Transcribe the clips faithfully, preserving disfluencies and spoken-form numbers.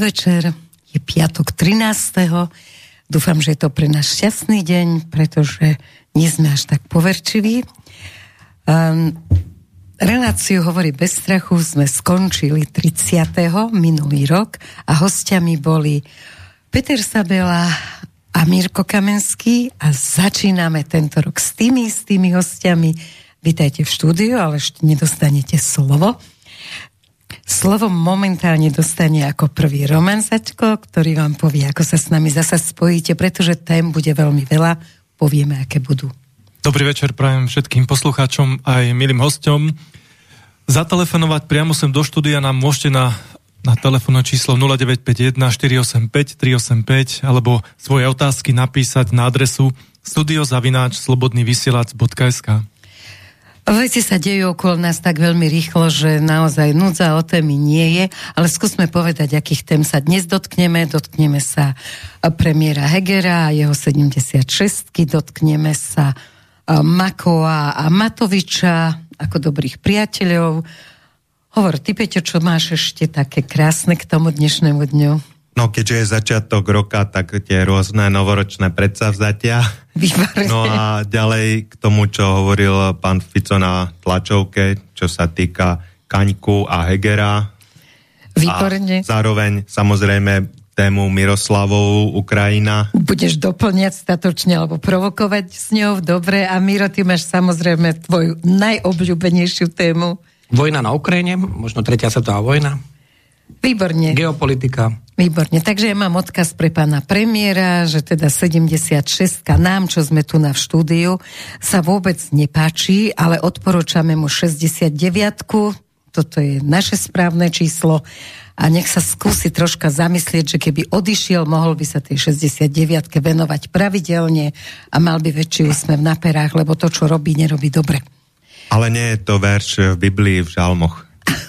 podvečer, je piatok trinásteho Dúfam, že je to pre nás šťastný deň, pretože nie sme až tak poverčiví. Um, reláciu Hovorí bez strachu sme skončili tridsiateho minulý rok a hostiami boli Peter Sabela a Mirko Kamenský a začíname tento rok s tými istými hostiami. Vítajte v štúdiu, ale ešte nedostanete slovo. Slovo momentálne dostane ako prvý Roman Sačko, ktorý vám povie, ako sa s nami zasa spojíte, pretože tém bude veľmi veľa, povieme, aké budú. Dobrý večer prajem všetkým poslucháčom aj milým hosťom. Zatelefonovať priamo sem do štúdia nám môžete na, na telefónne číslo nula deväť päť jeden štyri osem päť tri osem päť alebo svoje otázky napísať na adresu studio zavináč slobodný vysielač bodka es ká. Veci sa dejú okolo nás tak veľmi rýchlo, že naozaj núdza o témy nie je, ale skúsme povedať, akých tém sa dnes dotkneme. Dotkneme sa premiéra Hegera a jeho sedemdesiatšestky, dotkneme sa Makoa a Matoviča ako dobrých priateľov. Hovor, ty, Peťo, čo máš ešte také krásne k tomu dnešnému dňu? No, keďže je začiatok roka, tak tie rôzne novoročné predsavzatia. Výborné. No a ďalej k tomu, čo hovoril pán Fico na tlačovke, čo sa týka Kaňku a Hegera. Výborne. A zároveň, samozrejme, tému Miroslavovú, Ukrajina. Budeš doplňať statočne alebo provokovať s ňou, dobre. A Miro, ty máš samozrejme tvoju najobľúbenejšiu tému. Vojna na Ukrajine, možno tretia svetová vojna. Výborne. Geopolitika. Výborne. Takže ja mám odkaz pre pána premiéra, že teda sedemdesiatšestka nám, čo sme tu na v štúdiu, sa vôbec nepáči, ale odporúčame mu šesťdesiatdeviatku. Toto je naše správne číslo a nech sa skúsi troška zamyslieť, že keby odišiel, mohol by sa tej šesťdesiatdeviatke venovať pravidelne a mal by väčší úsmev na perách, lebo to, čo robí, nerobí dobre. Ale nie je to verš v Biblii v žalmoch.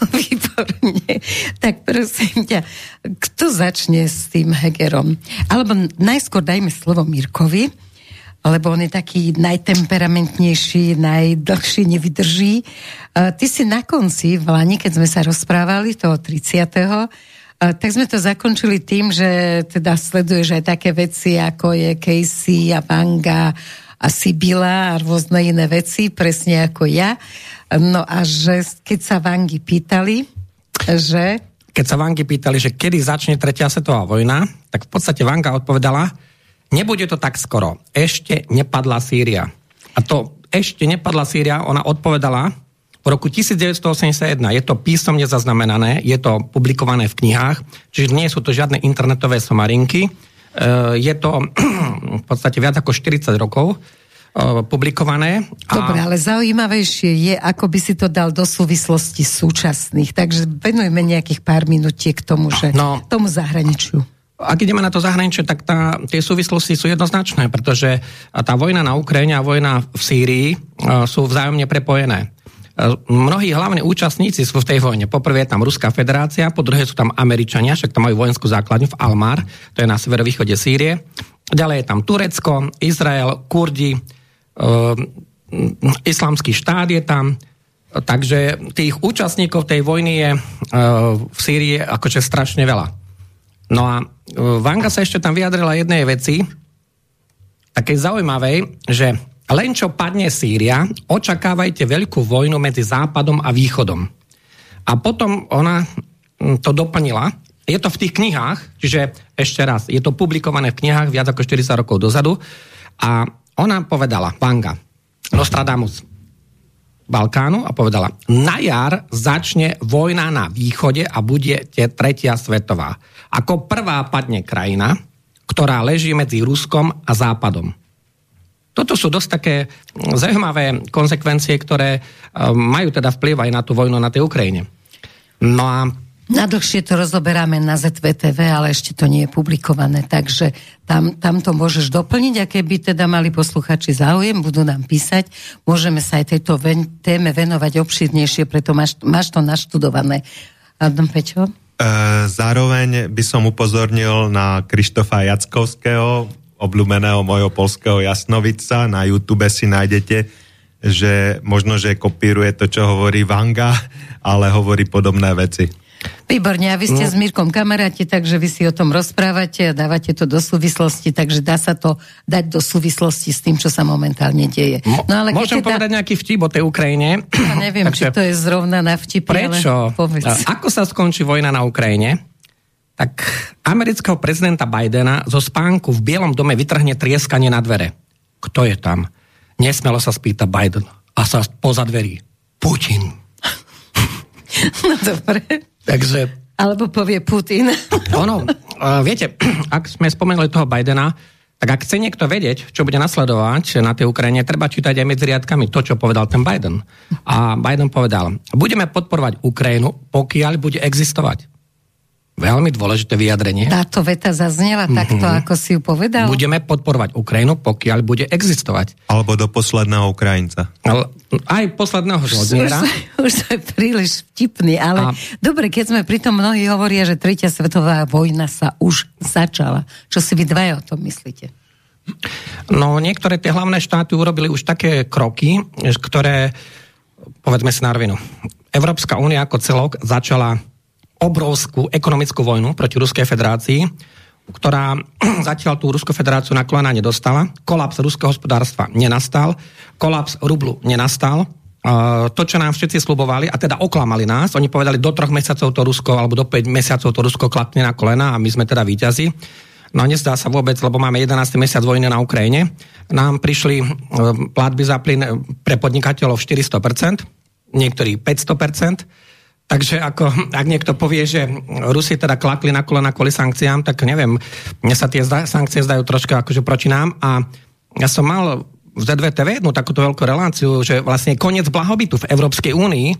Výborne. Tak prosím ťa, kto začne s tým Hegerom? Alebo najskôr dajme slovo Mirkovi, lebo on je taký najtemperamentnejší, najdlhšie nevydrží. Ty si na konci, v Lani, keď sme sa rozprávali, toho tridsiateho tak sme to zakončili tým, že teda sleduješ aj také veci, ako je Casey a Vanga a Sibila a rôzne iné veci, presne ako ja. No a že keď sa Vangy pýtali, že... Keď sa Vangy pýtali, že kedy začne tretia svetová vojna, tak v podstate Vanga odpovedala, nebude to tak skoro, ešte nepadla Sýria. A to ešte nepadla Sýria, ona odpovedala v roku devätnásťstoosemdesiatjeden. Je to písomne zaznamenané, je to publikované v knihách, čiže nie sú to žiadne internetové somarinky. Je to v podstate viac ako štyridsať rokov publikované. A... Dobre, ale zaujímavejšie je, ako by si to dal do súvislosti súčasných. Takže venujme nejakých pár minutiek k tomu, že no, tomu zahraničiu. Ak ideme na to zahraničie, tak tá, tie súvislosti sú jednoznačné, pretože tá vojna na Ukrajine a vojna v Sýrii sú vzájomne prepojené. Mnohí hlavní účastníci sú v tej vojne. Poprvé je tam Ruská federácia, po druhé sú tam Američania, však tam majú vojenskú základňu v Al-Mar, to je na severovýchode Sýrie. Ďalej je tam Turecko, Izrael, Kurdi, Uh, islamský štát je tam, takže tých účastníkov tej vojny je uh, v Sýrii akože strašne veľa. No a uh, Vanga sa ešte tam vyjadrila jednej veci, takej zaujímavej, že len čo padne Sýria, očakávajte veľkú vojnu medzi Západom a Východom. A potom ona to doplnila, je to v tých knihách, čiže ešte raz, je to publikované v knihách viac ako štyridsať rokov dozadu a ona povedala, Vanga, Nostradamus Balkánu a povedala, na jar začne vojna na východe a bude tretia svetová. Ako prvá padne krajina, ktorá leží medzi Ruskom a Západom. Toto sú dosť také zaujímavé konsekvencie, ktoré majú teda vplyv aj na tú vojnu na tej Ukrajine. No a nadlhšie to rozoberáme na zet vé té vé, ale ešte to nie je publikované, takže tam, tam to môžeš doplniť a keby teda mali posluchači záujem, budú nám písať, môžeme sa aj tejto ven, téme venovať obšírnejšie, preto máš, máš to naštudované. Adam, Peťo? E, zároveň by som upozornil na Krištofa Jackovského, obľúbeného mojho polského jasnovidca, na YouTube si nájdete, že možno, že kopíruje to, čo hovorí Vanga, ale hovorí podobné veci. Výborne, a vy ste no. s Mírkom kamaráti, takže vy si o tom rozprávate a dávate to do súvislosti, takže dá sa to dať do súvislosti s tým, čo sa momentálne deje. No, ale môžem teda... povedať nejaký vtip o tej Ukrajine? Ja neviem, takže... či to je zrovna na vtipy, prečo? Ale povedz. Ako sa skončí vojna na Ukrajine? Tak amerického prezidenta Bidena zo spánku v Bielom dome vytrhne trieskanie na dvere. Kto je tam? Nesmelo sa spýta Biden. A sa poza dverí. Putin. No dobre. Takže... Alebo povie Putin. Ono, uh, viete, ak sme spomenuli toho Bidena, tak ak chce niekto vedieť, čo bude nasledovať na tej Ukrajine, treba čítať aj medzi riadkami to, čo povedal ten Biden. A Biden povedal, budeme podporovať Ukrajinu, pokiaľ bude existovať. Veľmi dôležité vyjadrenie. Táto veta zaznela takto, mm-hmm. ako si ju povedal? Budeme podporovať Ukrajinu, pokiaľ bude existovať. Alebo do posledného Ukrajinca. Ale, aj posledného žoldniera. Už, už to je príliš vtipný, ale a... dobre, keď sme pri tom, mnohí hovoria, že tretia svetová vojna sa už začala. Čo si vy dvaja o tom myslíte? No, niektoré tie hlavné štáty urobili už také kroky, ktoré, povedzme si na rovinu, Európska únia ako celok začala obrovskú ekonomickú vojnu proti Ruskej federácii, ktorá zatiaľ tú Ruskú federáciu na kolena nedostala. Kolaps ruského hospodárstva nenastal, kolaps rublu nenastal. Uh, to, čo nám všetci sľubovali, a teda oklamali nás, oni povedali, do troch mesiacov to Rusko, alebo do päť mesiacov to Rusko klapne na kolena a my sme teda víťazi. No nezdá sa vôbec, lebo máme jedenásty mesiac vojny na Ukrajine. Nám prišli uh, platby za plyn pre podnikateľov štyristo percent, niektorí päťsto percent. Takže ako, ak niekto povie, že Rusi teda klakli na kolena kvôli sankciám, tak neviem, mne sa tie sankcie zdajú troška akože proti nám a ja som mal v zet vé té vé jednu takúto veľkú reláciu, že vlastne koniec blahobytu v Európskej únii,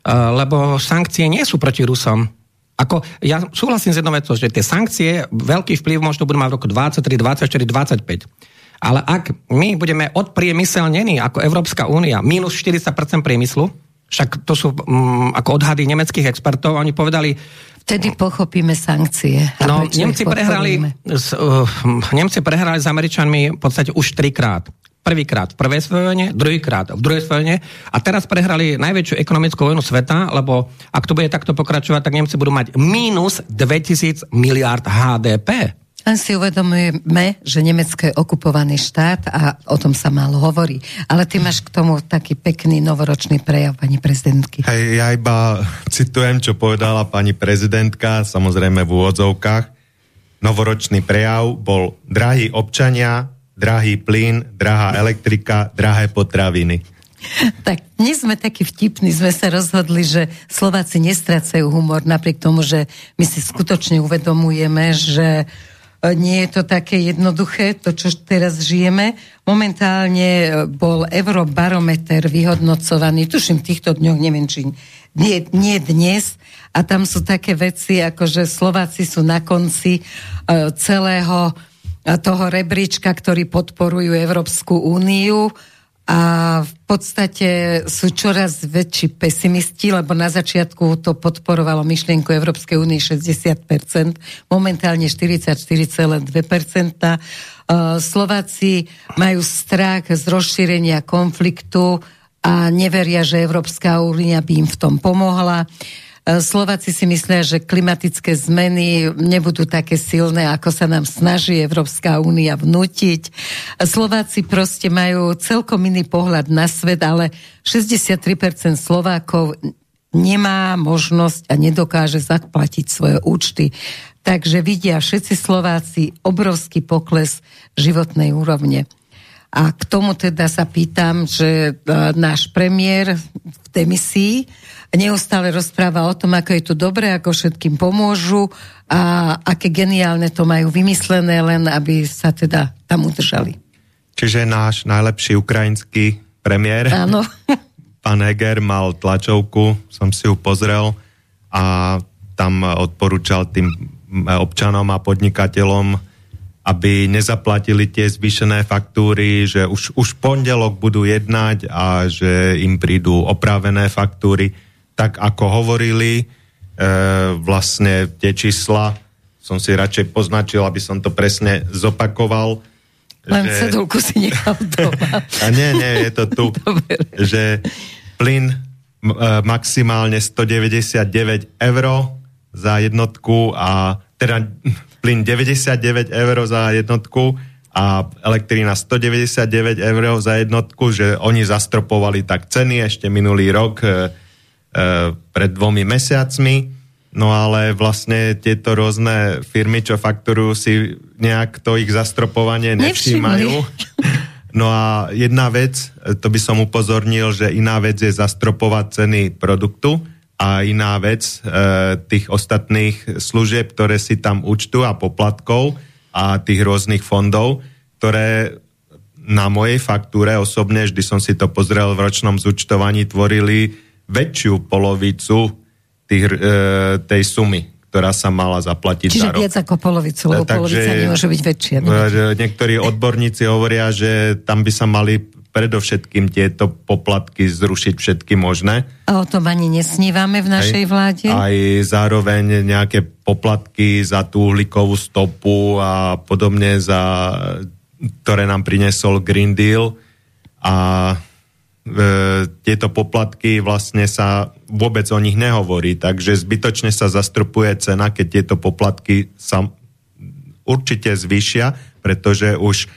lebo sankcie nie sú proti Rusom. Ako, ja súhlasím s jednou vecou, že tie sankcie veľký vplyv možno budú mať v roku dvadsaťtri, dvadsaťštyri, dvadsaťpäť. Ale ak my budeme odpriemyselnení ako Európska únia, minus štyridsať percent priemyslu, však to sú um, ako odhady nemeckých expertov, oni povedali... Vtedy pochopíme sankcie. No, Nemci prehrali, s, uh, Nemci prehrali s Američanmi v podstate už trikrát. Prvýkrát v prvej svojej vojne, druhýkrát v druhej svojej vojne a teraz prehrali najväčšiu ekonomickú vojnu sveta, lebo ak to bude takto pokračovať, tak Nemci budú mať mínus dvetisíc miliárd há dé pé. Len si uvedomujeme, že Nemecko je okupovaný štát a o tom sa málo hovorí. Ale ty máš k tomu taký pekný novoročný prejav pani prezidentky. Hej, ja iba citujem, čo povedala pani prezidentka, samozrejme v úvodzovkách. Novoročný prejav bol: drahí občania, drahý plyn, drahá elektrika, drahé potraviny. Tak dnes sme takí vtipní, sme sa rozhodli, že Slováci nestrácajú humor, napriek tomu, že my si skutočne uvedomujeme, že nie je to také jednoduché, to, čo teraz žijeme. Momentálne bol Eurobarometer vyhodnocovaný, tuším v týchto dňoch, neviem, či nie, nie dnes, a tam sú také veci, ako že Slováci sú na konci celého toho rebríčka, ktorý podporujú Európsku úniu, a v podstate sú čoraz väčší pesimisti, lebo na začiatku to podporovalo myšlienku Európskej únie šesťdesiat percent, momentálne štyridsaťštyri celé dva percentá. Slováci majú strach z rozšírenia konfliktu a neveria, že Európska únia by im v tom pomohla. Slováci si myslia, že klimatické zmeny nebudú také silné, ako sa nám snaží Európska únia vnútiť. Slováci proste majú celkom iný pohľad na svet, ale šesťdesiattri percent Slovákov nemá možnosť a nedokáže zaplatiť svoje účty. Takže vidia všetci Slováci obrovský pokles životnej úrovne. A k tomu teda sa pýtam, že náš premiér v demisii neustále rozpráva o tom, ako je to dobré, ako všetkým pomôžu a aké geniálne to majú vymyslené, len aby sa teda tam udržali. Čiže náš najlepší ukrajinský premiér, áno. Pán Heger, mal tlačovku, som si ju pozrel a tam odporúčal tým občanom a podnikateľom, aby nezaplatili tie zvýšené faktúry, že už, už pondelok budú jednať a že im prídu opravené faktúry. Tak ako hovorili, e, vlastne tie čísla som si radšej poznačil, aby som to presne zopakoval. Len že... cedulku si nechal doma. A nie, nie, je to tu. Dobre. Že plyn e, maximálne stodeväťdesiatdeväť eur, za jednotku a teda plyn deväťdesiatdeväť eur za jednotku a elektrina stodeväťdesiatdeväť eur za jednotku, že oni zastropovali tak ceny ešte minulý rok e, e, pred dvomi mesiacmi. No ale vlastne tieto rôzne firmy, čo fakturujú, si nejak to ich zastropovanie nevšímajú. No a jedna vec, to by som upozornil, že iná vec je zastropovať ceny produktu a iná vec e, tých ostatných služieb, ktoré si tam účtu a poplatkov a tých rôznych fondov, ktoré na mojej faktúre osobne, vždy som si to pozrel v ročnom zúčtovaní, tvorili väčšiu polovicu Tých, e, tej sumy, ktorá sa mala zaplatiť Čiže za rok. viac ako polovicu, lebo Takže, polovica nemôže byť väčšia. Že niektorí odborníci hovoria, že tam by sa mali predovšetkým tieto poplatky zrušiť všetky možné. A o tom ani nesnívame v našej aj, vláde. Aj zároveň nejaké poplatky za tú uhlíkovú stopu a podobne, za, ktoré nám priniesol Green Deal a E, tieto poplatky vlastne sa vôbec o nich nehovorí, takže zbytočne sa zastrupuje cena, keď tieto poplatky sa určite zvýšia, pretože už e,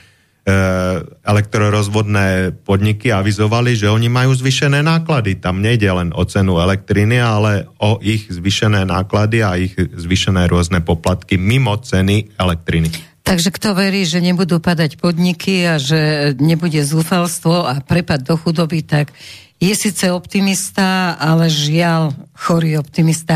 elektrorozvodné podniky avizovali, že oni majú zvýšené náklady. Tam nejde len o cenu elektriny, ale o ich zvýšené náklady a ich zvýšené rôzne poplatky mimo ceny elektriny. Takže kto verí, že nebudú padať podniky a že nebude zúfalstvo a prepad do chudoby, tak je síce optimista, ale žiaľ chorý optimista.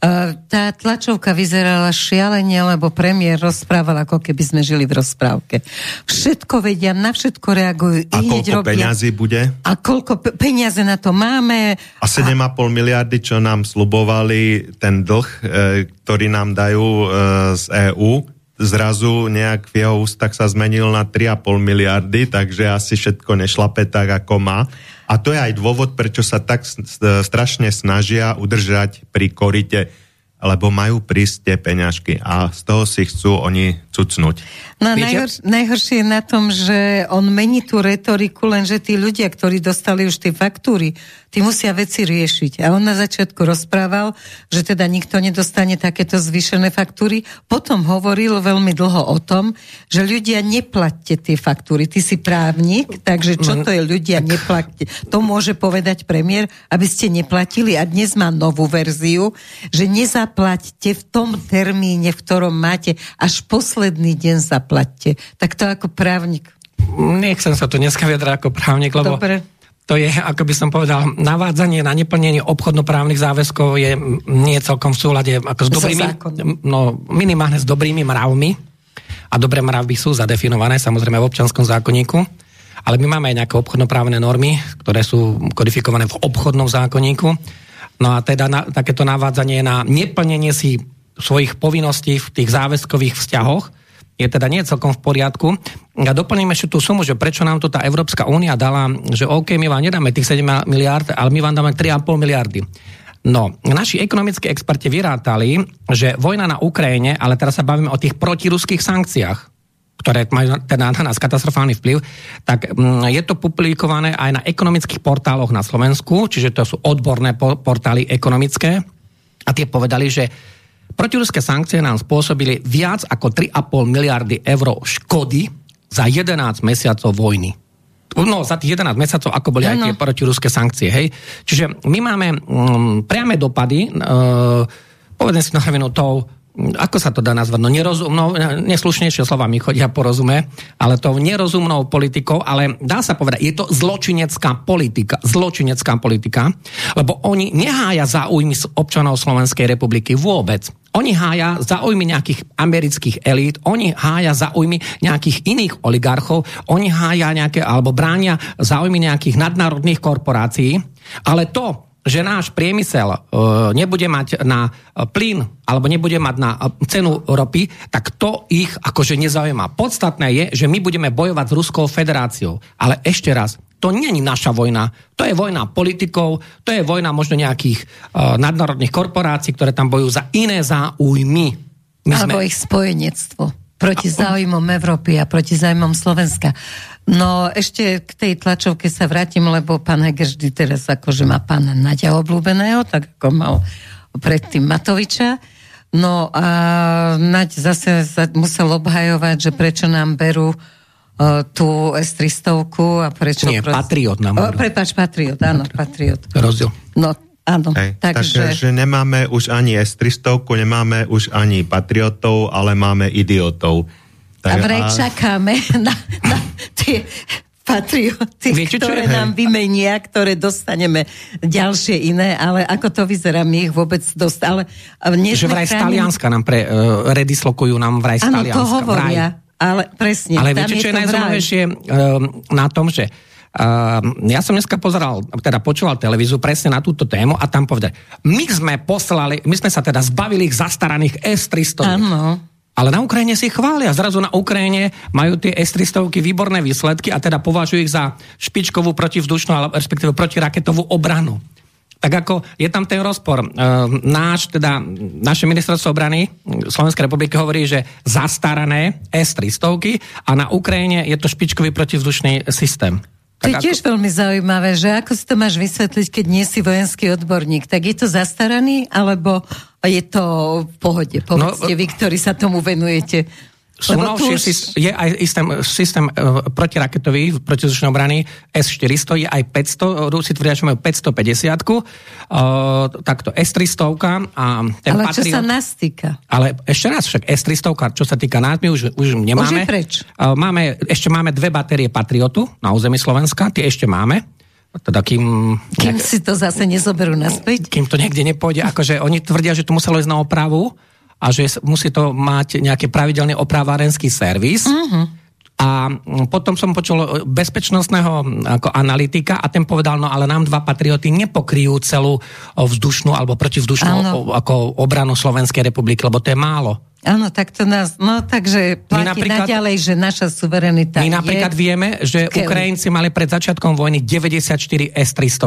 Tá tlačovka vyzerala šialene, lebo premiér rozprával, ako keby sme žili v rozprávke. Všetko vedia, na všetko reagujú. A koľko robia. Peňazí bude? A koľko pe- peniaze na to máme? A sedem a pol miliardy, čo nám slubovali ten dlh, e, ktorý nám dajú e, z é ú, zrazu nejak v jeho ústach sa zmenil na tri a pol miliardy, takže asi všetko nešlape tak, ako má. A to je aj dôvod, prečo sa tak strašne snažia udržať pri korite, lebo majú prísť tie peňažky a z toho si chcú oni cucnúť. No najhor, najhoršie je na tom, že on mení tú retoriku, lenže tí ľudia, ktorí dostali už tie faktúry, tí musia veci riešiť. A on na začiatku rozprával, že teda nikto nedostane takéto zvýšené faktúry. Potom hovoril veľmi dlho o tom, že ľudia neplatte tie faktúry. Ty si právnik, takže čo to je ľudia neplatte? To môže povedať premiér, aby ste neplatili. A dnes má novú verziu, že nezaplaťte v tom termíne, v ktorom máte, až posledný deň zaplaťte. Tak to ako právnik. Nechcem sa tu dneska vyjadrať ako právnik, lebo Dobre. To je, ako by som povedal, navádzanie na neplnenie obchodnoprávnych záväzkov je nie celkom v súlade ako s dobrými, no minimálne s dobrými mravmi. A dobré mravy sú zadefinované samozrejme v občianskom zákonníku, ale my máme aj nejaké obchodnoprávne normy, ktoré sú kodifikované v obchodnom zákonníku. No a teda na, takéto navádzanie na neplnenie si svojich povinností v tých záväzkových vzťahoch je teda nie celkom v poriadku. A doplníme ešte tú sumu, že prečo nám to tá Európska únia dala, že OK, my vám nedáme tých sedem miliárd, ale my vám dáme tri a pol miliardy. No, naši ekonomickí experti vyrátali, že vojna na Ukrajine, ale teraz sa bavíme o tých protiruských sankciách, ktoré majú teda na nás katastrofálny vplyv, tak je to publikované aj na ekonomických portáloch na Slovensku, čiže to sú odborné portály ekonomické a tie povedali, že protiruské sankcie nám spôsobili viac ako tri a pol miliardy eur škody za jedenásť mesiacov vojny. No, za tých jedenásť mesiacov, ako boli ano. Aj tie protiruské sankcie, hej. Čiže my máme um, priame dopady, uh, povedem si na rovinu tou, ako sa to dá nazvať, no nerozumnou, neslušnejšie slova mi chodia porozumie, ale tou nerozumnou politikou, ale dá sa povedať, je to zločinecká politika, zločinecká politika, lebo oni nehája záujmy občanov Slovenskej republiky vôbec. Oni hája záujmy nejakých amerických elít, oni hája záujmy nejakých iných oligarchov, oni hája nejaké, alebo bránia záujmy nejakých nadnárodných korporácií, ale to, že náš priemysel e, nebude mať na plyn alebo nebude mať na cenu ropy, tak to ich akože nezaujíma. Podstatné je, že my budeme bojovať s Ruskou federáciou. Ale ešte raz, to nie je naša vojna. To je vojna politikov, to je vojna možno nejakých e, nadnárodných korporácií, ktoré tam bojujú za iné záujmy. My alebo sme... ich spojenectvo proti záujmom Európy a proti záujmom Slovenska. No ešte k tej tlačovke sa vrátim, lebo pán Heger vždy teraz akože má pána Naďa obľúbeného, tak ako mal predtým Matoviča. No a Naď zase musel obhajovať, že prečo nám berú uh, tú es tristo a prečo... Nie, proste... Patriot nám berú. Oh, prepáč, Patriot, áno, Patriot. Rozdiel. No, áno. Hej, takže... takže nemáme už ani es tristo, nemáme už ani patriotov, ale máme idiotov. Tak, a vraj a... čakáme na, na tie patrioty, Viete, ktoré je? nám vymenia, ktoré dostaneme ďalšie iné, ale ako to vyzerá, my ich vôbec dosť, ale... Že vraj z Talianska nám pre, uh, redislokujú nám vraj z Talianska. Áno, to hovoria, vraj. Ale presne. Ale viete, čo je najzaujímavejšie uh, na tom, že Uh, ja som dneska pozeral, teda počúval televíziu presne na túto tému a tam povedali, my sme poslali, my sme sa teda zbavili ich zastaraných es tristo. Áno. Ale na Ukrajine si chvália. Zrazu na Ukrajine majú tie es tristo výborné výsledky a teda považujú ich za špičkovú protivzdušnú, alebo respektíve protiraketovú obranu. Tak ako je tam ten rozpor. Náš, teda, naše ministerstvo obrany Slovenskej republiky hovorí, že zastarané es tristo a na Ukrajine je to špičkový protivzdušný systém. To je tiež ako... veľmi zaujímavé, že ako si to máš vysvetliť, keď nie si vojenský odborník. Tak je to zastaraný, alebo je to v pohode? Povedzte no, vy, ktorí sa tomu venujete. Sú novšie, už... je aj systém, systém uh, protiraketový, protizdušnej obrany es štyristo, je aj päťsto, Rusi tvrdia, že majú päťstopäťdesiat, uh, takto es tristo a ten Ale Patriot. čo sa nás týka? Ale ešte raz však es tristo, čo sa týka nás, my už, už nemáme. Už je preč. Uh, máme, ešte máme dve batérie Patriotu na území Slovenska, tie ešte máme. Teda kým... Kým nejak, si to zase nezoberú naspäť? Kým to niekde nepôjde, akože oni tvrdia, že to muselo ísť na opravu, a že musí to mať nejaký pravidelný opravárenský servis. Uh-huh. A potom som počul bezpečnostného ako analytika a ten povedal, no ale nám dva Patrioty nepokryjú celú vzdušnú alebo protivzdušnú ako obranu Slovenskej republiky, lebo to je málo. Áno, tak to nás, no takže platí naďalej, že naša suverenita je... My napríklad vieme, že skvelý. Ukrajinci mali pred začiatkom vojny deväťdesiatštyri es tristo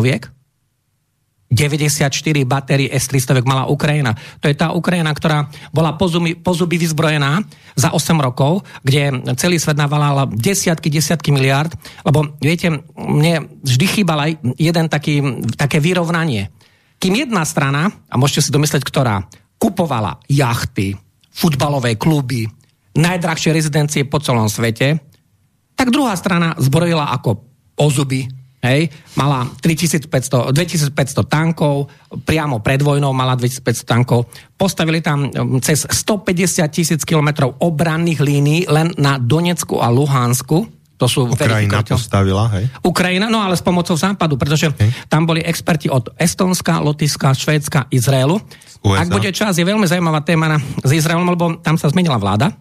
deväťdesiatštyri batérií es tristo mala Ukrajina. To je tá Ukrajina, ktorá bola po zuby, po zuby vyzbrojená za osem rokov, kde celý svet navalal desiatky, desiatky miliárd, lebo viete, mne vždy chýbal aj jeden taký, také vyrovnanie. Kým jedna strana, a môžete si domyslieť, ktorá, kupovala jachty, futbalové kluby, najdrahšie rezidencie po celom svete, tak druhá strana zbrojila ako o zuby. Hej, mala tritisícpäťsto, dvetisícpäťsto tankov, priamo pred vojnou mala dvetisícpäťsto tankov. Postavili tam cez stopäťdesiat tisíc kilometrov obranných línií len na Donecku a Luhansku. To sú Ukrajina postavila, hej? Ukrajina, no ale s pomocou Západu, pretože hej. Tam boli experti od Estonska, Lotyšska, Švédska, Izraelu. ú es á. Ak bude čas, je veľmi zaujímavá téma na, s Izraelom, lebo tam sa zmenila vláda.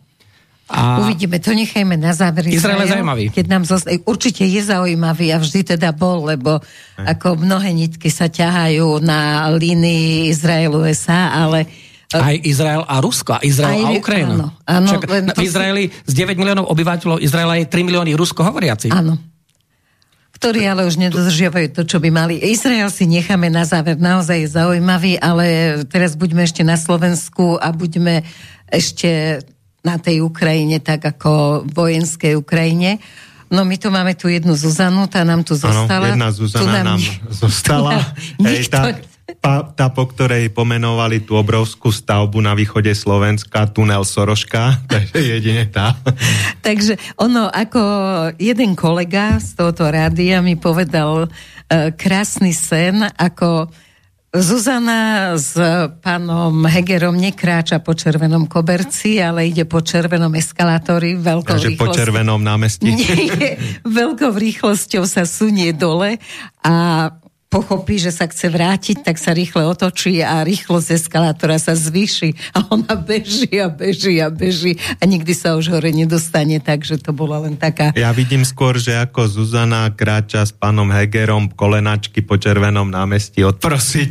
A uvidíme, to nechajme na záver. Izrael je zaujímavý. Keď nám zost... Určite je zaujímavý a vždy teda bol, lebo Aj. ako mnohé nitky sa ťahajú na línii Izraelu es á, ale... Aj Izrael a Rusko, Izrael Aj, a Ukrajina. Áno, áno, Však v Izraeli si... z deväť miliónov obyvateľov Izraela je tri milióny rusko hovoriacich. Áno. Ktorí ale už nedodržiavajú to, čo by mali. Izrael si necháme na záver, naozaj je zaujímavý, ale teraz buďme ešte na Slovensku a buďme ešte na tej Ukrajine, tak ako vojenskej Ukrajine. No my tu máme tu jednu Zuzanu, tá nám tu zostala. Áno, jedna Zuzana nám, nám zostala. Hej, tá, tá, tá, po ktorej pomenovali tú obrovskú stavbu na východe Slovenska, tunel Soroška, takže jedine tá. Takže ono, ako jeden kolega z tohoto rádia mi povedal uh, krásny sen, ako Zuzana s pánom Hegerom nekráča po červenom koberci, ale ide po červenom eskalátori veľkou Takže rýchlosťou. Po červenom námestí. Nie, veľkou rýchlosťou sa sunie dole a pochopí, že sa chce vrátiť, tak sa rýchle otočí a rýchlosť eskalátora sa zvýši a ona beží a beží a beží a nikdy sa už hore nedostane, takže to bola len taká... Ja vidím skôr, že ako Zuzana kráča s pánom Hegerom kolenačky po červenom námestí odprosiť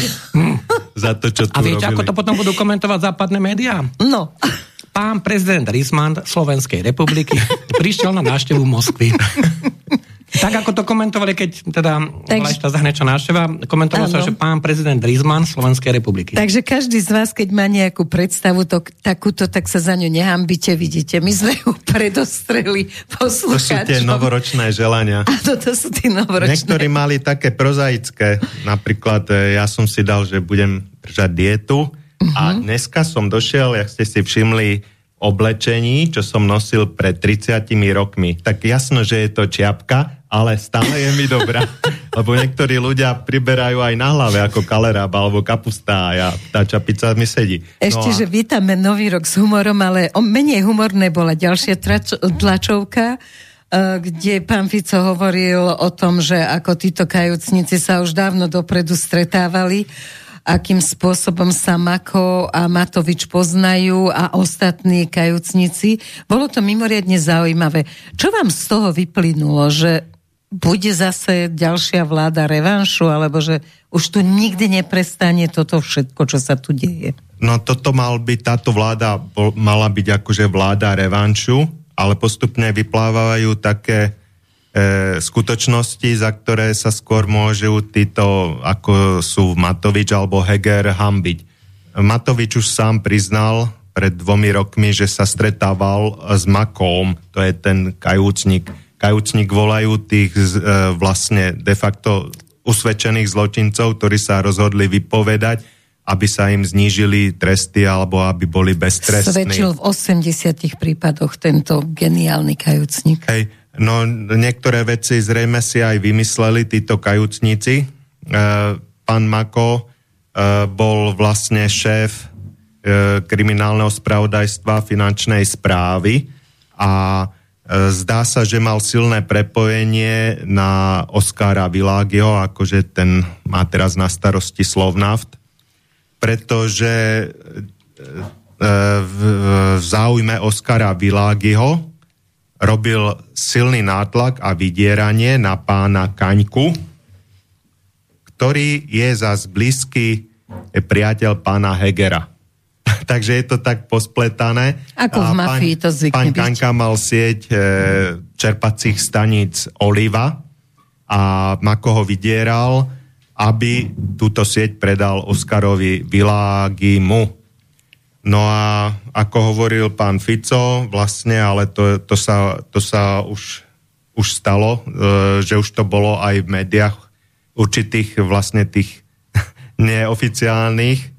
za to, čo tu A viete, robili. ako to potom budú komentovať západné médiá? No. Pán prezident Rizman Slovenskej republiky prišiel na návštevu Moskvy. Tak ako to komentovali, keď teda bola ešte zahraničná návšteva, komentovalo sa, že pán prezident Rizman Slovenskej republiky. Takže každý z vás, keď má nejakú predstavu to, takúto, tak sa za ňu nehambite, vidíte. My sme ju predostreli poslucháčom. To sú tie novoročné želania. Áno, to sú tie novoročné. Niektorí mali také prozaické. Napríklad ja som si dal, že budem držať dietu Uh-huh. A dneska som došiel, jak ste si všimli, oblečení, čo som nosil pred tridsiatimi rokmi. Tak jasno, že je to čiapka, ale stále je mi dobrá. Lebo niektorí ľudia priberajú aj na hlave ako kaleráb alebo kapusta a ja, tá čapica mi sedí. Ešte, no a... že vítame Nový rok s humorom, ale o menej humorné bola ďalšia trač- tlačovka, kde pán Fico hovoril o tom, že ako títo kajúcnici sa už dávno dopredu stretávali, akým spôsobom sa Mako a Matovič poznajú a ostatní kajúcnici. Bolo to mimoriadne zaujímavé. Čo vám z toho vyplynulo, že bude zase ďalšia vláda revanšu, alebo že už tu nikdy neprestane toto všetko, čo sa tu deje? No toto mal byť, táto vláda mala byť akože vláda revanšu, ale postupne vyplávajú také e, skutočnosti, za ktoré sa skôr môžu títo, ako sú Matovič alebo Heger, hanbiť. Matovič už sám priznal pred dvomi rokmi, že sa stretával s Makom, to je ten kajúcnik. Kajúcnik volajú tých e, vlastne de facto usvedčených zločincov, ktorí sa rozhodli vypovedať, aby sa im znížili tresty alebo aby boli beztrestní. Svedčil v osemdesiatich prípadoch tento geniálny kajúcnik. Hej, no niektoré veci zrejme si aj vymysleli títo kajúcnici. E, pán Mako e, bol vlastne šéf e, kriminálneho spravodajstva finančnej správy a e, zdá sa, že mal silné prepojenie na Oskara Világiho, akože ten má teraz na starosti Slovnaft, pretože v záujme Oskara Világiho robil silný nátlak a vydieranie na pána Kaňku, ktorý je zas blízky priateľ pána Hegera. Takže je to tak pospletané. Ako v mafii to zvykne Pán byť. Kaňka mal sieť e, čerpacích staníc Oliva a Mako ho vydieral, aby túto sieť predal Oskarovi Világimu. No a ako hovoril pán Fico, vlastne, ale to, to, sa, to sa už, už stalo, e, že už to bolo aj v médiách určitých vlastne tých neoficiálnych. E,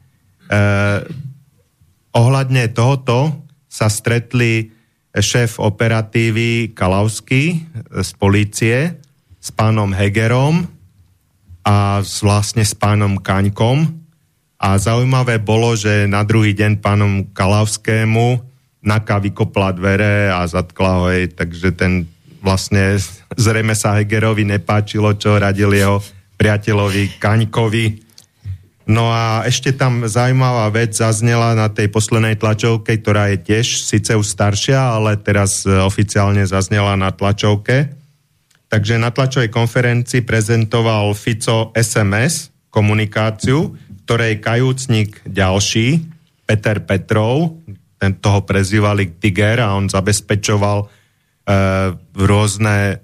ohľadne tohoto sa stretli šéf operatívy Kalavský z polície s pánom Hegerom a vlastne s pánom Kaňkom. A zaujímavé bolo, že na druhý deň pánom Kalavskému Naka vykopla dvere a zatkla ho jej, takže ten vlastne zrejme sa Hegerovi nepáčilo, čo radil jeho priateľovi Kaňkovi. No a ešte tam zaujímavá vec zaznela na tej poslednej tlačovke, ktorá je tiež síce už staršia, ale teraz oficiálne zaznela na tlačovke. Takže na tlačovej konferencii prezentoval Fico es em es komunikáciu, ktorej kajúcnik ďalší, Peter Petrov, ten toho prezývali Tiger a on zabezpečoval e, rôzne e,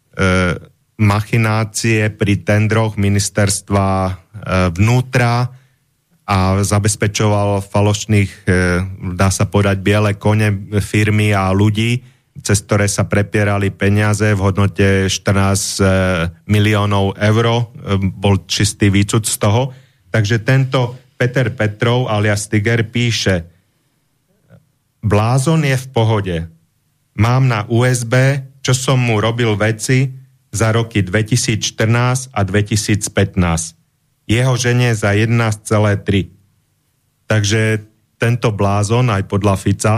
machinácie pri tendroch ministerstva e, vnútra a zabezpečoval falošných, e, dá sa povedať, biele kone firmy a ľudí, cez ktoré sa prepierali peniaze v hodnote štrnásť miliónov eur. Bol čistý výcud z toho. Takže tento Peter Petrov alias Tiger píše: Blázon je v pohode. Mám na ú es bé, čo som mu robil veci za roky dvetisícštrnásť a dvetisícpätnásť. Jeho žene za jedenásť celé tri. Takže tento blázon aj podľa Fica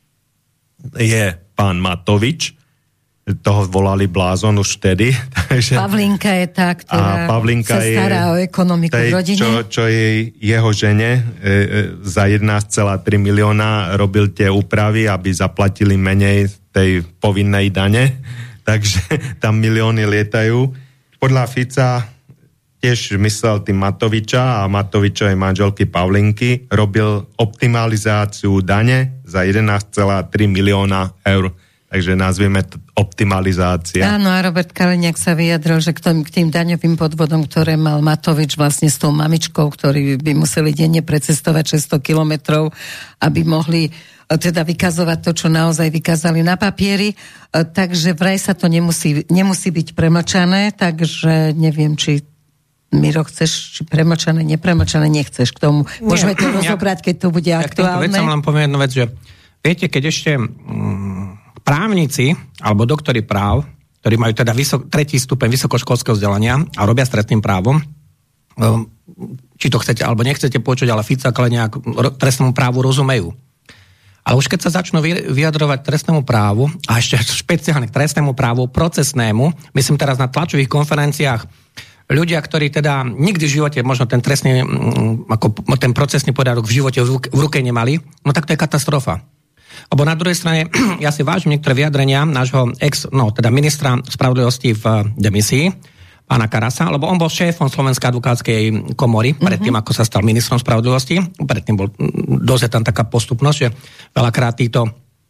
je pán Matovič, toho volali blázon už vtedy. Takže, Pavlinka je tá, ktorá Pavlinka sa stará je o ekonomiku tej, v rodine. Čo, čo jej, jeho žene e, e, za jedenásť celé tri milióna robil tie úpravy, aby zaplatili menej tej povinnej dane. Takže tam milióny lietajú. Podľa Fica tiež myslel tým Matoviča a Matovičovej manželky Pavlinky robil optimalizáciu dane za jedenásť celé tri milióna eur. Takže nazvieme to optimalizácia. Áno, a Robert Kaliňák sa vyjadril, že k tým, k tým daňovým podvodom, ktoré mal Matovič vlastne s tou mamičkou, ktorí by museli denne precestovať šesťsto kilometrov, aby mohli teda vykazovať to, čo naozaj vykázali na papieri. Takže vraj sa to nemusí, nemusí byť premlčané, takže neviem, či Miro, chceš, či premlčané, nepremlčané, nechceš k tomu. Môžeme to rozobrať, keď to bude ja aktuálne. Ja vám poviem jednu vec, že viete, keď ešte mm, právnici, alebo doktori práv, ktorí majú teda vysok, tretí stupeň vysokoškolského vzdelania a robia s trestným právom, um, či to chcete alebo nechcete počuť, ale Ficák ale nejak trestnému právu rozumejú. Ale už keď sa začnú vyjadrovať trestnému právu, a ešte špeciálne k trestnému právu, procesnému, myslím teraz na tlačových konferenciách, ľudia, ktorí teda nikdy v živote možno ten trestný, ako ten procesný poriadok v živote v ruke nemali, no tak to je katastrofa. Lebo na druhej strane, ja si vážim niektoré vyjadrenia nášho ex, no teda ministra spravodlivosti v demisii, pána Karasa, lebo on bol šéfom Slovenskej advokátskej komory, mm-hmm. predtým, ako sa stal ministrom spravodlivosti. Predtým bol dosť tam taká postupnosť, že veľakrát títo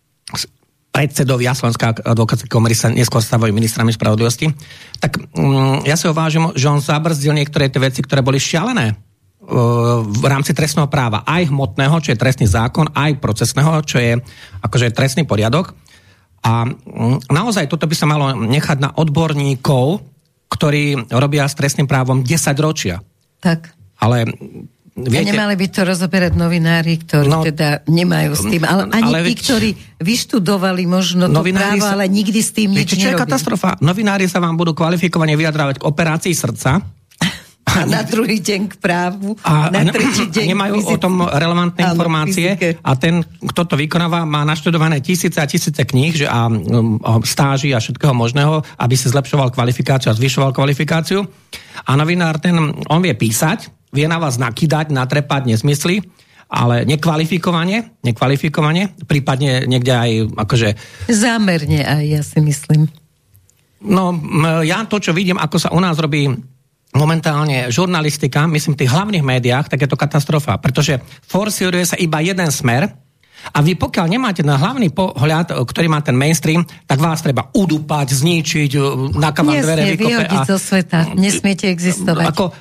predsedovia Slovenskej advokátskej komory sa neskôr stávajú ministrami spravodlivosti. Tak um, ja si uvážim, že on zabrzdil niektoré tie veci, ktoré boli šialené uh, v rámci trestného práva. Aj hmotného, čo je trestný zákon, aj procesného, čo je akože trestný poriadok. A um, naozaj toto by sa malo nechať na odborníkov, ktorí robia s trestným právom desať ročia. Tak. Ale viete... A nemali by to rozoberať novinári, ktorí no, teda nemajú s tým, ale ani ale tí, ktorí vyštudovali možno to právo, sa, ale nikdy s tým nič nerobili. Čo je katastrofa? Novinári sa vám budú kvalifikovane vyjadrovať k operácii srdca. A na druhý deň k právu, a, na tretí deň nemajú fyzické, o tom relevantné áno, informácie fyzické. A ten, kto to vykonáva, má naštudované tisíce a tisíce kníh že a um, stáži a všetkého možného, aby si zlepšoval kvalifikáciu a zvyšoval kvalifikáciu. A novinár ten, on vie písať, vie na vás nakydať, natrepať nezmysly, ale nekvalifikovane, nekvalifikovane, prípadne niekde aj akože... Zámerne aj, ja si myslím. No, ja to, čo vidím, ako sa u nás robí momentálne žurnalistika, myslím v tých hlavných médiách, tak je to katastrofa, pretože forsiruje sa iba jeden smer a vy pokiaľ nemáte na hlavný pohľad, ktorý má ten mainstream, tak vás treba udúpať, zničiť, nakávať dvere, vykope. Vyhodiť a... zo sveta, nesmiete existovať. Ako,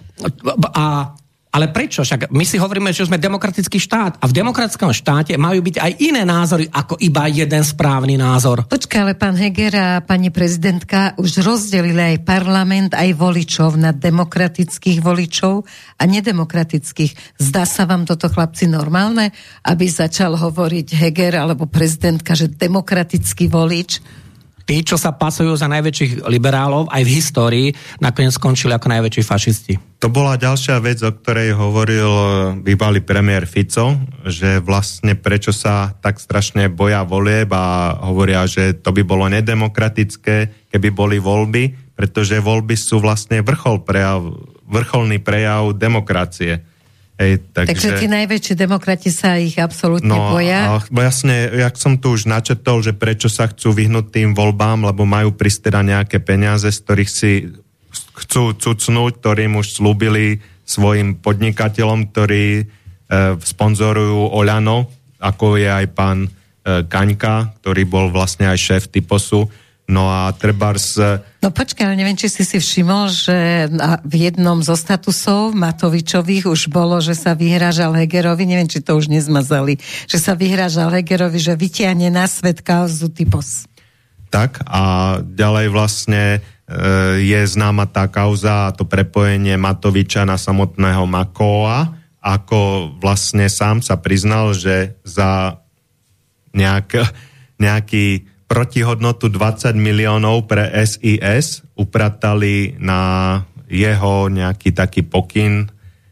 a ale prečo? Však my si hovoríme, že sme demokratický štát a v demokratickom štáte majú byť aj iné názory ako iba jeden správny názor. Počkaj, ale pán Heger a pani prezidentka už rozdelili aj parlament, aj voličov na demokratických voličov a nedemokratických. Zdá sa vám toto, chlapci, normálne, aby začal hovoriť Heger alebo prezidentka, že demokratický volič? Tí, čo sa pasujú za najväčších liberálov aj v histórii, nakoniec skončili ako najväčší fašisti. To bola ďalšia vec, o ktorej hovoril bývalý premiér Fico, že vlastne prečo sa tak strašne boja volieb a hovoria, že to by bolo nedemokratické, keby boli voľby, pretože voľby sú vlastne vrchol prejav, vrcholný prejav demokracie. Hej, takže... takže tí najväčší demokrati sa ich absolútne no, boja. No jasne, jak som tu už načetol, že prečo sa chcú vyhnúť tým voľbám, lebo majú prísť teda nejaké peniaze, z ktorých si chcú cucnúť, ktorým už slúbili svojim podnikateľom, ktorí e, sponzorujú Oľano, ako je aj pán e, Kaňka, ktorý bol vlastne aj šéf Typosu. No a trebárs... No počkaj, ale neviem, či si si všimol, že v jednom zo statusov Matovičových už bolo, že sa vyhrážal Hegerovi, neviem, či to už nezmazali, že sa vyhrážal Hegerovi, že vytiahne na svet kauzu Typos. Tak a ďalej vlastne e, je známa tá kauza a to prepojenie Matoviča na samotného Makóa, ako vlastne sám sa priznal, že za nejak, nejaký protihodnotu dvadsať miliónov pre es í es upratali na jeho nejaký taký pokyn e,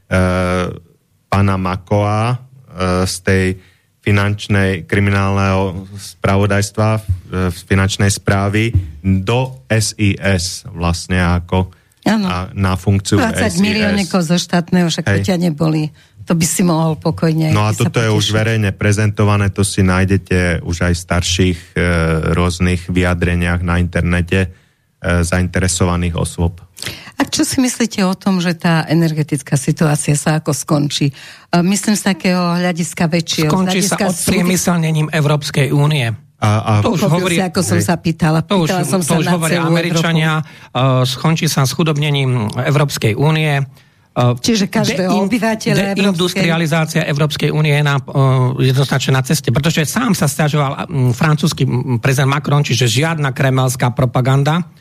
pána Makóa e, z tej finančnej, kriminálneho spravodajstva, e, z finančnej správy do es í es vlastne ako a, na funkciu dvadsať es í es. Miliónikov zo štátneho, však to ťa neboli. To by si mohol pokojne... No a toto je už verejne prezentované, to si nájdete už aj v starších e, rôznych vyjadreniach na internete e, zainteresovaných osôb. A čo si myslíte o tom, že tá energetická situácia sa ako skončí? E, myslím z takého hľadiska väčšieho. Skončí sa odpriemyselnením Európskej únie. A, a to už hovorí, ako som sa pýtala. Pýtala to už, som to sa už hovorí Američania. Uh, skončí sa schudobnením Európskej únie. Uh, Čiže každého obyvateľa deindustrializácia Európskej únie je na, uh, jednoznačne na ceste, pretože sám sa sťažoval um, francúzsky prezident Macron, čiže žiadna kremelská propaganda.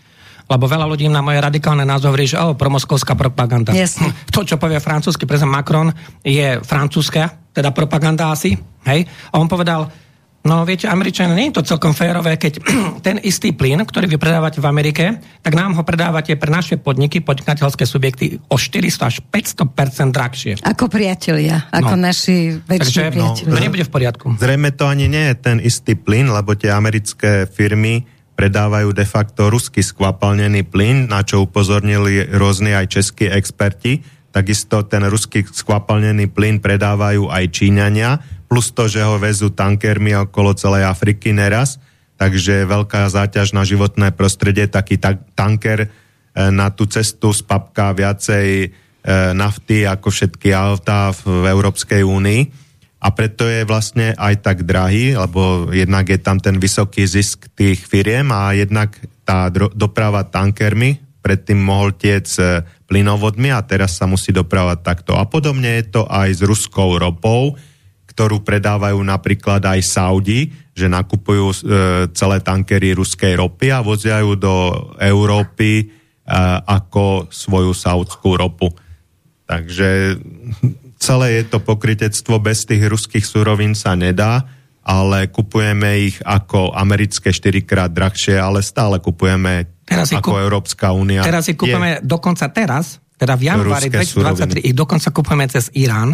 Lebo veľa ľudí na moje radikálne názory, že oh, promoskovská propaganda. Jasne. To, čo povie francúzsky prezident Macron, je francúzska, teda propaganda asi. Hej? A on povedal, no viete, Američania, nie je to celkom férové, keď ten istý plyn, ktorý vy predávate v Amerike, tak nám ho predávate pre naše podniky, podnikateľské subjekty o štyristo až päťsto percent drahšie. Ako priatelia, ako No. naši väčší Takže priatelia. to nebude v poriadku. Zrejme to ani nie je ten istý plyn, lebo tie americké firmy predávajú de facto ruský skvapalnený plyn, na čo upozornili rôzni aj českí experti. Takisto ten ruský skvapalnený plyn predávajú aj Číňania, plus to, že ho vezú tankermi okolo celej Afriky neraz. Takže veľká záťaž na životné prostredie, taký ta- tanker na tú cestu spapká viacej e, nafty ako všetky autá v, v Európskej únii. A preto je vlastne aj tak drahý, lebo jednak je tam ten vysoký zisk tých firiem a jednak tá dro- doprava tankermi, predtým mohol tiec plynovodmi a teraz sa musí dopravať takto. A podobne je to aj s ruskou ropou, ktorú predávajú napríklad aj Saudi, že nakupujú e, celé tankery ruskej ropy a vozia ju do Európy e, ako svoju saudskú ropu. Takže celé je to pokrytectvo, bez tých ruských surovín sa nedá, ale kupujeme ich ako americké štyrikrát drahšie, ale stále kupujeme Teraz ako kup- Európska únia. Teraz si kúpeme dokonca teraz, teda v januári dvetisícdvadsaťtri, ich dokonca kúpeme cez Irán,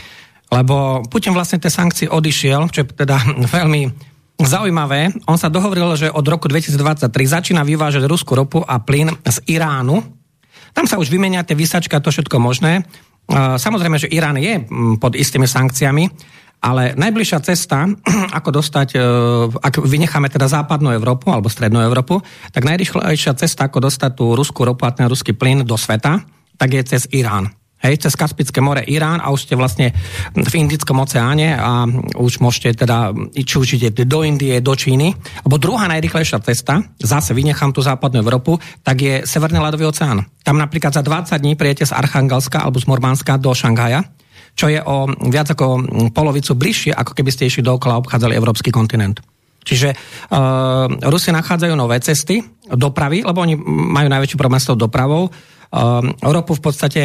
lebo Putin vlastne tie sankcie odišiel, čo je teda veľmi zaujímavé. On sa dohovoril, že od roku dvetisícdvadsaťtri začína vyvážať ruskú ropu a plyn z Iránu. Tam sa už vymenia tie výsačky a to všetko možné. Samozrejme, že Irán je pod istými sankciami, ale najbližšia cesta, ako dostať, ak vynecháme teda západnú Európu alebo strednú Európu, tak najrýchlejšia cesta, ako dostať tú ruskú ropu a ten ruský plyn do sveta, tak je cez Irán. Hej, cez Kaspické more Irán a už ste vlastne v Indickom oceáne a už môžete teda, či už idete do Indie, do Číny. Lebo druhá najrýchlejšia cesta, zase vynechám tú západnú Európu, tak je Severný ľadový oceán. Tam napríklad za dvadsať dní prijete z Archangelska alebo z Murmanska do Šanghaja, čo je o viac ako polovicu bližšie, ako keby ste išli dookola a obchádzali európsky kontinent. Čiže uh, Rusi nachádzajú nové cesty dopravy, lebo oni majú najväčší problém s tou dopravou. Uh, ropu v podstate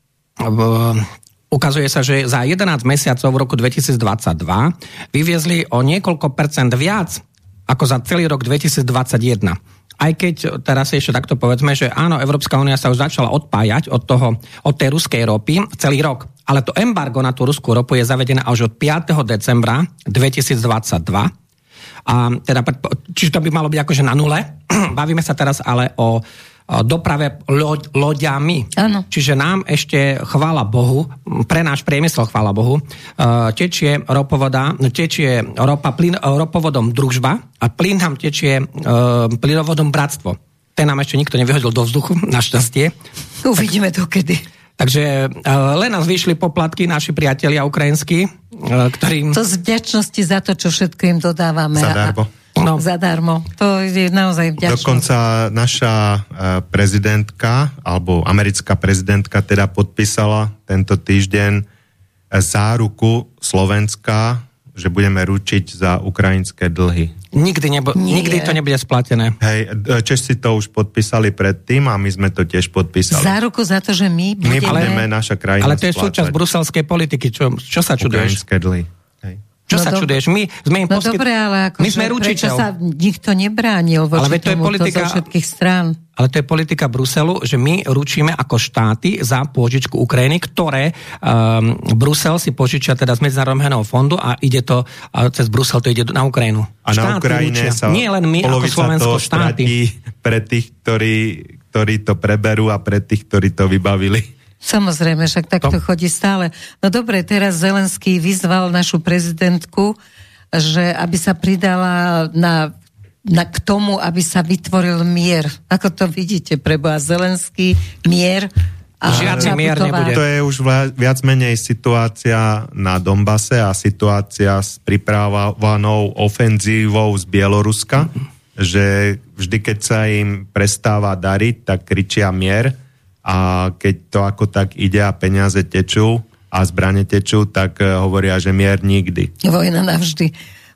ukazuje sa, že za jedenásť mesiacov v roku dvetisícdvadsaťdva vyviezli o niekoľko percent viac ako za celý rok dvetisícdvadsaťjeden. Aj keď teraz ešte takto povedzme, že áno, Európska únia sa už začala odpájať od toho, od tej ruskej ropy celý rok. Ale to embargo na tú ruskú ropu je zavedené až od piateho decembra dvetisícdvadsaťdva. A teda, čiže to by malo byť akože na nule. Bavíme sa teraz ale o doprave loď, loďami. Áno. Čiže nám ešte, chvála Bohu, pre náš priemysel, chvála Bohu, tečie ropovoda, tečie ropa, plyn, ropovodom Družba a plyn nám tečie plynovodom Bratstvo. Ten nám ešte nikto nevyhodil do vzduchu, našťastie. Uvidíme to kedy. Takže len nás vyšli poplatky naši priatelia ukrajinskí, ktorým... To z vďačnosti za to, čo všetko im dodávame. Zadarmo. No. Zadarmo. To je naozaj vďačnosť. Dokonca naša prezidentka, alebo americká prezidentka teda podpísala tento týždeň záruku Slovenska, že budeme ručiť za ukrajinské dlhy. Nikdy, nebo, nikdy to nebude splatené. Hej, Česi to už podpísali predtým a my sme to tiež podpísali. Záruku za to, že my budeme... My budeme, naša krajina Ale to je súčasť bruselskej politiky. Čo, čo sa čuduješ? Ukrajinské dlhy. Hej. Čo no sa do... čuduješ? My sme im No poskyt... dobre, ale ako my sme prečo ručiteľ. sa nikto nebránil voči Ale to je tomu politika... zo všetkých strán? Ale to je politika Bruselu, že my ručíme ako štáty za pôžičku Ukrajiny, ktoré um, Brusel si požičia teda z Medzinárodného menového fondu a ide to, a cez Brusel to ide na Ukrajinu. A na Ukrajine sa nie len my ako Slovensko, štáty. Pre tých, ktorí, ktorí to preberú a pre tých, ktorí to vybavili. Samozrejme, však takto No. chodí stále. No dobre, teraz Zelenský vyzval našu prezidentku, že aby sa pridala na, na, k tomu, aby sa vytvoril mier. Ako to vidíte, preboha, Zelenský, mier a Žiadny mier nebude. To je už viac menej situácia na Donbase a situácia s pripravovanou ofenzívou z Bieloruska, že vždy, keď sa im prestáva dariť, tak kričia mier. A keď to ako tak ide a peniaze tečú a zbrane tečú, tak hovoria, že mier nikdy. Vojna navždy.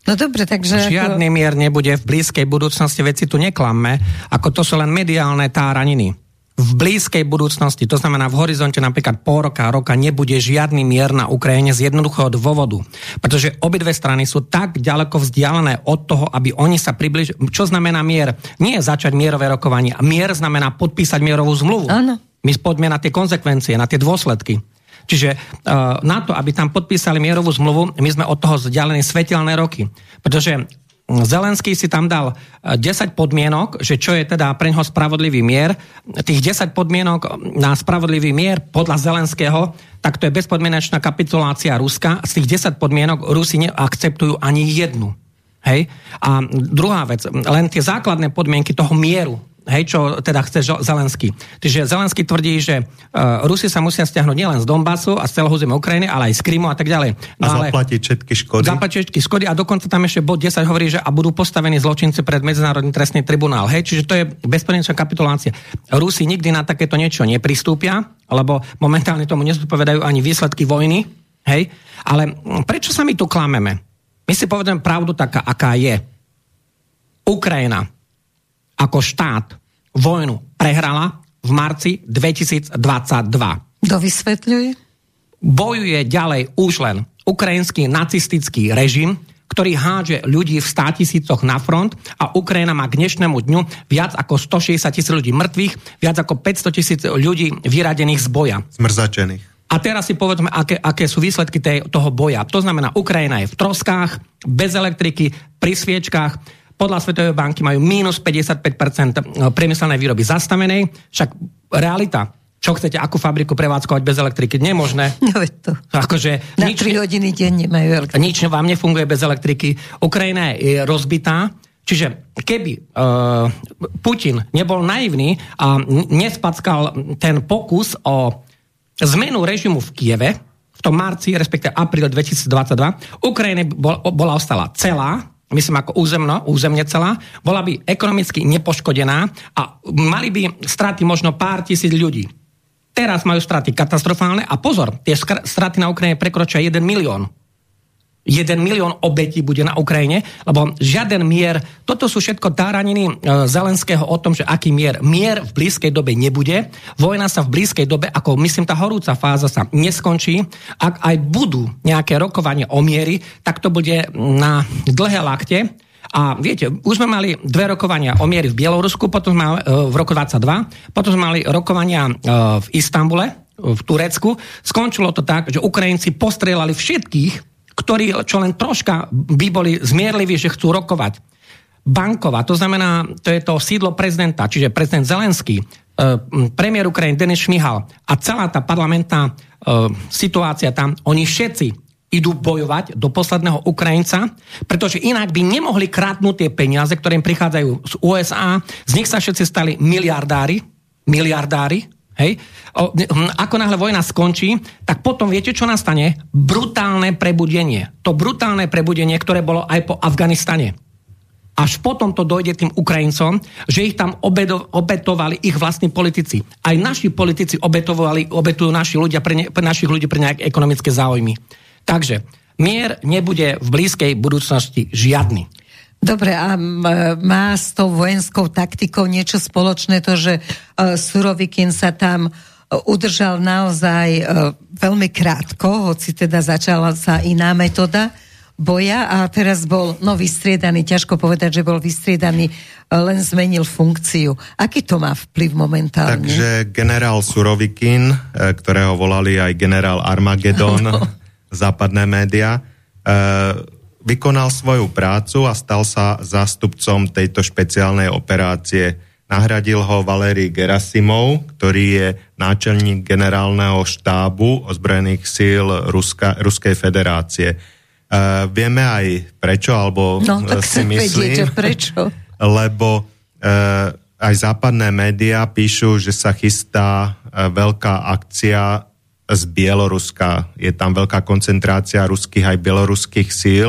No dobre, takže... Žiadny ako... mier nebude v blízkej budúcnosti, veci tu neklamme, ako to sú len mediálne táraniny. V blízkej budúcnosti, to znamená v horizonte napríklad pol roka, roka, nebude žiadny mier na Ukrajine z jednoduchého dôvodu. Pretože obidve strany sú tak ďaleko vzdialené od toho, aby oni sa približili. Čo znamená mier? Nie je začať mierové rokovanie. Mier znamená podpísať mierovú zmluvu. Áno. My poďme na tie konsekvencie, na tie dôsledky. Čiže uh, na to, aby tam podpísali mierovú zmluvu, my sme od toho vzdialení svetelné roky. Pretože Zelenský si tam dal desať podmienok, že čo je teda pre ňoho spravodlivý mier. Tých desať podmienok na spravodlivý mier podľa Zelenského, tak to je bezpodmienečná kapitulácia Ruska. Z tých desať podmienok Rusi neakceptujú ani jednu. Hej? A druhá vec, len tie základné podmienky toho mieru, hej, čo teda chce Zelenský. Čiže Zelenský tvrdí, že uh, Rusi sa musia stiahnuť nielen z Donbasu a z celého územia Ukrajiny, ale aj z Krymu a tak ďalej. No, a zaplatiť všetky škody. Zaplatiť všetky škody a dokonca tam ešte bod desať hovorí, že a budú postavení zločinci pred Medzinárodný trestný tribunál. Hej, čiže to je bezpodmienečná kapitulácia. Rusi nikdy na takéto niečo nepristúpia, lebo momentálne tomu nezodpovedajú ani výsledky vojny. Hej, ale prečo sa my tu klameme? My si povedeme pravdu taká, aká je. Ukrajina ako štát vojnu prehrala v marci dvetisícdvadsaťdva. Kto vysvetľuje? Bojuje ďalej už len ukrajinský nacistický režim, ktorý hádže ľudí v státisícoch na front a Ukrajina má k dnešnému dňu viac ako stošesťdesiat tisíc ľudí mŕtvych, viac ako päťsto tisíc ľudí vyradených z boja. Zmrzačených. A teraz si povedzme, aké, aké sú výsledky tej, toho boja. To znamená, Ukrajina je v troskách, bez elektriky, pri sviečkách. Podľa Svetovej banky majú mínus päťdesiatpäť percent priemyselnej výroby zastavenej. Však realita, čo chcete, akú fabriku prevádzkovať bez elektriky? Nemožné. No to. Akože na nič, tri hodiny deň nemajú elektriku. Nič vám nefunguje bez elektriky. Ukrajina je rozbitá. Čiže keby uh, Putin nebol naivný a nespackal ten pokus o zmenu režimu v Kieve, v tom marci, respektíve apríl dvetisícdvadsaťdva, Ukrajina bola ostala celá, myslím ako územno, územne celá, bola by ekonomicky nepoškodená a mali by straty možno pár tisíc ľudí. Teraz majú straty katastrofálne a pozor, tie straty na Ukrajine prekročia jeden milión. Jeden milión obetí bude na Ukrajine, lebo žiaden mier, toto sú všetko táraniny Zelenského o tom, že aký mier. Mier v blízkej dobe nebude, vojna sa v blízkej dobe, ako myslím, tá horúca fáza sa neskončí. Ak aj budú nejaké rokovanie o miery, tak to bude na dlhé lakte. A viete, už sme mali dve rokovania o miery v Bielorusku, potom sme v roku dvadsaťdva, potom sme mali rokovania v Istanbule, v Turecku. Skončilo to tak, že Ukrajinci postrieľali všetkých, ktorí čo len troška by boli zmierliví, že chcú rokovať. Banková, to znamená, to je to sídlo prezidenta, čiže prezident Zelenský, premiér Ukrajiny Denis Šmihal a celá tá parlamentná situácia tam, oni všetci idú bojovať do posledného Ukrajinca, pretože inak by nemohli krátnuť tie peniaze, ktoré im prichádzajú z ú es á, z nich sa všetci stali miliardári, miliardári, hej. O, ako náhle vojna skončí, tak potom viete, čo nastane? Brutálne prebudenie. To brutálne prebudenie, ktoré bolo aj po Afganistane. Až potom to dojde tým Ukrajincom, že ich tam obedo, obetovali ich vlastní politici. Aj naši politici obetovali, obetujú naši ľudia pre, ne, pre našich ľudí pre nejaké ekonomické záujmy. Takže mier nebude v blízkej budúcnosti žiadny. Dobre, a má s tou vojenskou taktikou niečo spoločné to, že uh, Surovikin sa tam uh, udržal naozaj uh, veľmi krátko, hoci teda začala sa iná metóda boja a teraz bol no, vystriedaný, ťažko povedať, že bol vystriedaný, uh, len zmenil funkciu. Aký to má vplyv momentálne? Takže generál Surovikin, ktorého volali aj generál Armagedon, no. Západné médiá, uh, vykonal svoju prácu a stal sa zástupcom tejto špeciálnej operácie. Nahradil ho Valerij Gerasimov, ktorý je náčelník generálneho štábu ozbrojených síl Ruska, Ruskej federácie. Uh, vieme aj prečo, alebo no, tak si myslím, vedieť, prečo. Lebo uh, aj západné médiá píšu, že sa chystá uh, veľká akcia z Bieloruska. Je tam veľká koncentrácia ruských aj bieloruských síl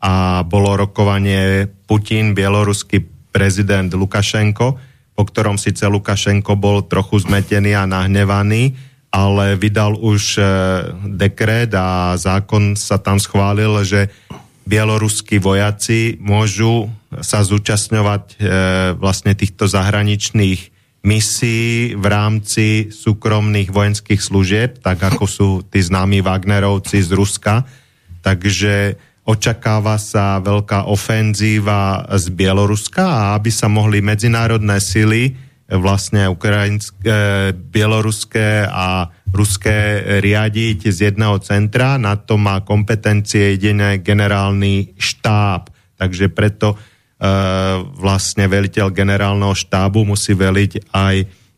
a bolo rokovanie Putin, bieloruský prezident Lukašenko, po ktorom síce Lukašenko bol trochu zmetený a nahnevaný, ale vydal už dekret a zákon sa tam schválil, že bieloruskí vojaci môžu sa zúčastňovať e, vlastne týchto zahraničných misií v rámci súkromných vojenských služieb, tak ako sú tí známi Wagnerovci z Ruska. Takže očakáva sa veľká ofenzíva z Bieloruska a aby sa mohli medzinárodné sily vlastne ukrajinské, bieloruské a ruské riadiť z jedného centra. Na to má kompetencie jedine generálny štáb. Takže preto e, vlastne veliteľ generálneho štábu musí veliť aj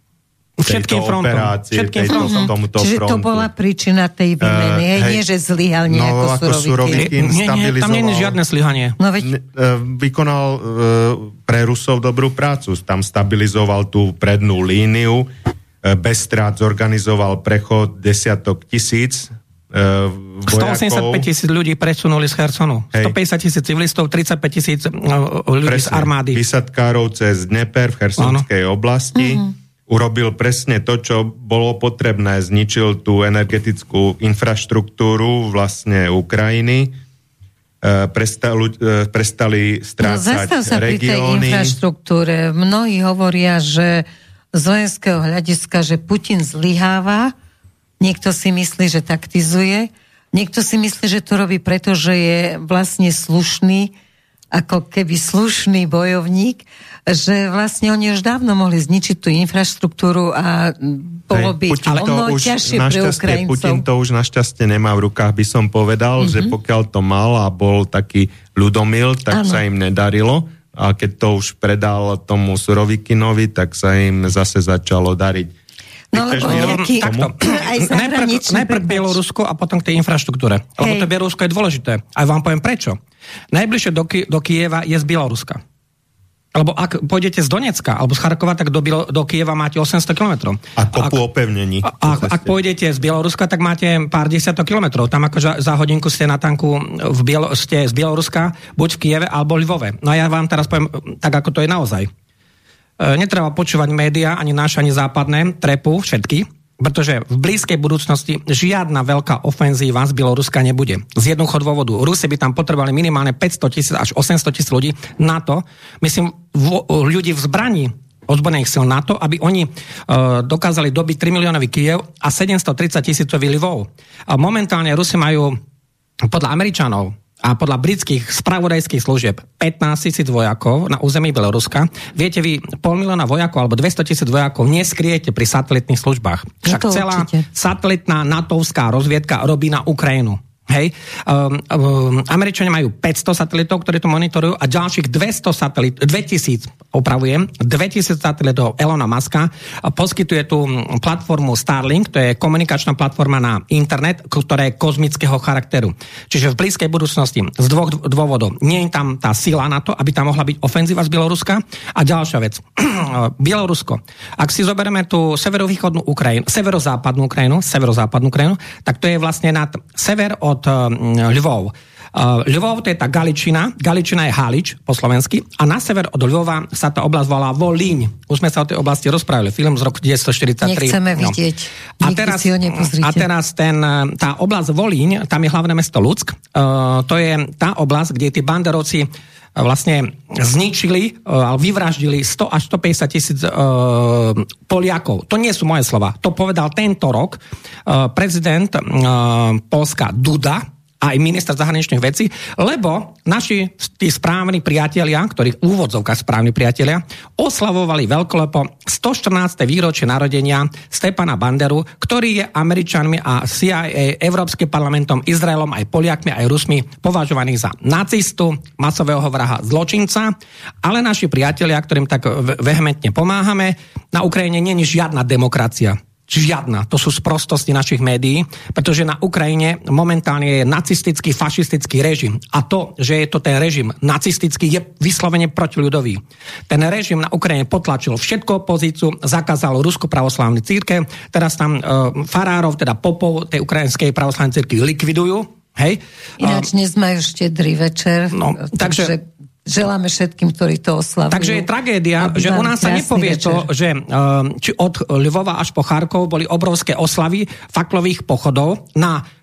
všetkým frontom. Všetkým tejto, frontom. tomuto Čiže frontu. to bola príčina tej výmeny. Uh, nie, že zlyhal nejako no, Surovikin. Nie, nie, tam nie je žiadne zlyhanie. No, veď... Vykonal uh, pre Rusov dobrú prácu. Tam stabilizoval tú prednú líniu, uh, bez strát zorganizoval prechod desiatok tisíc uh, vojakov. stoosemdesiatpäť tisíc ľudí presunuli z Chersonu. Hej. stopäťdesiat tisíc civilistov, tridsaťpäť tisíc uh, ľudí Presne. Z armády. Vysadkárov cez Dneper v chersonskej ano. oblasti. Mm-hmm. Urobil presne to, čo bolo potrebné. Zničil tú energetickú infraštruktúru vlastne Ukrajiny. E, prestali, e, prestali strácať no, sa regióny. Pri tej infraštruktúre. Mnohí hovoria, že z vojenského hľadiska, že Putin zlyháva. Niekto si myslí, že taktizuje. Niekto si myslí, že to robí preto, že je vlastne slušný, ako keby slušný bojovník, že vlastne oni už dávno mohli zničiť tú infraštruktúru a bolo by ono ťažšie pre Ukrajincov. Putin to už našťastie nemá v rukách, by som povedal, mm-hmm. že pokiaľ to mal a bol taký ľudomil, tak ano. Sa im nedarilo. A keď to už predal tomu Surovikinovi, tak sa im zase začalo dariť. No lebo nejaký... Takto. Najprv, najprv Bielorusko a potom k tej infraštruktúre. Hej. Lebo to Bielorusko je dôležité. A vám poviem prečo. Najbližšie do, Ki- do Kieva je z Bieloruska. Lebo ak pôjdete z Donecka alebo z Charkova, tak do, Bielo- do Kieva máte osemsto kilometrov. A kopu ak, opevnení. A, ak, ak pôjdete z Bieloruska, tak máte pár desiatok kilometrov. Tam ako za, za hodinku ste na tanku v Bielo- ste z Bieloruska, buď v Kieve alebo Lvove. No a ja vám teraz poviem tak, ako to je naozaj. Netreba počúvať médiá, ani naše, ani západné, trepu všetky, pretože v blízkej budúcnosti žiadna veľká ofenzíva z Bieloruska nebude. Z jednoduchého dôvodu. Rusi by tam potrebovali minimálne päťsto tisíc až osemsto tisíc ľudí na to, myslím, ľudí v zbraní ozbrojených sil na to, aby oni uh, dokázali dobiť tri miliónový Kyjev a sedemstotridsať tisícový Lvov. A momentálne Rusi majú podľa Američanov a podľa britských spravodajských služieb pätnásť tisíc vojakov na území Bieloruska. Viete vy, pol milióna vojakov alebo dvesto tisíc vojakov neskryjete pri satelitných službách. Však celá určite. Satelitná natovská rozviedka robí na Ukrajinu. Hej. Um, um, Američania majú päťsto satelitov, ktorí to monitorujú a ďalších dvesto satelitov, dvetisíc, opravujem, dvetisíc satelitov Elona Muska poskytuje tú platformu Starlink, to je komunikačná platforma na internet, ktorá je kozmického charakteru. Čiže v blízkej budúcnosti z dvoch dôvodov. Nie je tam tá sila na to, aby tam mohla byť ofenzíva z Bieloruska. A ďalšia vec. Bielorusko. Ak si zoberieme tú severovýchodnú Ukrajinu, severozápadnú Ukrajinu, severozápadnú Ukrajinu, tak to je vlastne nad sever od Lvov. Lvov to je tá Galičina, Galičina je Halič po slovensky a na sever od Lvova sa tá oblasť volá Volíň. Už sme sa o tej oblasti rozprávali, film z roku devätnásťstoštyridsaťtri. Nechceme vidieť, no. A teraz, si ho nepozrite. A teraz ten, tá oblasť Volíň, tam je hlavné mesto Luck, uh, to je tá oblasť, kde tí banderovci vlastne zničili a vyvraždili sto až stopäťdesiat tisíc uh, Poliakov. To nie sú moje slova. To povedal tento rok uh, prezident uh, Poľska Duda, aj minister zahraničných vecí, lebo naši tí správni priatelia, ktorí v úvodzovkách správni priatelia, oslavovali veľkolepo stoštrnáste výročie narodenia Stepana Banderu, ktorý je Američanmi a C I A, Európskym parlamentom, Izraelom, aj Poliakmi, aj Rusmi považovaný za nacistu, masového vraha, zločinca, ale naši priatelia, ktorým tak vehementne pomáhame, na Ukrajine nie je žiadna demokracia. Žiadna. To sú sprostosti našich médií, pretože na Ukrajine momentálne je nacistický, fašistický režim. A to, že je to ten režim nacistický, je vyslovene protiľudový. Ten režim na Ukrajine potlačil všetku opozíciu, zakázal Ruskú pravoslávnu cirkev, teraz tam uh, farárov, teda popov tej ukrajinskej pravoslávnej cirkvi likvidujú. Hej. Ináč dnes majú štedrý večer. No, takže... takže... Želáme všetkým, ktorí to oslavujú. Takže je tragédia, že u nás sa nepovie večer. To, že či od Lvova až po Charkov boli obrovské oslavy faklových pochodov na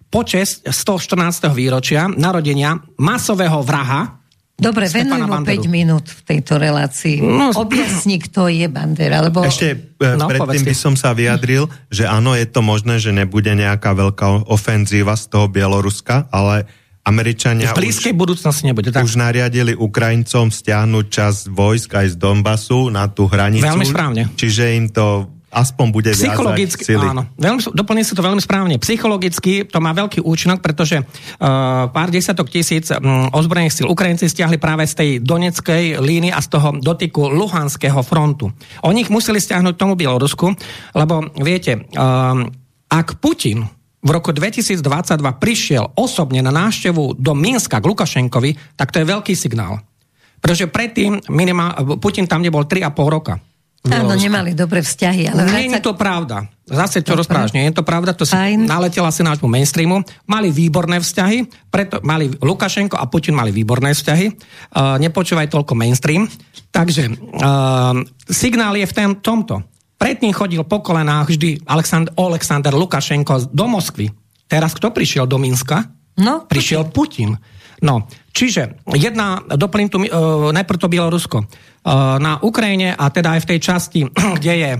počesť stoštrnásteho výročia narodenia masového vraha. Dobre, venuj mu päť minút v tejto relácii. No, objasni, kto je Bandera. Lebo... Ešte no, predtým by som sa vyjadril, že áno, je to možné, že nebude nejaká veľká ofenzíva z toho Bieloruska, ale Američania v blízkej už, budúcnosti nebude. Tak. Už nariadili Ukrajincom stiahnuť časť vojsk aj z Donbasu na tú hranicu. Veľmi správne. Čiže im to aspoň bude psychologicky, viazať sily. Áno, veľmi, doplní sa to veľmi správne. Psychologicky to má veľký účinok, pretože uh, pár desiatok tisíc um, ozbrojených síl Ukrajinci stiahli práve z tej Donetskej línie a z toho dotyku Luhanského frontu. Oni ich museli stiahnuť tomu Bielorusku, lebo viete, um, ak Putin v roku dvetisícdvadsaťdva prišiel osobne na návštevu do Minska k Lukašenkovi, tak to je veľký signál. Pretože predtým minimál, Putin tam nebol tri a pol roka. Áno, nemali dobré vzťahy. Ale nie je to pravda. Zase čo rozprávaš, nie je to pravda, to si naletela si nášmu mainstreamu. Mali výborné vzťahy, preto mali Lukašenko a Putin mali výborné vzťahy. Uh, nepočúvaj toľko mainstream. Takže uh, signál je v tém, tomto. Predtým chodil po kolenách vždy Aleksandr, Aleksandr Lukašenko do Moskvy. Teraz kto prišiel do Minska? No, prišiel Putin. No, čiže jedna, doplním tu uh, najprv to Bielorusko. Uh, na Ukrajine a teda aj v tej časti, kde je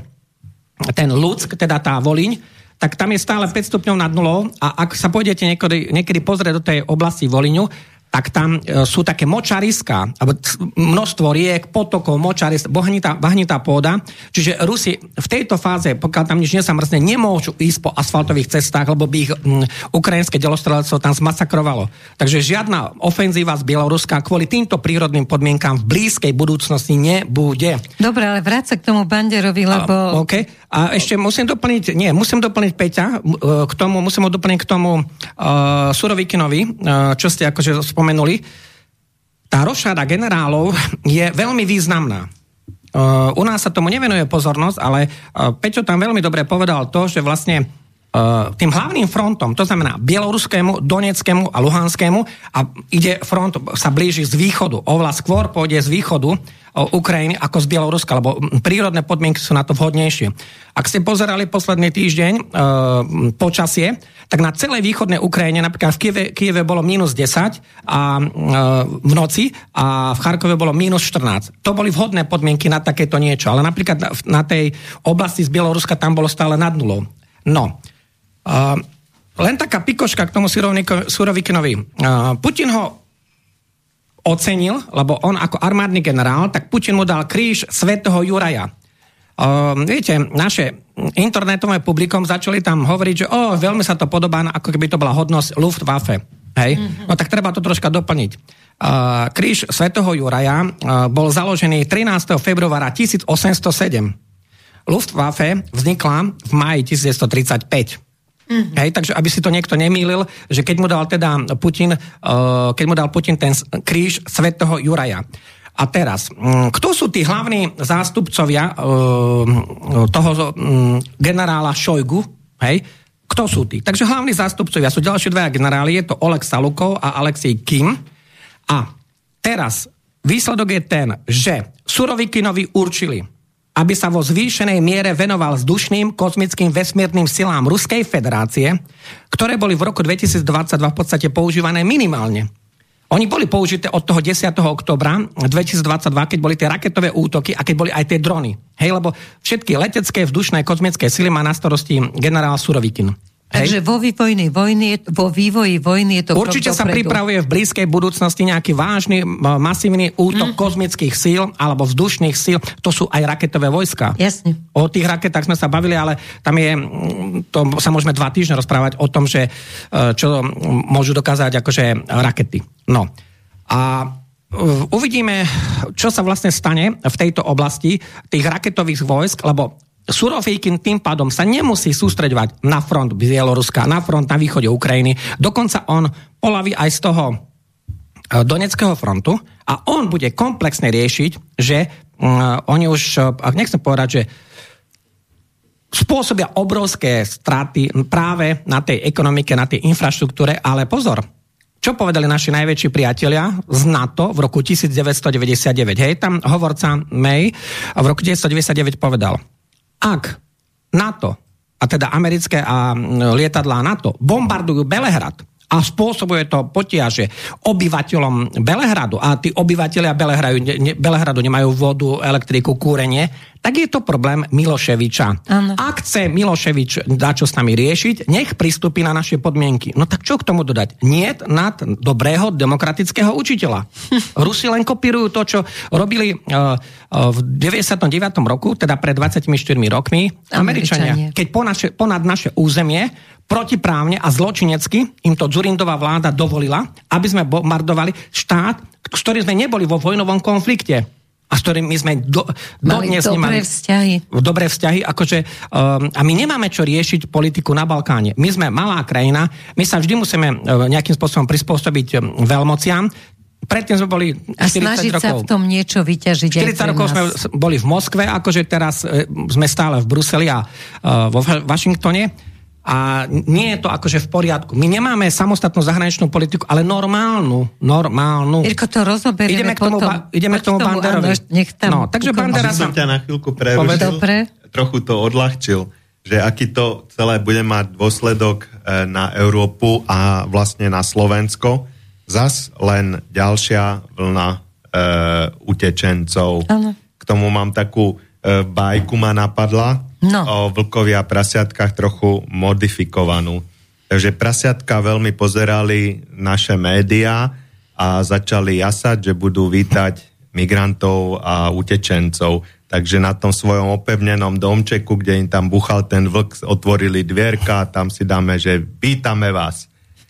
ten Ľudsk, teda tá Volyň, tak tam je stále päť stupňov nad nulou a ak sa pôjdete niekedy, niekedy pozrieť do tej oblasti Volyňu, tak tam e, sú také močariská, alebo množstvo riek, potokov, močaris, bahnitá, bahnitá pôda. Čiže Rusi v tejto fáze, pokiaľ tam nič nesamrzne, nemôžu ísť po asfaltových cestách, lebo by ich m, ukrajinské delostrelectvo tam zmasakrovalo. Takže žiadna ofenzíva z Bieloruska kvôli týmto prírodným podmienkám v blízkej budúcnosti nebude. Dobre, ale vráť sa k tomu Banderovi, lebo... A, OK. A ešte musím doplniť, nie, musím doplniť Peťa, k tomu, musím ho doplniť k tomu uh, Surovikinovi, uh, čo ste akože spomenuli. Tá rošáda generálov je veľmi významná. Uh, u nás sa tomu nevenuje pozornosť, ale uh, Peťo tam veľmi dobre povedal to, že vlastne uh, tým hlavným frontom, to znamená bieloruskému, doneckému a luhanskému, a ide front, sa blíži z východu, oveľa skôr pôjde z východu Ukrajiny ako z Bieloruska, lebo prírodné podmienky sú na to vhodnejšie. Ak ste pozerali posledný týždeň e, počasie, tak na celej východnej Ukrajine, napríklad v Kieve, Kieve bolo mínus desať a, e, v noci a v Charkove bolo mínus štrnásť. To boli vhodné podmienky na takéto niečo, ale napríklad na, na tej oblasti z Bieloruska tam bolo stále nad nulou. No, e, len taká pikoška k tomu Surovikinovi. E, Putin ho ocenil, lebo on ako armádny generál, tak Putin mu dal kríž svätého Juraja. Uh, viete, naše internetové publikum začali tam hovoriť, že oh, veľmi sa to podobá, ako keby to bola hodnosť Luftwaffe. Hej? Mm-hmm. No tak treba to troška doplniť. Uh, kríž svätého Juraja uh, bol založený trinásteho februára tisícosemstosedem. Luftwaffe vznikla v máji tisícdeväťstotridsaťpäť. Mm-hmm. Hej, takže aby si to niekto nemýlil, že keď mu dal teda Putin, uh, keď mu dal Putin ten kríž svätého Juraja. A teraz, um, kto sú tí hlavní zástupcovia uh, toho um, generála Šojgu? Hej, kto sú tí? Takže hlavní zástupcovia sú ďalšie dvaja generáli, je to Oleg Salukov a Alexej Kim. A teraz výsledok je ten, že Surovikinovi určili, aby sa vo zvýšenej miere venoval vzdušným kozmickým vesmírnym silám Ruskej federácie, ktoré boli v roku dvetisícdvadsaťdva v podstate používané minimálne. Oni boli použité od toho desiateho októbra dvetisícdvadsaťdva, keď boli tie raketové útoky a keď boli aj tie drony. Hej, lebo všetky letecké, vzdušné, kozmické sily má na starosti generál Surovikin. Takže vo vývoji vojny, vo vývoji vojny je to určite sa dopredu. Pripravuje v blízkej budúcnosti nejaký vážny, masívny útok mm. kozmických síl alebo vzdušných síl. To sú aj raketové vojska. Jasne. O tých raketách sme sa bavili, ale tam je, to sa môžeme dva týždne rozprávať o tom, že čo môžu dokázať akože rakety. No. A uvidíme, čo sa vlastne stane v tejto oblasti tých raketových vojsk, lebo Surovikin tým pádom sa nemusí sústreďovať na front Bieloruska, na front na východe Ukrajiny. Dokonca on polaví aj z toho Doneckého frontu a on bude komplexne riešiť, že um, oni už, ak nechcem povedať, že spôsobia obrovské straty práve na tej ekonomike, na tej infraštruktúre, ale pozor, čo povedali naši najväčší priatelia z NATO v roku devätnásťstodeväťdesiatdeväť? Hej, tam hovorca May v roku devätnásťstodeväťdesiatdeväť povedal: ak NATO a teda americké a lietadlá NATO, bombardujú Belehrad a spôsobuje to potiaže obyvateľom Belehradu a tí obyvateľia Belehradu, ne, Belehradu nemajú vodu, elektriku, kúrenie, tak je to problém Miloševiča. Ano. Ak chce Miloševič dať čo s nami riešiť, nech pristúpi na naše podmienky. No tak čo k tomu dodať? Niet nad dobrého demokratického učiteľa. Rusi len kopírujú to, čo robili uh, uh, v deväťdesiatom deviatom roku, teda pred dvadsiatimi štyrmi rokmi, Američania. Američania. Keď po naše, ponad naše územie protiprávne a zločinecky im to Dzurindová vláda dovolila, aby sme bombardovali štát, s ktorým sme neboli vo vojnovom konflikte a s ktorým my sme do, dodnes dobré vzťahy. Dobré vzťahy, akože, um, a my nemáme čo riešiť politiku na Balkáne. My sme malá krajina, my sa vždy musíme uh, nejakým spôsobom prispôsobiť um, veľmociam. Predtým sme boli a snažiť rokov. sa v tom niečo vyťažiť. štyridsať rokov sme boli v Moskve, akože teraz uh, sme stále v Bruseli a uh, vo Washingtone. A nie je to akože v poriadku. My nemáme samostatnú zahraničnú politiku, ale normálnu. Normálnu. Irko, to rozoberieme ideme k tomu, potom. Ba, ideme k tomu Banderovi. Nech tam no, takže Bandera som ťa na chvíľku prerušil. Trochu to odľahčil, že aký to celé bude mať dôsledok na Európu a vlastne na Slovensko. Zas len ďalšia vlna e, utečencov. Ano. K tomu mám takú e, bajku ma napadla. No. O vlkovi a prasiatkách trochu modifikovanú. Takže prasiatka veľmi pozerali naše médiá a začali jasať, že budú vítať migrantov a utečencov. Takže na tom svojom opevnenom domčeku, kde im tam buchal ten vlk, otvorili dvierka, tam si dáme, že vítame vás.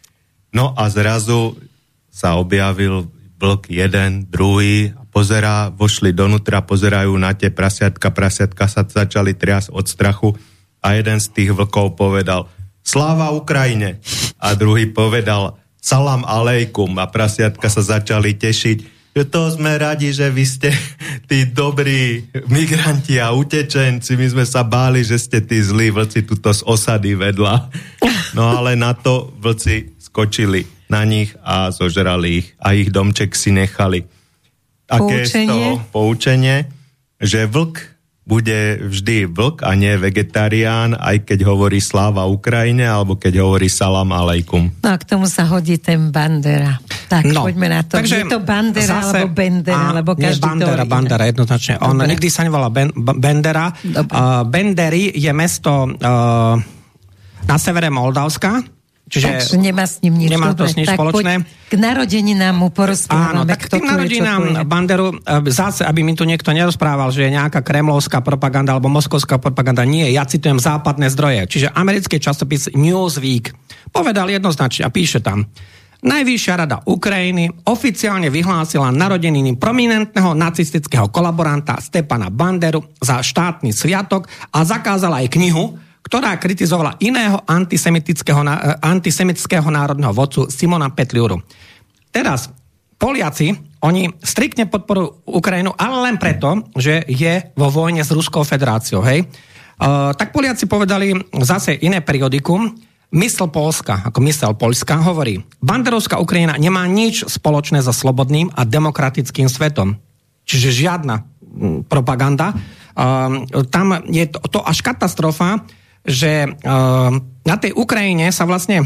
No a zrazu sa objavil vlk jeden, druhý, pozerá, vošli donútra, pozerajú na tie prasiatka, prasiatka sa začali triasť od strachu a jeden z tých vlkov povedal Sláva Ukrajine a druhý povedal Salam alejkum a prasiatka sa začali tešiť, že to sme radi, že vy ste tí dobrí migranti a utečenci, my sme sa báli, že ste tí zlí vlci tuto z osady vedľa. No ale na to vlci skočili na nich a zožrali ich a ich domček si nechali. Aké je z toho poučenie, že vlk bude vždy vlk a nie vegetarián, aj keď hovorí sláva Ukrajine, alebo keď hovorí salam alejkum. No a k tomu sa hodí ten Bandera. Tak, no, poďme na to. Takže je to Bandera, zase, alebo Bendera, a, alebo každý nie, Bandera, to Bandera, jednoznačne. On Dobre. nikdy sa nevolá ben, Bendera. Uh, Bendery je mesto uh, na severe Moldavska, čiže takže nemá s ním nič, nemá to s nič tak spoločné. K narodeninám mu porozprávame. Áno, tak k tým narodinám Banderu, zase, aby mi tu niekto nerozprával, že je nejaká kremlovská propaganda alebo moskovská propaganda. Nie, ja citujem západné zdroje. Čiže americký časopis Newsweek povedal jednoznačne a píše tam: Najvyššia rada Ukrajiny oficiálne vyhlásila narodeniny prominentného nacistického kolaboranta Stepana Banderu za štátny sviatok a zakázala aj knihu, ktorá kritizovala iného antisemitického, antisemitického národného vodcu Simona Petliuru. Teraz Poliaci, oni striktne podporujú Ukrajinu, ale len preto, že je vo vojne s Ruskou federáciou. Hej? Uh, tak Poliaci povedali zase iné periodikum, Mysl Polska, ako Mysel Poľska, hovorí: Banderovská Ukrajina nemá nič spoločné so slobodným a demokratickým svetom. Čiže žiadna m, propaganda. Uh, tam je to, to až katastrofa, že uh, na tej Ukrajine sa vlastne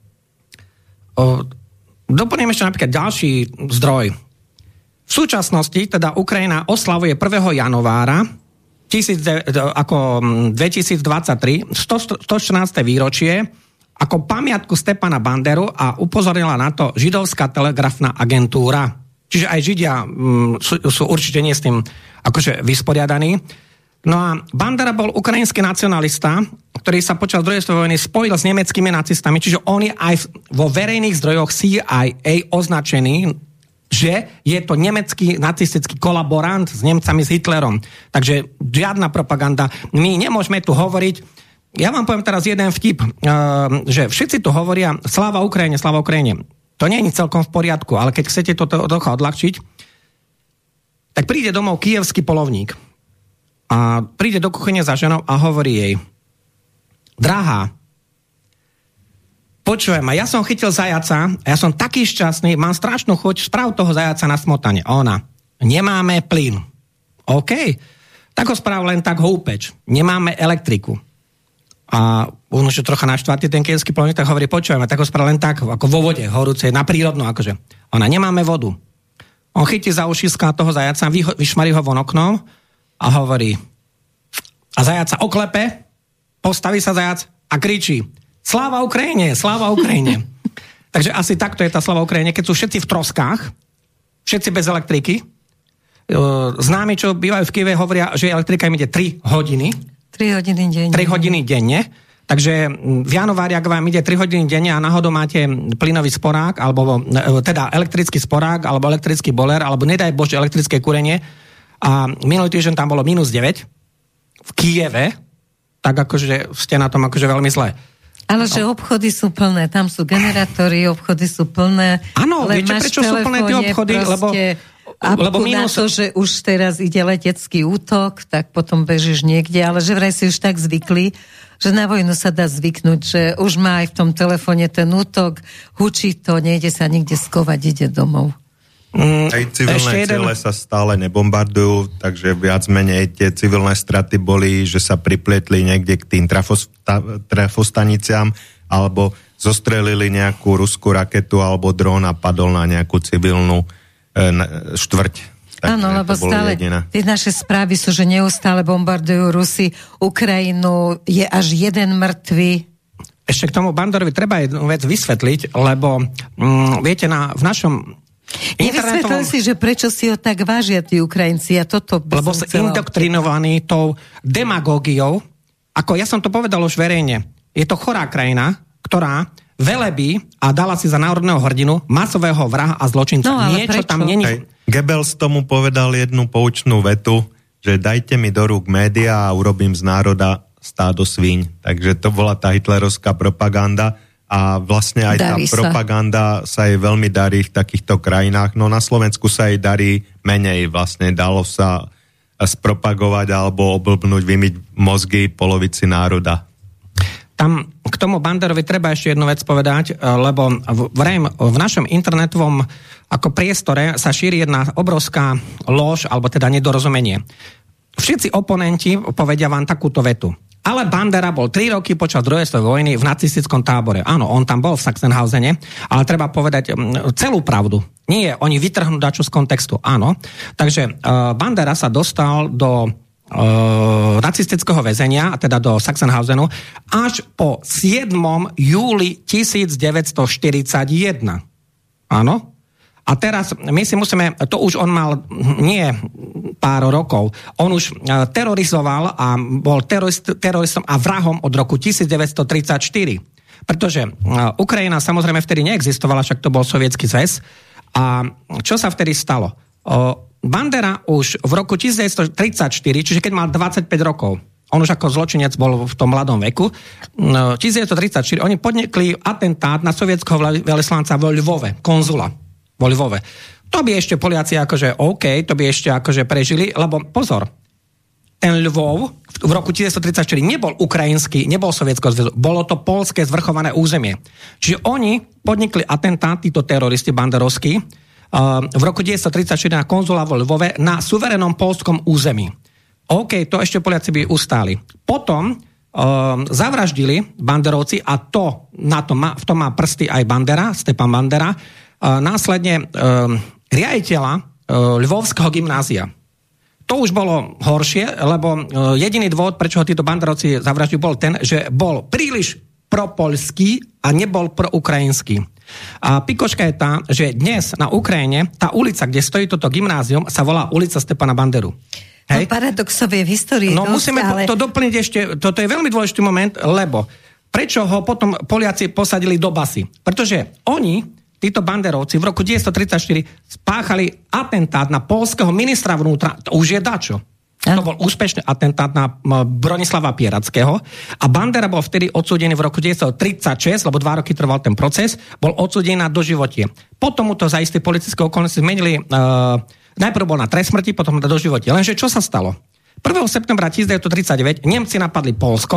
uh, doplniem ešte napríklad ďalší zdroj. V súčasnosti teda Ukrajina oslavuje prvého januára tisíc, ako dvetisícdvadsaťtri stoštrnáste výročie ako pamiatku Stepana Banderu a upozornila na to židovská telegrafná agentúra. Čiže aj Židia um, sú, sú určite nie s tým akože vysporiadaní. No a Bandera bol ukrajinský nacionalista, ktorý sa počas druhej svetovej vojny spojil s nemeckými nacistami, čiže on je aj vo verejných zdrojoch C I A označený, že je to nemecký nacistický kolaborant s Nemcami, s Hitlerom. Takže žiadna propaganda. My nemôžeme tu hovoriť. Ja vám poviem teraz jeden vtip, že všetci tu hovoria sláva Ukrajine, sláva Ukrajine. To nie je celkom v poriadku, ale keď chcete to trocha odľahčiť, tak príde domov kyjevský polovník a príde do kuchyne za ženou a hovorí jej: Drahá, počujem ma, ja som chytil zajaca a ja som taký šťastný, mám strašnú chuť, sprav toho zajaca na smotanie. A ona: Nemáme plyn. OK, tak ho sprav len tak ho upeč. Nemáme elektriku. A on už trocha naštvatý, ten kievský plukovník, tak hovorí, počujeme, tak ho spravil len tak, ako vo vode, horúcej, na prírodnú, akože. Ona, nemáme vodu. On chytí za ušiska toho zajaca, vyšmarí ho von oknom a hovorí, a zajac sa oklepe, postaví sa zajac a kričí, sláva Ukrajine, sláva Ukrajine. Takže asi takto je tá sláva Ukrajine, keď sú všetci v troskách, všetci bez elektriky. Známi, čo bývajú v Kieve, hovoria, že elektrika im ide tri hodiny. tri hodiny denne. tri hodiny denne. Takže v januári, ak vám ide tri hodiny denne a náhodou máte plynový sporák, alebo teda elektrický sporák, alebo elektrický boiler, alebo nedaj Bože elektrické kúrenie, a minulý týždeň tam bolo mínus deväť v Kieve, tak akože ste na tom akože veľmi zle. Ale že obchody sú plné, tam sú generátory, obchody sú plné. Áno, viete, prečo sú plné tie obchody? Lebo, lebo minus... na to, že už teraz ide letecký útok, tak potom bežíš niekde, ale že vraj si už tak zvykli, že na vojnu sa dá zvyknúť, že už má aj v tom telefóne ten útok, hučí to, nejde sa nikde skovať, ide domov. Mm, aj civilné jeden... ciele sa stále nebombardujú, takže viac menej tie civilné straty boli, že sa pripletli niekde k tým trafosta- trafostaniciam alebo zostrelili nejakú ruskú raketu alebo dron a padol na nejakú civilnú e, štvrť. Áno, lebo stále jediná. Tie naše správy sú, že neustále bombardujú Rusi Ukrajinu, je až jeden mŕtvy. Ešte k tomu Bandorovi treba jednu vec vysvetliť, lebo mm, viete, na, v našom Nevysvetlil si, že prečo si ho tak vážia tí Ukrajinci a toto by lebo sú indoktrinovaní tou demagógiou, ako ja som to povedal už verejne, je to chorá krajina, ktorá velebí a dala si za národného hrdinu masového vraha a zločinca. No, Niečo prečo? tam není. Hej. Goebbels tomu povedal jednu poučnú vetu, že dajte mi do rúk médiá a urobím z národa stádo svíň. Takže to bola tá hitlerovská propaganda. A vlastne aj darí tá sa. propaganda sa jej veľmi darí v takýchto krajinách. No na Slovensku sa jej darí menej. Vlastne dalo sa spropagovať alebo oblbnúť, vymyť mozgy polovici národa. Tam k tomu Banderovi treba ešte jednu vec povedať, lebo v, v našom internetovom ako priestore sa šíri jedna obrovská lož, alebo teda nedorozumenie. Všetci oponenti povedia vám takúto vetu. Ale Bandera bol tri roky počas druhej svetovej vojny v nacistickom tábore. Áno, on tam bol v Sachsenhausene, ale treba povedať celú pravdu. Nie, oni vytrhnú dačo z kontextu. Áno. Takže uh, Bandera sa dostal do uh, nacistického väzenia, a teda do Sachsenhausenu, až po siedmeho júli devätnásťstoštyridsaťjeden. Áno. A teraz my si musíme, to už on mal nie pár rokov, on už terorizoval a bol terorist, teroristom a vrahom od roku devätnásťstotridsaťštyri. Pretože Ukrajina samozrejme vtedy neexistovala, však to bol Sovietsky zväz. A čo sa vtedy stalo? Bandera už v roku devätnásťstotridsaťštyri, čiže keď mal dvadsaťpäť rokov, on už ako zločinec bol v tom mladom veku, devätnásťstotridsaťštyri, oni podnikli atentát na sovietského veľvyslanca vo Lvove, konzula vo Lvove. To by ešte Poliaci akože OK, to by ešte akože prežili, lebo pozor, ten Lvov v roku devätnásťstotridsaťštyri nebol ukrajinský, nebol sovietského zväzu, bolo to poľské zvrchované územie. Čiže oni podnikli atentát, títo teroristi banderovskí, v roku devätnásťstotridsaťštyri na konzula vo Lvove na suverenom poľskom území. OK, to ešte Poliaci by ustáli. Potom Um, zavraždili banderovci a to, na to má, v tom má prsty aj Bandera, Stepan Bandera, uh, následne um, riaditeľa uh, Lvovského gymnázia. To už bolo horšie, lebo uh, jediný dôvod, prečo ho títo banderovci zavraždili, bol ten, že bol príliš propoľský a nebol proukrajinský. A pikoška je tá, že dnes na Ukrajine tá ulica, kde stojí toto gymnázium, sa volá ulica Stepana Banderu. Hej. No paradoxové v histórii. No dosť, musíme ale... to doplniť ešte, toto je veľmi dôležitý moment, lebo prečo ho potom Poliaci posadili do basy? Pretože oni, títo banderovci, v roku devätnásťstotridsaťštyri spáchali atentát na poľského ministra vnútra, to už je dačo. Ja. To bol úspešný atentát na Bronislava Pierackého a Bandera bol vtedy odsúdený v roku devätnásťstotridsaťšesť, lebo dva roky trval ten proces, bol odsúdený na doživotie. Potom mu to za isté politické okolnosti zmenili... Uh, Najprv bol na trest smrti, potom na doživotie. Lenže čo sa stalo? prvého septembra devätnásťstotridsaťdeväť Nemci napadli Poľsko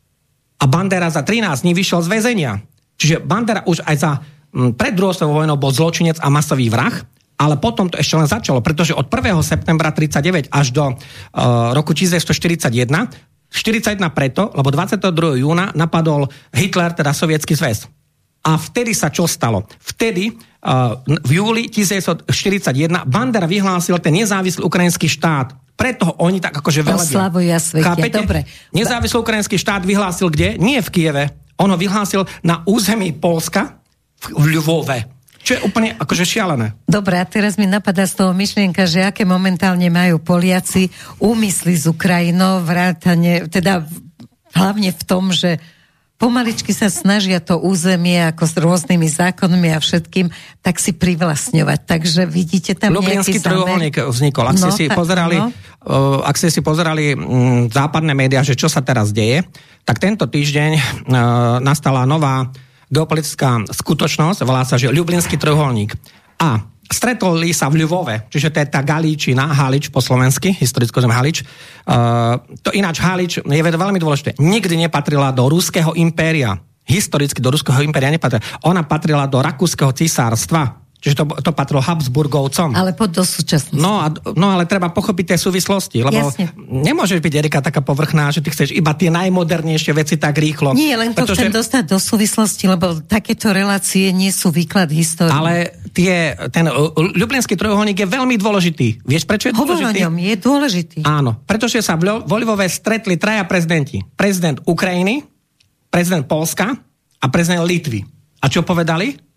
a Bandera za trinásť dní vyšiel z väzenia. Čiže Bandera už aj za m, pred druhou svetovou vojnou bol zločinec a masový vrah, ale potom to ešte len začalo, pretože od prvého septembra tridsaťdeväť až do uh, roku devätnásťstoštyridsaťjeden štyridsaťjeden preto, lebo dvadsiateho druhého júna napadol Hitler, teda Sovietsky zväz. A vtedy sa čo stalo? Vtedy uh, v júli devätnásťstoštyridsaťjeden Bandera vyhlásil ten nezávislý ukrajinský štát. Preto oni tak akože veledia. Oslavujú a svetia, dobre. Nezávislý ukrajinský štát vyhlásil kde? Nie v Kieve. On ho vyhlásil na území Poľska v Ľvove. Čo je úplne akože šialené. Dobre, a teraz mi napadá z toho myšlienka, že aké momentálne majú Poliaci úmysly s Ukrajinou, vrátane, teda hlavne v tom, že pomaličky sa snažia to územie ako s rôznymi zákonmi a všetkým, tak si privlastňovať. Takže vidíte tam Ljubljanský nejaký zámer? trojuholník vznikol. Ak, no, ste si tak, pozerali, no. uh, ak ste si pozerali um, západné médiá, že čo sa teraz deje, tak tento týždeň uh, nastala nová geopolitická skutočnosť, volá sa, že Ljubljanský trojuholník. A stretli sa v Ľvove, čiže to je tá Galíčina, Halič po slovensky, historicko zem Halič. Uh, to ináč Halič je veľmi dôležité. Nikdy nepatrila do ruského impéria. Historicky do ruského impéria nepatrila. Ona patrila do rakúskeho cisárstva. Čiže to, to patrilo Habsburgovcom. Ale pod do súčasnosti. No, a, no ale treba pochopiť tie súvislosti, lebo Jasne. Nemôžeš byť, Erika, taká povrchná, že ty chceš iba tie najmodernejšie veci tak rýchlo. Nie, len to pretože... chcem dostať do súvislosti, lebo takéto relácie nie sú výklad histórie. Ale tie, ten Ljubljanský trojuholník je veľmi dôležitý. Vieš, prečo je Hovor dôležitý? O ňom, je dôležitý. Áno, pretože sa v Lvove stretli traja prezidenti. Prezident Ukrajiny, prezident Poľska a prezident Litvy. A čo povedali?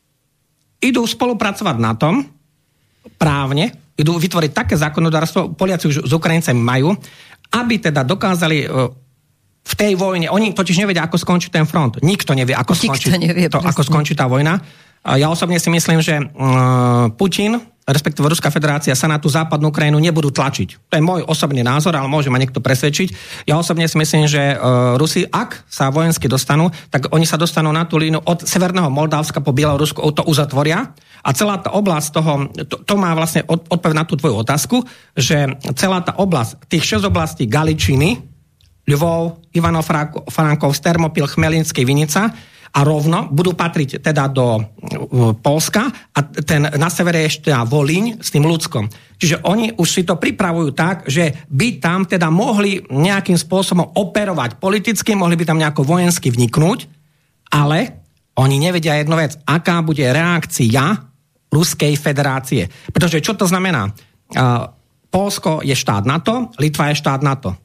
Idú spolupracovať na tom, právne, idú vytvoriť také zákonodárstvo, Poliaci už s Ukrajincami majú, aby teda dokázali v tej vojne, oni totiž nevedia, ako skončí ten front. Nikto nevie, ako, skončí, nevie, to, ako skončí tá vojna. Ja osobne si myslím, že uh, Putin, respektíve Ruská federácia, sa na tú západnú Ukrajinu nebudú tlačiť. To je môj osobný názor, ale môže ma niekto presvedčiť. Ja osobne si myslím, že uh, Rusi, ak sa vojensky dostanú, tak oni sa dostanú na tú línu od severného Moldavska po Bielorusku, to uzatvoria. A celá tá oblasť toho, to, to má vlastne od, odpoveď na tú tvoju otázku, že celá tá oblasť, tých šesť oblastí Galičiny, Ľvov, Ivano-Frankov, Termopil, Chmelinský, Vinica, a rovno budú patriť teda do Poľska a ten na severe ešte Volyň s tým Ľudskom. Čiže oni už si to pripravujú tak, že by tam teda mohli nejakým spôsobom operovať politicky, mohli by tam nejako vojensky vniknúť, ale oni nevedia jednu vec, aká bude reakcia Ruskej federácie. Pretože čo to znamená? Poľsko je štát NATO, Litva je štát NATO.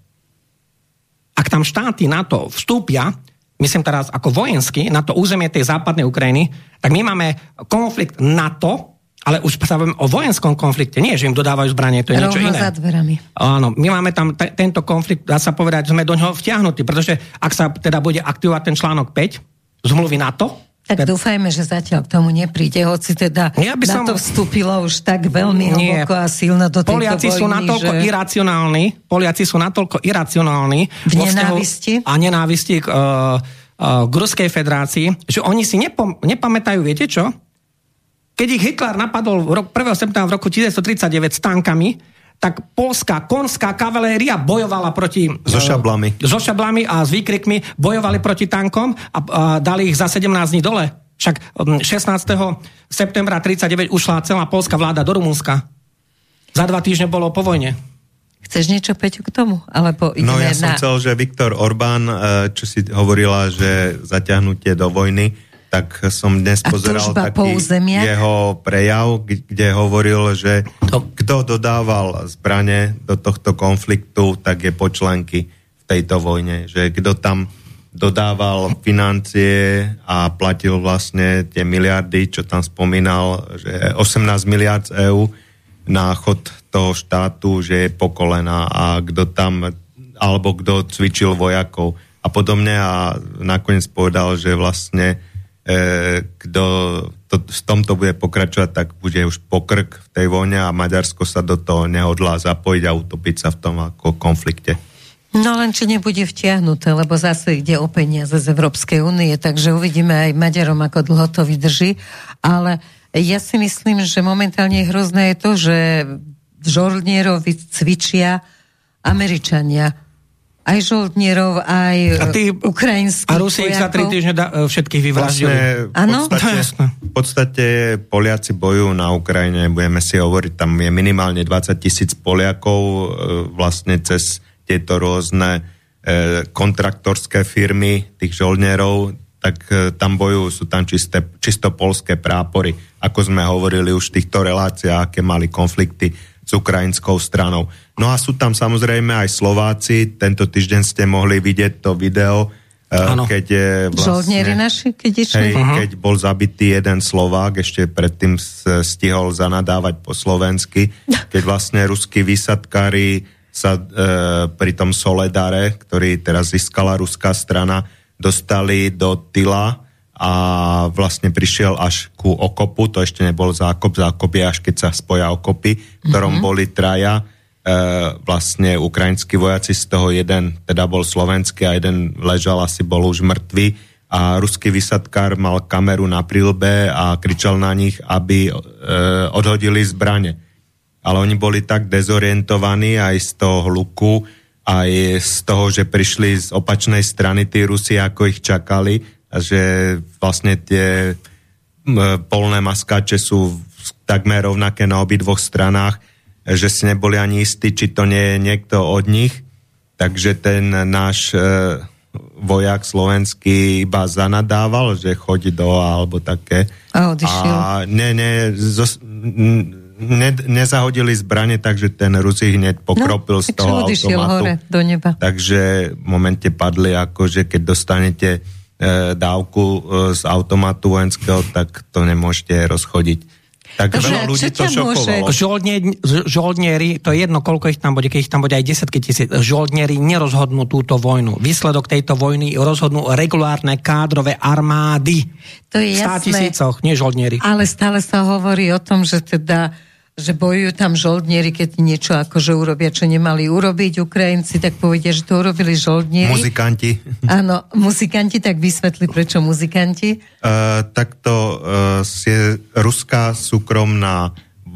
Ak tam štáty NATO vstúpia, myslím teraz ako vojensky, na to územie tej západnej Ukrajiny, tak my máme konflikt NATO, ale už sa bavíme o vojenskom konflikte. Nie, že im dodávajú zbranie, to je niečo iné. Rovno za dverami. Áno, my máme tam t- tento konflikt, dá sa povedať, sme do ňoho vtiahnutí, pretože ak sa teda bude aktivovať ten článok päť zmluvy NATO, tak teda... dúfajme, že zatiaľ k tomu nepríde, hoci teda ja by som... NATO vstúpilo už tak veľmi Nie. hlboko a silno do tejto Poliaci vojny, sú natoľko že... iracionálni, Poliaci sú natoľko iracionálni v nenávisti a nenávisti k, uh, uh, k Ruskej federácii, že oni si nepom- nepamätajú, viete čo? Keď ich Hitler napadol prvého septembra v roku devätnásťstotridsaťdeväť s tankami, tak poľská konská kavaléria bojovala proti... So šablami. Uh, so šablami a s výkrikmi bojovali proti tankom a, a dali ich za sedemnásť dní dole. Však um, šestnásteho septembra tridsaťdeväť ušla celá poľská vláda do Rumunska. Za dva týždne bolo po vojne. Chceš niečo, Peťo, k tomu? Alebo no ja som na... chcel, že Viktor Orbán, čo si hovorila, že zaťahnutie do vojny, tak som dnes pozeral taký jeho prejav, kde hovoril, že kto dodával zbrane do tohto konfliktu, tak je počlenky v tejto vojne. Že kto tam dodával financie a platil vlastne tie miliardy, čo tam spomínal, že osemnásť miliárd eur na chod toho štátu, že je pokolená a kto tam, alebo kto cvičil vojakov a podobne a nakoniec povedal, že vlastne kto to, v tomto bude pokračovať, tak bude už pokrk v tej vojne a Maďarsko sa do toho nehodlá zapojiť a utopiť sa v tom ako konflikte. No len či nebude vtiahnuté, lebo zase ide o peniaze z Európskej únie, takže uvidíme aj Maďarom, ako dlho to vydrží, ale ja si myslím, že momentálne hrozné je to, že v žoldnierovi cvičia Američania. Aj žoldnierov, aj a tí, ukrajinských a Rusi ich za tri týždne da, všetkých vyvraždili. Vlastne, v, podstate, v podstate Poliaci bojujú na Ukrajine, budeme si hovoriť, tam je minimálne dvadsať tisíc Poliakov vlastne cez tieto rôzne kontraktorské firmy tých žoldnierov, tak tam bojujú, sú tam čisté, čisto poľské prápory. Ako sme hovorili už v týchto reláciách, aké mali konflikty s ukrajinskou stranou. No a sú tam samozrejme aj Slováci. Tento týždeň ste mohli vidieť to video, ano. Keď je vlastne... Žoldnieri naši, keď išli? Hej, uh-huh. Keď bol zabitý jeden Slovák, ešte predtým stihol zanadávať po slovensky, keď vlastne ruskí výsadkári sa e, pri tom Soledare, ktorý teraz získala ruská strana, dostali do tyla a vlastne prišiel až ku okopu, to ešte nebol zákop, zákop je až keď sa spoja okopy, v ktorom mm-hmm. boli traja, e, vlastne ukrajinskí vojaci, z toho jeden teda bol slovenský a jeden ležal, asi bol už mŕtvy a ruský vysadkár mal kameru na prilbe a kričal na nich, aby e, odhodili zbrane. Ale oni boli tak dezorientovaní aj z toho hluku, aj z toho, že prišli z opačnej strany tí Rusi, ako ich čakali, a že vlastne tie polné maskáče sú takmer rovnaké na obidvoch stranách, že si neboli ani istí, či to nie je niekto od nich. Takže ten náš e, vojak slovenský iba zanadával, že chodí do alebo také. A odišiel. A ne, ne, zos, Ne, nezahodili zbrane, takže ten Rus ich hneď pokropil no, z toho automatu. Hore, do neba. Takže v momente padli, akože keď dostanete e, dávku e, z automatu vojenského, tak to nemôžete rozchodiť. Tak Takže, veľa ľudí to šokovalo. Žoldnieri, žoldnieri, to je jedno, koľko ich tam bude, keď ich tam bude aj desiatky tisíc, žoldnieri nerozhodnú túto vojnu. Výsledok tejto vojny rozhodnú regulárne kádrové armády. To je v stá tisícoch, nie žoldnieri. Ale stále sa hovorí o tom, že teda že bojujú tam žoldnieri, keď niečo akože urobia, čo nemali urobiť Ukrajinci, tak povedia, že to urobili žoldnieri. Muzikanti. Áno, muzikanti, tak vysvetli, prečo muzikanti. Uh, takto uh, je ruská súkromná uh,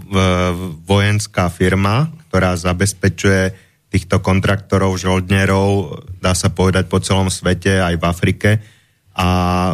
vojenská firma, ktorá zabezpečuje týchto kontraktorov, žoldnierov, dá sa povedať po celom svete, aj v Afrike. A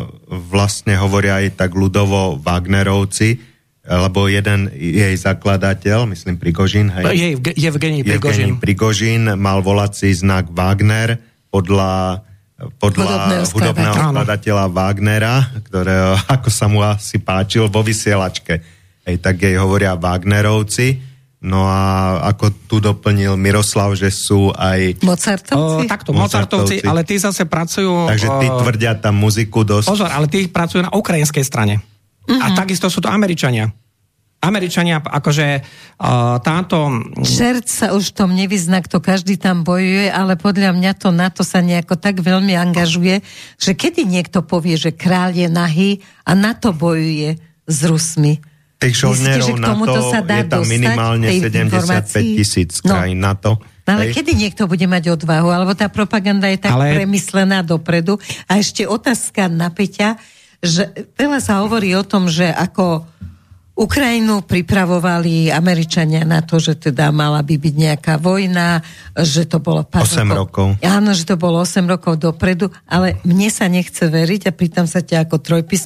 vlastne hovoria aj tak ľudovo Wagnerovci, lebo jeden jej zakladateľ, myslím Prigožin, hej, je Evgenij Prigožin. Prigožin mal volací znak Wagner podľa, podľa hudobného skladateľa Wagnera, ktorého, ako sa mu asi páčil, vo vysielačke. Hej, tak jej hovoria Wagnerovci. No a ako tu doplnil Miroslav, že sú aj... Mozartovci? O, takto, Mozartovci, ale tí zase pracujú... Takže tí tvrdia tam muziku dosť... Pozor, ale tí pracujú na ukrajinskej strane. Uh-huh. A takisto sú to Američania. Američania, akože uh, táto... Žert sa už v tom nevyzná, kto každý tam bojuje, ale podľa mňa to NATO sa nejako tak veľmi angažuje, že kedy niekto povie, že kráľ je nahý a NATO bojuje s Rusmi. Tých žoldnierov NATO je tam minimálne sedemdesiatpäť tisíc krajín no. NATO. Ale Hej. kedy niekto bude mať odvahu? Alebo tá propaganda je tak ale... premyslená dopredu. A ešte otázka na Peťa, že veľa sa hovorí o tom, že ako Ukrajinu pripravovali Američania na to, že teda mala by byť nejaká vojna, že to bolo pár osem rokov. rokov. Áno, že to bolo osem rokov dopredu, ale mne sa nechce veriť a pýtam sa ťa ako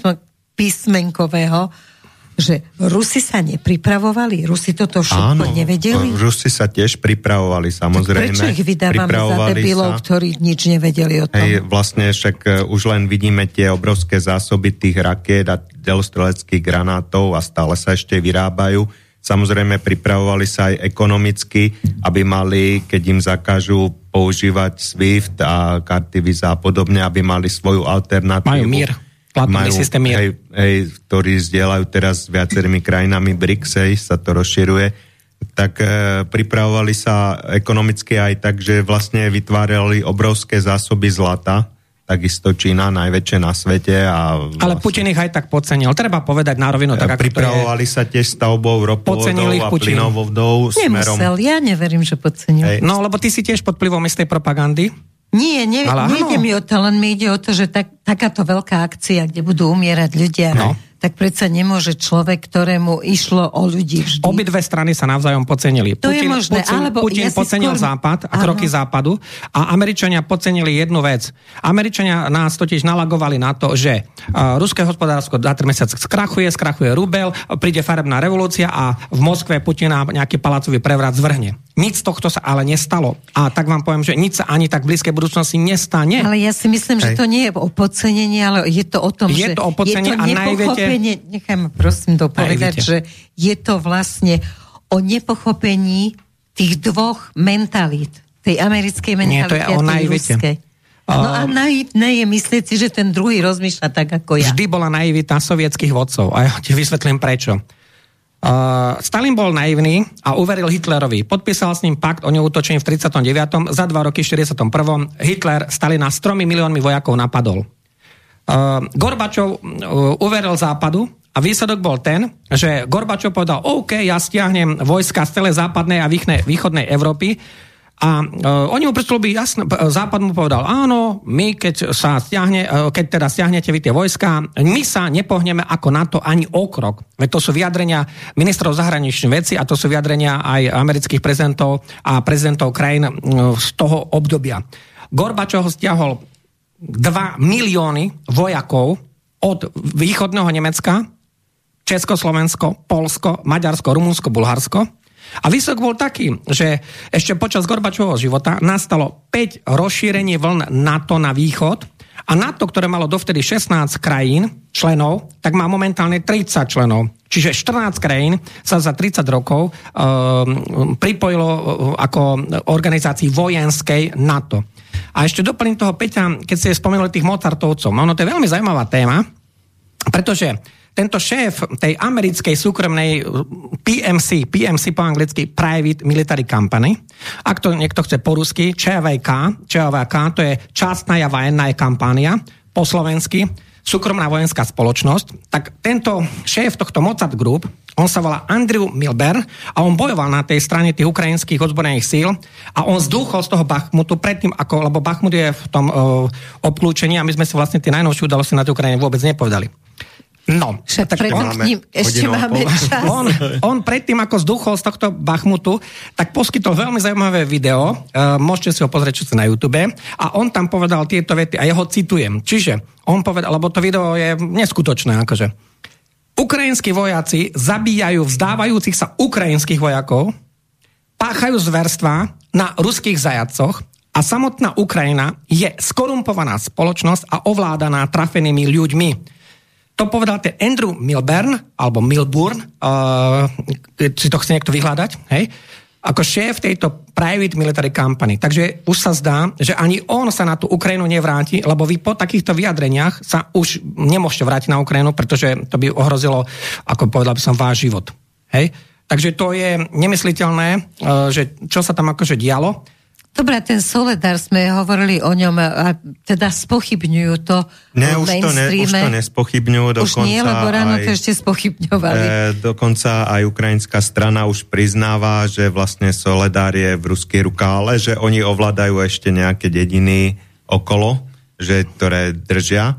trojpísmenkového, že Rusi sa nepripravovali? Rusi toto všetko Áno, nevedeli? Rusi sa tiež pripravovali, samozrejme. Tak prečo ich vydávame za debilov, sa... ktorí nič nevedeli o tom? Hej, vlastne však už len vidíme tie obrovské zásoby tých rakiet a delostreleckých granátov a stále sa ešte vyrábajú. Samozrejme pripravovali sa aj ekonomicky, aby mali, keď im zakážu používať SWIFT a karty Visa a podobne, aby mali svoju alternatívu. Majú mír. Majú, hej, hej, ktorí zdieľajú teraz s viacerými krajinami bé er í cé, hej, sa to rozširuje, tak e, pripravovali sa ekonomicky aj tak, že vlastne vytvárali obrovské zásoby zlata, takisto Čína, najväčšie na svete. A vlastne... Ale Putin ich aj tak podcenil. Treba povedať na rovinu. Tak, pripravovali sa tiež stavbou ropovodov a plynovodov smerom... Nemusel, ja neverím, že podcenil. Hej. No, lebo ty si tiež pod vplyvom istej propagandy. Nie, ne, nejde mi o to, len mi ide o to, že tak, takáto veľká akcia, kde budú umierať ľudia, no. tak predsa nemôže človek, ktorému išlo o ľudí vždy. Obidve strany sa navzájom podcenili. To Putin, je možné, Putin, alebo... Putin ja podcenil skôr... Západ a Áno. kroky Západu a Američania podcenili jednu vec. Američania nás totiž nalagovali na to, že uh, ruské hospodárstvo za tri mesiace skrachuje, skrachuje rubel, príde farebná revolúcia a v Moskve Putina nejaký palacový prevrat zvrhne. Nic z tohto sa ale nestalo. A tak vám poviem, že nič sa ani tak v blízkej budúcnosti nestane. Ale ja si myslím, Hej. že to nie je o podcenení, ale je to o tom, je že to o je to nepochopenie, najviete... nechaj ma prosím dopovedať, že je to vlastne o nepochopení tých dvoch mentalít. Tej americkej mentality a tej ruskej. No a naivné je myslieť si, že ten druhý rozmýšľa tak, ako ja. Vždy bola naivita sovietských vodcov. A ja ti vysvetlím prečo. Uh, Stalin bol naivný a uveril Hitlerovi. Podpísal s ním pakt o neútočení v tridsiatom deviatom Za dva roky v štyridsiatom prvom Hitler Stalina s tromi miliónmi vojakov napadol. Uh, Gorbačov uh, uveril Západu a výsledok bol ten, že Gorbačov povedal, OK, ja stiahnem vojska z celej západnej a východnej Európy. A uh, oni mu prislúbili, jasne, Západ mu povedal, áno, my keď sa stiahne, uh, keď teda stiahnete vy tie vojska, my sa nepohneme ako NATO ani o krok. Veď to sú vyjadrenia ministrov zahraničných vecí a to sú vyjadrenia aj amerických prezidentov a prezidentov krajín uh, z toho obdobia. Gorbačov stiahol dva milióny vojakov od východného Nemecka, Československo, Poľsko, Maďarsko, Rumunsko, Bulharsko. A výsledok bol taký, že ešte počas Gorbačovho života nastalo päť rozšírení vln NATO na východ a NATO, ktoré malo dovtedy šestnásť krajín, členov, tak má momentálne tridsať členov. Čiže štrnásť krajín sa za tridsať rokov e, pripojilo ako organizácii vojenskej NATO. A ešte doplním toho, Peťa, keď ste spomenuli tých Mozartovcov, ono to je veľmi zaujímavá téma, pretože tento šéf tej americkej súkromnej P M C, P M C po anglicky Private Military Company, ak to niekto chce po rusky, ČVK, ČVK, to je Častnaja vojenná kampania, po slovensky, súkromná vojenská spoločnosť, tak tento šéf tohto Mozart Group, on sa volá Andrew Milber a on bojoval na tej strane tých ukrajinských ozbrojených síl a on zdúchol z toho Bachmutu predtým, ako, lebo Bachmut je v tom uh, obklúčení a my sme si vlastne tie najnovšie udalosti na tej Ukrajine vôbec nepovedali. No, však tak on, ním, ešte máme čas. On, on predtým, ako zdúchol z tohto Bachmutu, tak poskytol veľmi zaujímavé video, uh, môžete si ho pozrieť, čo sa na YouTube, a on tam povedal tieto vety a ja ho citujem. Čiže on povedal, lebo to video je neskutočné, akože. Ukrajinskí vojaci zabíjajú vzdávajúcich sa ukrajinských vojakov, páchajú zverstvá na ruských zajatcoch a samotná Ukrajina je skorumpovaná spoločnosť a ovládaná trafenými ľuďmi. To povedal ten Andrew Milburn, alebo Milburn, uh, keď si to chce niekto vyhľadať, hej, ako šéf tejto Private Military Company. Takže už sa zdá, že ani on sa na tú Ukrajinu nevráti, lebo vy po takýchto vyjadreniach sa už nemôžete vrátiť na Ukrajinu, pretože to by ohrozilo, ako povedal by som, váš život. Hej? Takže to je nemysliteľné, uh, že čo sa tam akože dialo. Dobre, ten Soledar, sme hovorili o ňom a teda spochybňujú to ne, v už to, ne, už to nespochybňujú. Už nie, lebo ráno aj, to ešte spochybňovali. E, dokonca aj ukrajinská strana už priznáva, že vlastne Soledar je v ruských rukách, ale že oni ovládajú ešte nejaké dediny okolo, že, ktoré držia.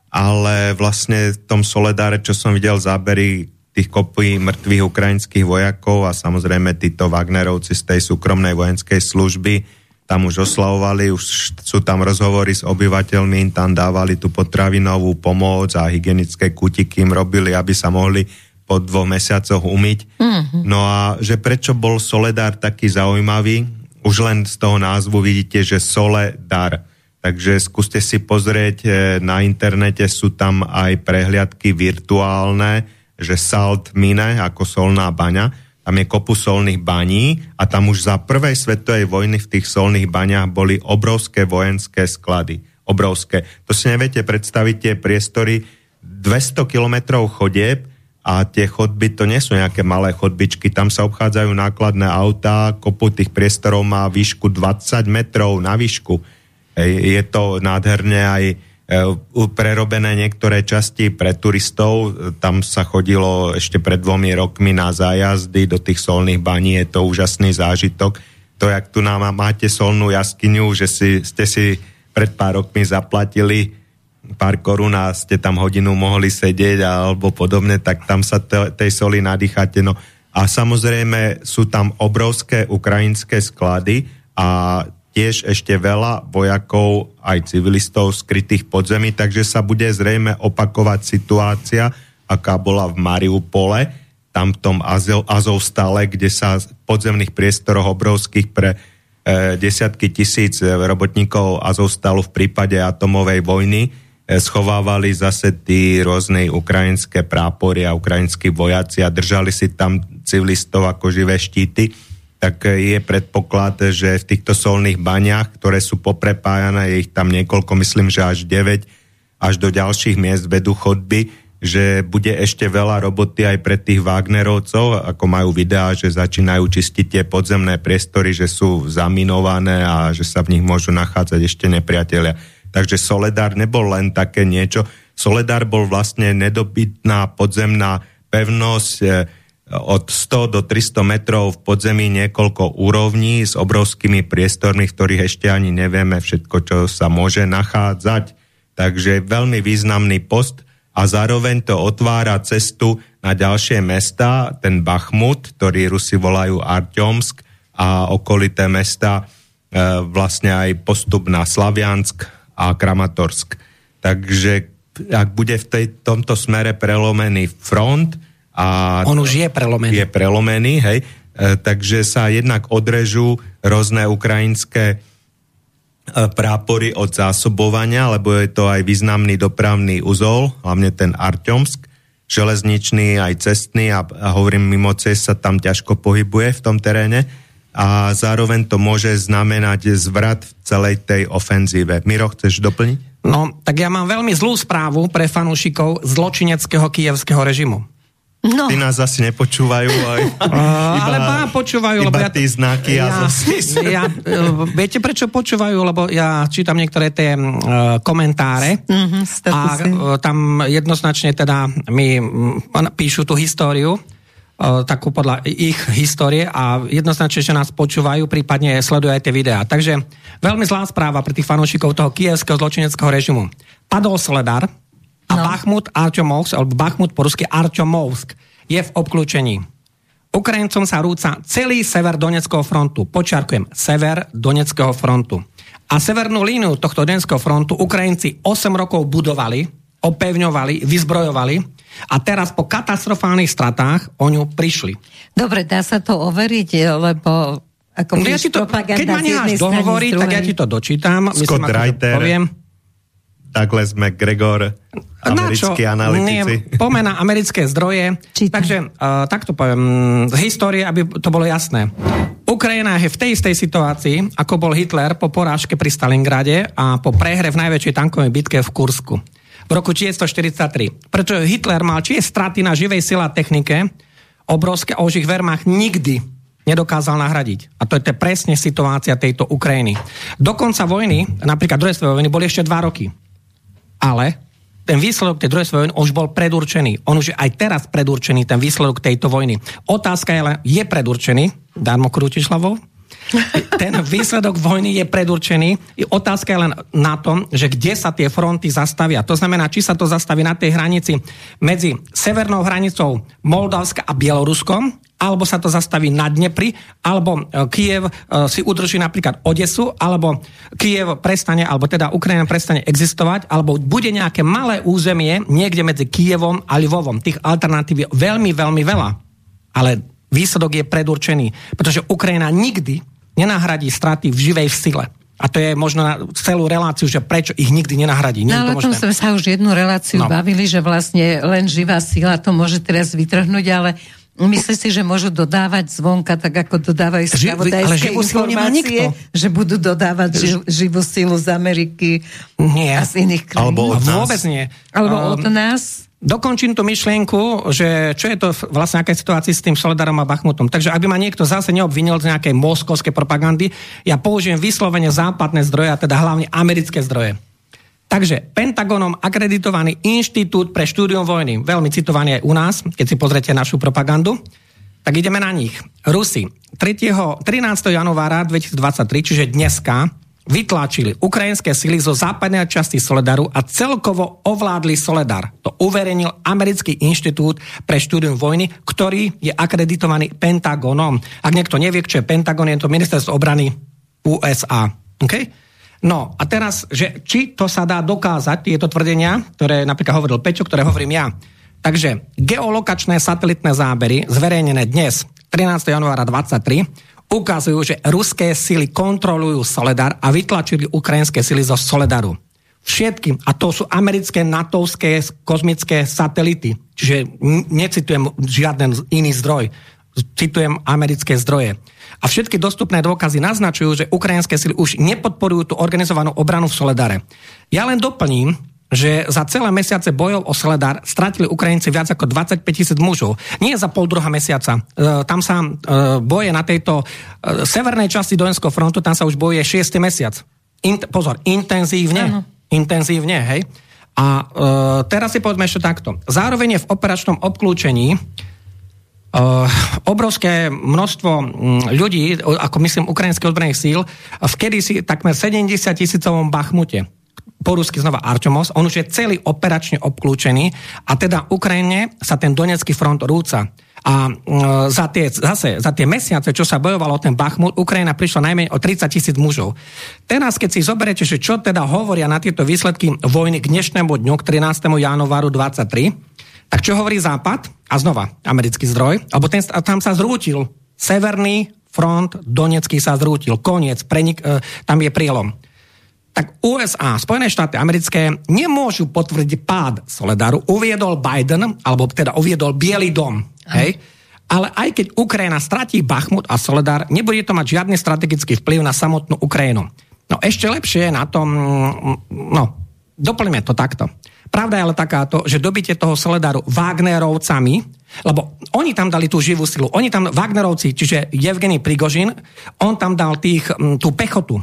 Ale vlastne v tom Soledare, čo som videl zábery tých kopí mŕtvych ukrajinských vojakov a samozrejme títo Wagnerovci z tej súkromnej vojenskej služby tam už oslavovali, už sú tam rozhovory s obyvateľmi, im tam dávali tú potravinovú pomoc a hygienické kútiky im robili, aby sa mohli po dvoch mesiacoch umyť. Mm-hmm. No a že prečo bol Soledar taký zaujímavý? Už len z toho názvu vidíte, že Soledar. Takže skúste si pozrieť, na internete sú tam aj prehliadky virtuálne, že Salt Mine, ako solná baňa. Tam je kopu solných baní a tam už za prvej svetovej vojny v tých solných baňách boli obrovské vojenské sklady. Obrovské. To si neviete predstaviť, tie priestory dvesto kilometrov chodieb a tie chodby, to nie sú nejaké malé chodbičky, tam sa obchádzajú nákladné autá, kopu tých priestorov má výšku dvadsať metrov na výšku. Je to nádherne aj prerobené niektoré časti pre turistov. Tam sa chodilo ešte pred dvomi rokmi na zájazdy do tých solných baní. Je to úžasný zážitok. To, jak tu nám máte solnú jaskyňu, že si, ste si pred pár rokmi zaplatili pár korún a ste tam hodinu mohli sedieť alebo podobne, tak tam sa te, tej soli nadýchate. No. A samozrejme sú tam obrovské ukrajinské sklady a tiež ešte veľa vojakov, aj civilistov skrytých pod zemi, takže sa bude zrejme opakovať situácia, aká bola v Mariupole. tam v tom Azovstale, kde sa v podzemných priestoroch obrovských pre e, desiatky tisíc robotníkov Azovstalu v prípade atomovej vojny e, schovávali zase tí rôzne ukrajinské prápory a ukrajinskí vojaci a držali si tam civilistov ako živé štíty, tak je predpoklad, že v týchto solných baniach, ktoré sú poprepájané, je ich tam niekoľko, myslím, že až deväť, až do ďalších miest vedú chodby, že bude ešte veľa roboty aj pre tých Wagnerovcov, ako majú videá, že začínajú čistiť tie podzemné priestory, že sú zaminované a že sa v nich môžu nachádzať ešte nepriatelia. Takže Soledar nebol len také niečo. Soledar bol vlastne nedobytná podzemná pevnosť od sto do tristo metrov v podzemí, niekoľko úrovní s obrovskými priestormi, v ktorých ešte ani nevieme všetko, čo sa môže nachádzať. Takže veľmi významný post a zároveň to otvára cestu na ďalšie mesta, ten Bachmut, ktorý Rusi volajú Arťomsk a okolité mesta, e, vlastne aj postup na Slaviansk a Kramatorsk. Takže ak bude v tej, tomto smere prelomený front a... On už je prelomený. Je prelomený, hej, e, takže sa jednak odrežú rôzne ukrajinské prápory od zásobovania, lebo je to aj významný dopravný uzol, hlavne ten Arťomsk, železničný aj cestný a, a hovorím, mimo cest sa tam ťažko pohybuje v tom teréne a zároveň to môže znamenať zvrat v celej tej ofenzíve. Miro, chceš doplniť? No, tak ja mám veľmi zlú správu pre fanúšikov zločineckého kievského režimu. No. Tí nás asi nepočúvajú, aj iba, ale má počúvajú, iba lebo ja, tí znaky ja, ja, viete, prečo počúvajú? Lebo ja čítam niektoré tie uh, komentáre mm-hmm, a uh, tam jednoznačne teda mi um, píšu tú históriu, uh, takú podľa ich histórie a jednoznačne, že nás počúvajú, prípadne sledujú aj tie videá. Takže veľmi zlá správa pre tých fanúšikov toho kievského zločineckého režimu. Padol Soledar, a no. Bachmut, Arťomovsk, alebo Bachmut po rusky Arťomovsk je v obklúčení. Ukrajincom sa rúca celý sever Donetského frontu. Počiarkujem, sever Donetského frontu. A severnú líniu tohto Donetského frontu Ukrajinci osem rokov budovali, opevňovali, vyzbrojovali a teraz po katastrofálnych stratách o ňu prišli. Dobre, dá sa to overiť, lebo ako no, ja to, keď ma necháš dohovoriť, tak ja ti to dočítam. Scott Reiter. Poviem. Douglas McGregor, americkí analytici. Nie, pomena americké zdroje. Čítam. Takže uh, takto poviem z histórie, aby to bolo jasné. Ukrajina je v tej istej situácii, ako bol Hitler po porážke pri Stalingrade a po prehre v najväčšej tankovej bitke v Kursku v roku devätnásťstoštyridsaťtri. Pretože Hitler mal či straty na živej sile a technike, obrovské a už ich Wehrmacht nikdy nedokázal nahradiť. A to je presne situácia tejto Ukrajiny. Do konca vojny, napríklad druhej svetovej vojny, boli ešte dva roky. Ale ten výsledok tej druhej svetovej vojny už bol predurčený. On už je aj teraz predurčený, ten výsledok tejto vojny. Otázka je len, je predurčený? Darmo krútiš hlavou? Ten výsledok vojny je predurčený. Otázka je len na tom, že kde sa tie fronty zastavia. To znamená, či sa to zastaví na tej hranici medzi severnou hranicou Moldavska a Bieloruskom, alebo sa to zastaví na Dnepri, alebo Kyjev si udrží napríklad Odesu, alebo Kyjev prestane, alebo teda Ukrajina prestane existovať, alebo bude nejaké malé územie niekde medzi Kyjevom a Lvovom. Tých alternatív je veľmi, veľmi veľa. Ale výsledok je predurčený, pretože Ukrajina nikdy nenahradí straty v živej sile. A to je možno na celú reláciu, že prečo ich nikdy nenahradí. Nie no ale o tom sme sa už jednu reláciu no. bavili, že vlastne len živá sila to môže teraz vytrhnúť, ale myslíš si, že môžu dodávať zvonka, tak ako dodávajú spravodajské informácie, že budú dodávať ži- živú silu z Ameriky nie. a z iných krajín? Alebo od nás. Vôbec nie. Alebo um, od nás? Dokončím tú myšlienku, že čo je to vlastne aké situácii s tým Soledarom a Bachmutom. Takže ak by ma niekto zase neobvinil z nejakej moskovskej propagandy, ja použijem vyslovene západné zdroje, a teda hlavne americké zdroje. Takže Pentagonom akreditovaný inštitút pre štúdium vojny, veľmi citovaný aj u nás, keď si pozriete našu propagandu, tak ideme na nich. Rusi trinásteho januára dvetisícdvadsaťtri, čiže dneska, vytlačili ukrajinské sily zo západnej časti Soledaru a celkovo ovládli Soledar. To uverejnil americký inštitút pre štúdium vojny, ktorý je akreditovaný Pentagonom. Ak niekto nevie, čo je Pentagon, je to ministerstvo obrany ú es á. Okay? No a teraz, že či to sa dá dokázať, tieto tvrdenia, ktoré napríklad hovoril Peťo, ktoré hovorím ja, Takže geolokačné satelitné zábery, zverejnené dnes, trinásteho januára dvadsaťtri, ukazujú, že ruské sily kontrolujú Soledar a vytlačili ukrajinské sily zo Soledaru. Všetkým, a to sú americké natovské kozmické satelity, čiže necitujem žiaden iný zdroj, citujem americké zdroje. A všetky dostupné dôkazy naznačujú, že ukrajinské sily už nepodporujú tú organizovanú obranu v Soledare. Ja len doplním, že za celé mesiace bojov o Soledar stratili Ukrajinci viac ako dvadsaťpäť tisíc mužov. Nie za pol druhá mesiaca. E, tam sa e, boje na tejto e, severnej časti Donetského frontu, tam sa už bojuje šiesty mesiac. In, pozor, intenzívne. Ano. Intenzívne, hej. A e, teraz si povedzme ešte takto. Zároveň je v operačnom obklúčení e, obrovské množstvo ľudí, ako myslím ukrajinských ozbrojených síl, v kedysi takmer sedemdesiat tisícovom Bachmute. Po rusky znova Arčomos, on už je celý operačne obklúčený a teda Ukrajine sa ten Donetský front rúca. A e, za tie, zase za tie mesiace, čo sa bojovalo o ten Bachmut, Ukrajina prišla najmenej o tridsať tisíc mužov. Teraz, keď si zoberete, že čo teda hovoria na tieto výsledky vojny k dnešnému dňu, k trinástemu januáru dvadsaťtri, tak čo hovorí Západ? A znova, americký zdroj, alebo ten, tam sa zrútil. Severný front Donetský sa zrútil. Koniec, prenik, e, tam je prielom. Tak ú es á, Spojené štáty americké, nemôžu potvrdiť pád Soledaru. Uviedol Biden, alebo teda uviedol Bielý dom. Hej? Ale aj keď Ukrajina stratí Bachmut a Soledar, nebude to mať žiadny strategický vplyv na samotnú Ukrajinu. No ešte lepšie je na tom, no, doplňme to takto. Pravda je ale takáto, že dobitie toho Soledaru Wagnerovcami, lebo oni tam dali tú živú silu, oni tam, Wagnerovci, čiže Jevgenij Prigožin, on tam dal tých, tú pechotu.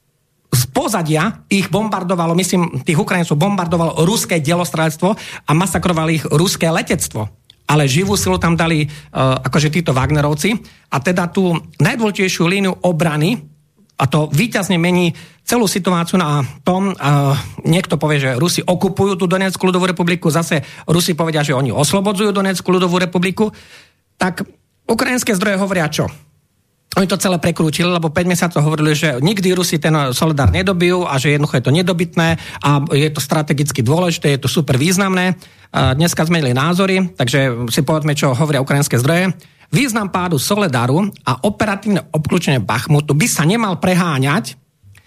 Z pozadia ich bombardovalo, myslím, tých Ukrajincov bombardovalo ruské delostreľstvo a masakrovali ich ruské letectvo. Ale živú silu tam dali uh, akože títo Wagnerovci a teda tú najdôležitejšiu líniu obrany, a to víťazne mení celú situáciu na tom, uh, niekto povie, že Rusi okupujú tú Donetskú ľudovú republiku, zase Rusi povedia, že oni oslobodzujú Donetskú ľudovú republiku, tak ukrajinské zdroje hovoria čo? Oni to celé prekrútili, lebo päť mesiacov hovorili, že nikdy Rusi ten Soledar nedobijú a že jednoducho je to nedobytné a je to strategicky dôležité, je to super významné. Dneska zmenili názory, takže si povedzme, čo hovoria ukrajinské zdroje. Význam pádu Soledaru a operatívne obklúčenie Bachmutu by sa nemal preháňať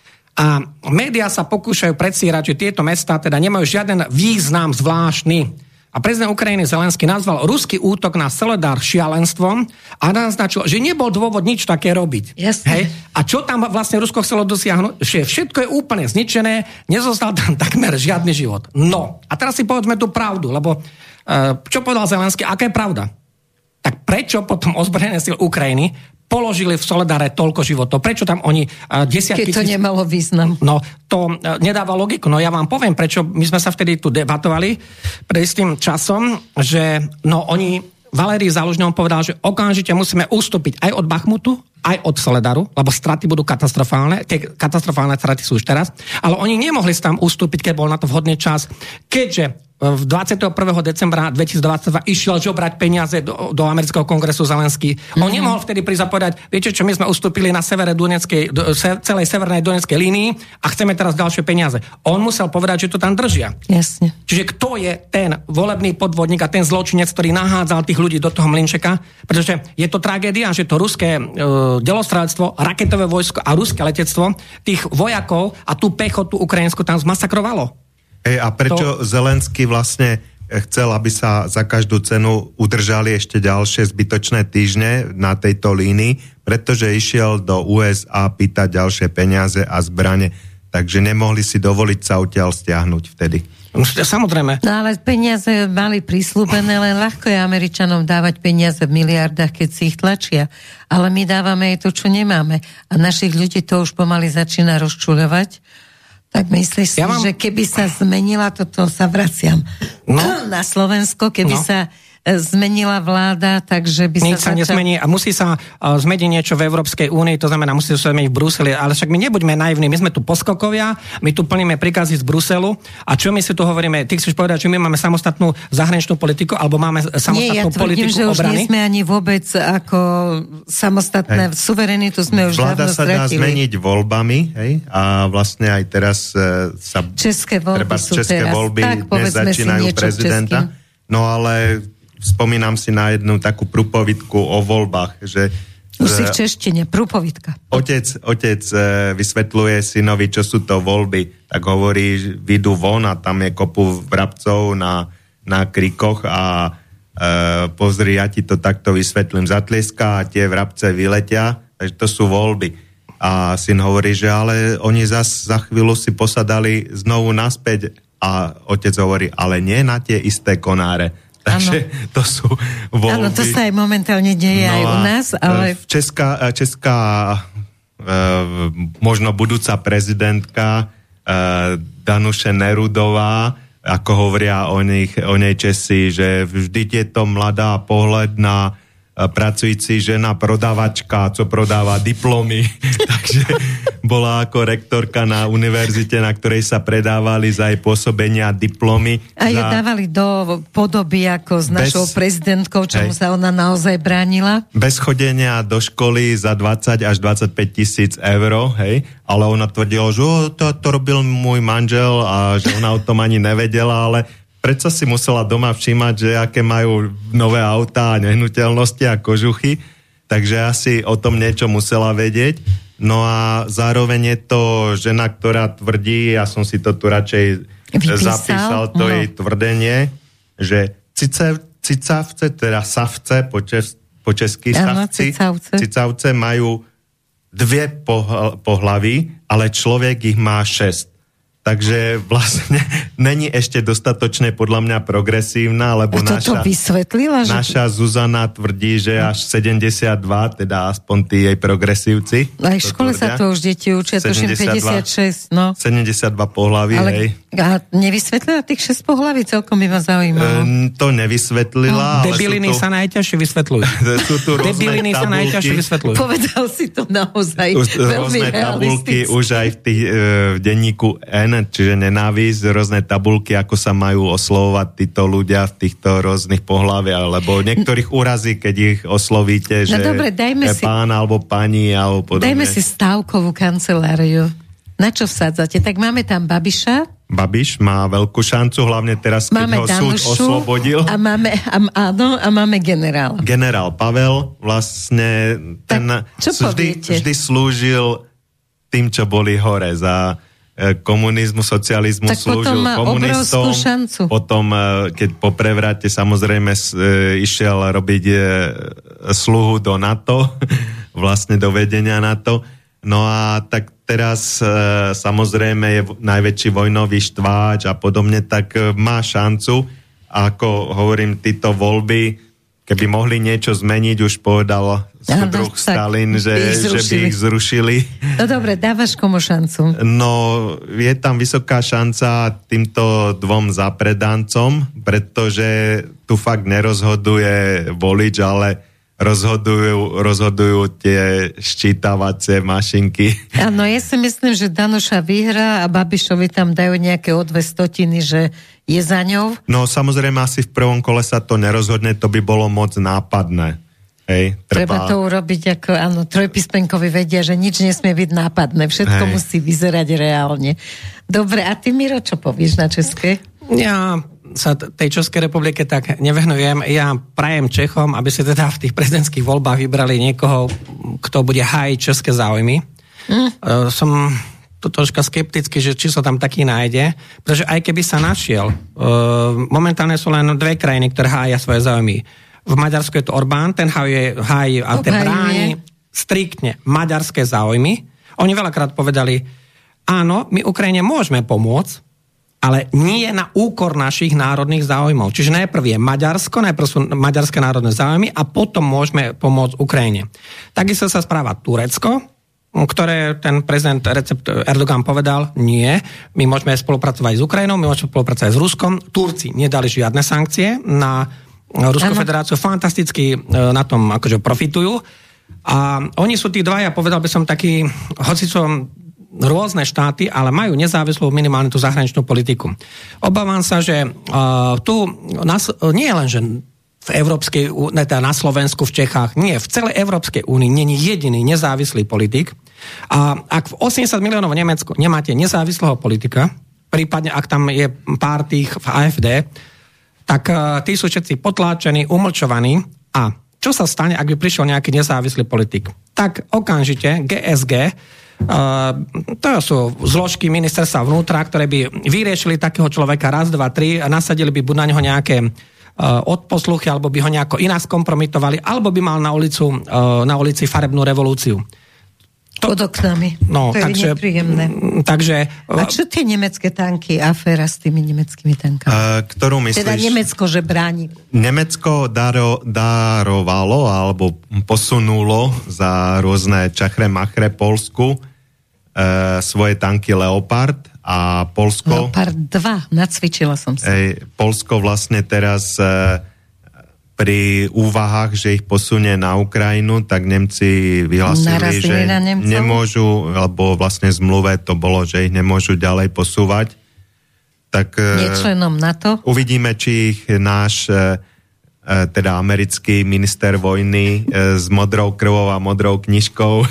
a médiá sa pokúšajú predstierať, že tieto mestá teda nemajú žiaden význam zvláštny. A prezident Ukrajiny Zelenský nazval ruský útok na Soledar šialenstvom a naznačil, že nebol dôvod nič také robiť. Hej? A čo tam vlastne Rusko chcelo dosiahnuť? Že všetko je úplne zničené, nezostal tam takmer žiadny život. No, a teraz si povedzme tú pravdu, lebo čo povedal Zelenský, aká je pravda? Tak prečo potom ozbrojené síly Ukrajiny položili v Soledare toľko životov? Prečo tam oni uh, desiatky... Keď to nemalo význam. No, to uh, nedáva logiku. No ja vám poviem, prečo my sme sa vtedy tu debatovali pred istým časom, že no oni, Valerij Zalužný povedal, že okamžite musíme ustúpiť aj od Bachmutu, aj od Soledaru, lebo straty budú katastrofálne. Tie katastrofálne straty sú už teraz. Ale oni nemohli tam ustúpiť, keď bol na to vhodný čas, keďže v dvadsiateho prvého decembra dvetisícdvadsaťdva išiel žobrať peniaze do, do amerického kongresu Zelenský. On mm-hmm. nemohol vtedy prísť a povedať, viete čo, my sme ustúpili na severe Donetskej, do, se, celej severnej Donetskej línii a chceme teraz ďalšie peniaze. On musel povedať, že to tam držia. Jasne. Čiže kto je ten volebný podvodník a ten zločinec, ktorý nahádzal tých ľudí do toho mlynčeka? Pretože je to tragédia, že to ruské e, delostreľstvo, raketové vojsko a ruské letectvo tých vojakov a tú pechotu ukrajinskú tam zmasakrovalo. Hej, a prečo to... Zelenský vlastne chcel, aby sa za každú cenu udržali ešte ďalšie zbytočné týždne na tejto línii? Pretože išiel do ú es á pýtať ďalšie peniaze a zbrane, takže nemohli si dovoliť sa odtiaľ stiahnuť vtedy. Samozrejme. No ale peniaze mali prislúbené, len ľahko je Američanom dávať peniaze v miliardách, keď si ich tlačia. Ale my dávame aj to, čo nemáme. A našich ľudí to už pomaly začína rozčuľovať. Tak myslíš si, ja mám... že keby sa zmenila, toto sa vraciam no. na Slovensko, keby no. sa zmenila vláda, takže by Nič sa... sa začal... nesmení a musí sa uh, zmeniť niečo v Európskej únii, to znamená, musí sa zmeniť v Bruseli, ale však my nebuďme naivní, my sme tu poskokovia, my tu plníme príkazy z Bruselu a čo my si tu hovoríme, ty chceš povedať, že my máme samostatnú zahraničnú politiku, alebo máme samostatnú Nie, ja tvrdím, politiku že obrany? už nie sme ani vôbec ako samostatné, hej. Suverenitu sme už vláda dávno stratili. Vláda sa dá zmeniť voľbami, hej, a vlastne aj teraz e, sa... České voľby treba, sú české teraz. voľby Tak, dnes začínajú prezidenta. No ale spomínam si na jednu takú prúpovidku o voľbách, že už si v češtine, prúpovidka. Otec, otec vysvetľuje synovi, čo sú to voľby, tak hovorí, vyjdú von a tam je kopu vrabcov na, na krikoch a e, pozri, ja ti to takto vysvetlím, zatlieska a tie vrabce vyletia, takže to sú voľby. A syn hovorí, že ale oni zas za chvíľu si posadali znovu naspäť a otec hovorí, ale nie na tie isté konáre. Takže ano. To sú voľby. Áno, to sa aj momentálne deje no aj u nás, ale... Česká, česká e, možno budúca prezidentka e, Danuše Nerudová, ako hovoria o, nich, o nej Česi, že vždy je to mladá pohľadná pracujúci žena prodávačka, co prodáva diplomy. Takže bola ako rektorka na univerzite, na ktorej sa predávali za jej pôsobenia diplomy. A ju za... dávali do podoby ako s našou bez... prezidentkou, čomu hej. sa ona naozaj bránila. Bez chodenia do školy za dvadsať až dvadsaťpäť tisíc eur, hej, ale ona tvrdila, že oh, to, to robil môj manžel a že ona o tom ani nevedela, ale predsa si musela doma všímať, že aké majú nové autá, nehnuteľnosti a kožuchy, takže asi o tom niečo musela vedieť. No a zároveň je to žena, ktorá tvrdí, ja som si to tu radšej Vypísal? zapísal, to no. jej tvrdenie, že cice, cicavce, teda savce, po, čes, po česky ano, savci, cicavce. cicavce majú dve pohlavy, ale človek ich má šesť. Takže vlastne není ešte dostatočne podľa mňa progresívna, lebo naša, vysvetlila, že... naša Zuzana tvrdí, že až sedemdesiatdva, teda aspoň tí jej progresívci. Aj v škole tvrdia. Sa to už deti učia, tuším päťdesiatšesť, no. sedemdesiatdva pohlaví, ale, hej. A nevysvetlila tých šesť pohlaví? Celkom by ma zaujímalo. E, to nevysvetlila, no. ale Debiliny tu, sa najťažšie vysvetľujú. Sú tu Debiliny sa najťažšie vysvetľujú. Povedal si to naozaj už, veľmi rôzne tabulky realisticky. už aj v, tých, v denníku N, čiže nenávisť, rôzne tabulky, ako sa majú oslovovať títo ľudia v týchto rôznych pohľaviach, lebo niektorých urazí, keď ich oslovíte, že no dobre, dajme je si, pán alebo pani alebo podobne. Dajme si stávkovú kanceláriu. Na čo vsádzate? Tak máme tam Babiša. Babiš má veľkú šancu, hlavne teraz, keď máme ho súd Danušu, oslobodil. A máme, a, áno, a máme generála. Generál Pavel, vlastne ten vždy, vždy slúžil tým, čo boli hore za komunizmu, socializmu, tak slúžil komunistom. Potom, keď po prevrate samozrejme išiel robiť sluhu do NATO, vlastne do vedenia NATO. No a tak teraz samozrejme je najväčší vojnový štváč a podobne, tak má šancu. A ako hovorím, títo voľby, keby mohli niečo zmeniť, už povedal súdruh Stalin, že, že by ich zrušili. No dobre, dávaš komu šancu? No, je tam vysoká šanca týmto dvom zapredancom, pretože tu fakt nerozhoduje volič, ale rozhodujú, rozhodujú tie ščítavacie mašinky. Áno, ja si myslím, že Danuša vyhrá a Babišovi tam dajú nejaké o dve stotiny, že je za ňou. No samozrejme asi v prvom kole sa to nerozhodne, to by bolo moc nápadné. Hej, treba... treba to urobiť ako, áno, trojpísmenkovi vedia, že nič nesmie byť nápadné, všetko Hej. musí vyzerať reálne. Dobre, a ty, Miro, čo povieš na české? Ja sa tej Českej republike tak nevenujem. Ja prajem Čechom, aby si teda v tých prezidentských voľbách vybrali niekoho, kto bude hájiť české záujmy. Mm. Uh, som to troška skeptický, že či sa tam taký nájde, pretože aj keby sa našiel, uh, momentálne sú len dve krajiny, ktoré hája svoje záujmy. V Maďarsku je to Orbán, ten hájí, hájí a ten bráni striktne maďarské záujmy. Oni veľakrát povedali, áno, my Ukrajine môžeme pomôcť, ale nie na úkor našich národných záujmov. Čiže najprv je Maďarsko, najprv sú maďarské národné záujmy a potom môžeme pomôcť Ukrajine. Takisto sa správa Turecko, ktoré ten prezident Recep Erdogan povedal, nie, my môžeme spolupracovať s Ukrajinou, my môžeme spolupracovať s Ruskom. Turci nedali žiadne sankcie na Ruskú ano. federáciu, fantasticky na tom akože profitujú. A oni sú tí dvaja, povedal by som taký, hoci som rôzne štáty, ale majú nezávislú minimálne tú zahraničnú politiku. Obávam sa, že uh, tu nás, nie je len, že v Európskej, ne, teda na Slovensku, v Čechách, nie, v celej Európskej únii nie je jediný nezávislý politik. A ak v osemdesiat miliónov v Nemecku nemáte nezávislého politika, prípadne ak tam je pár tých v á ef dé, tak tí sú všetci potláčení, umlčovaní. A čo sa stane, ak by prišiel nejaký nezávislý politik? Tak okamžite gé es gé, to sú zložky ministerstva vnútra, ktoré by vyriešili takého človeka raz, dva, tri a nasadili by buď na neho nejaké odposluchy, alebo by ho nejako inak skompromitovali, alebo by mal na, ulicu, na ulici farebnú revolúciu. To, pod oknami. No, to takže, je nepríjemné. Takže, a čo tie nemecké tanky, aféra s tými nemeckými tankami? Uh, ktorú myslíš? Teda Nemecko, že bráni. Nemecko daro, darovalo alebo posunulo za rôzne čachre machre Polsku uh, svoje tanky Leopard a Polsko... Leopard dva, nacvičila som sa. Ej, Polsko vlastne teraz... Uh, pri úvahách, že ich posunie na Ukrajinu, tak Nemci vyhlásili, Narazili že nemôžu, alebo vlastne v zmluve to bolo, že ich nemôžu ďalej posúvať. Tak nečlenom NATO? Uvidíme, či ich náš teda americký minister vojny s modrou krvou a modrou knižkou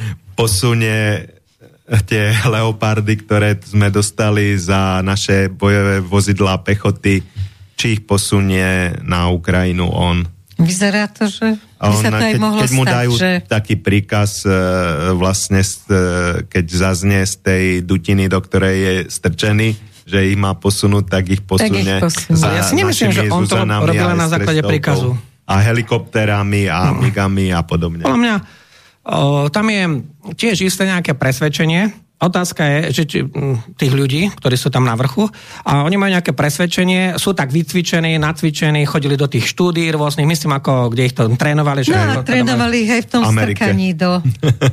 posunie tie leopardy, ktoré sme dostali za naše bojové vozidlá pechoty, či ich posunie na Ukrajinu on. Vyzerá to, že by on, sa to aj keď, mohlo keď mu stať, dajú že... taký príkaz vlastne, keď zaznie z tej dutiny, do ktorej je strčený, že ich má posunúť, tak ich posunie. Tak ich posunie. Za ja si nemyslím, že on to robil na základe príkazu. A helikopterami a no. migami a podobne. Podľa mňa o, tam je tiež isté nejaké presvedčenie. Otázka je, že či, tých ľudí, ktorí sú tam na vrchu, a oni majú nejaké presvedčenie, sú tak vycvičení, nacvičení, chodili do tých štúdií rôznych, myslím, ako, kde ich to trénovali. Že no, trénovali ich aj v tom Amerike. strkaní do...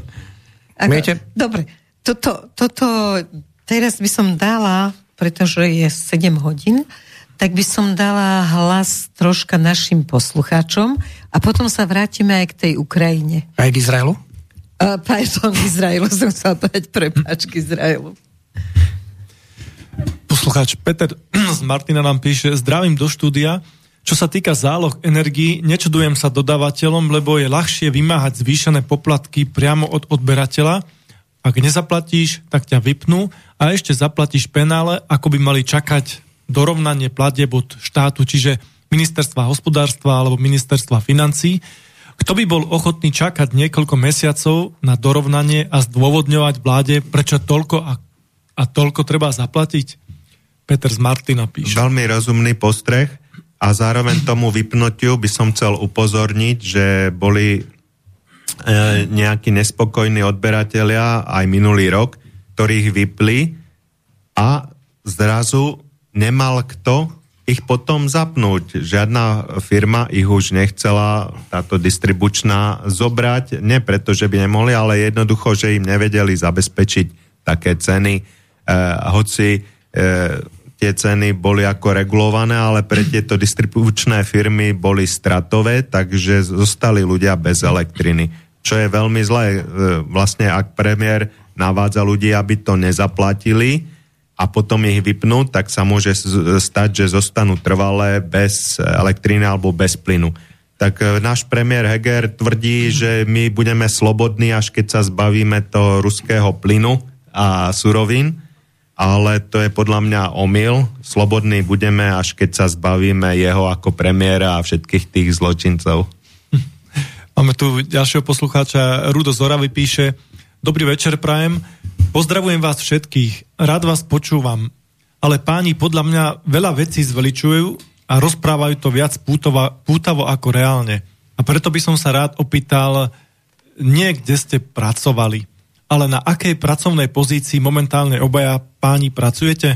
Ako, dobre, toto, toto teraz by som dala, pretože je sedem hodín, tak by som dala hlas troška našim poslucháčom a potom sa vrátime aj k tej Ukrajine. Aj k Izraelu? Uh, pardon, Izraelu, som chcela povedať, prepáč, k Izraelu. Poslucháč Peter z Martina nám píše: zdravím do štúdia. Čo sa týka záloh energií, nečudujem sa dodávateľom, lebo je ľahšie vymáhať zvýšené poplatky priamo od odberateľa. Ak nezaplatíš, tak ťa vypnú a ešte zaplatíš penále, ako by mali čakať dorovnanie platieb od štátu, čiže ministerstva hospodárstva alebo ministerstva financií. Kto by bol ochotný čakať niekoľko mesiacov na dorovnanie a zdôvodňovať vláde, prečo toľko a, a toľko treba zaplatiť? Peter z Martina píše. Veľmi rozumný postreh a zároveň tomu vypnutiu by som chcel upozorniť, že boli e, nejakí nespokojní odberatelia aj minulý rok, ktorých vypli a zrazu nemal kto ich potom zapnúť. Žiadna firma ich už nechcela, táto distribučná, zobrať, nie preto, že by nemohli, ale jednoducho, že im nevedeli zabezpečiť také ceny. E, hoci e, tie ceny boli ako regulované, ale pre tieto distribučné firmy boli stratové, takže zostali ľudia bez elektriny. Čo je veľmi zlé. E, vlastne, ak premiér navádza ľudí, aby to nezaplatili, a potom ich vypnú, tak sa môže stať, že zostanú trvalé bez elektriny alebo bez plynu. Tak náš premiér Heger tvrdí, že my budeme slobodní, až keď sa zbavíme toho ruského plynu a surovín, ale to je podľa mňa omyl. Slobodní budeme, až keď sa zbavíme jeho ako premiéra a všetkých tých zločincov. Máme tu ďalšieho poslucháča, Rudo z Oravy píše: dobrý večer, prajem. Pozdravujem vás všetkých, rád vás počúvam, ale páni podľa mňa veľa vecí zveličujú a rozprávajú to viac pútova, pútavo ako reálne. A preto by som sa rád opýtal, nie kde ste pracovali, ale na akej pracovnej pozícii momentálne obaja páni pracujete?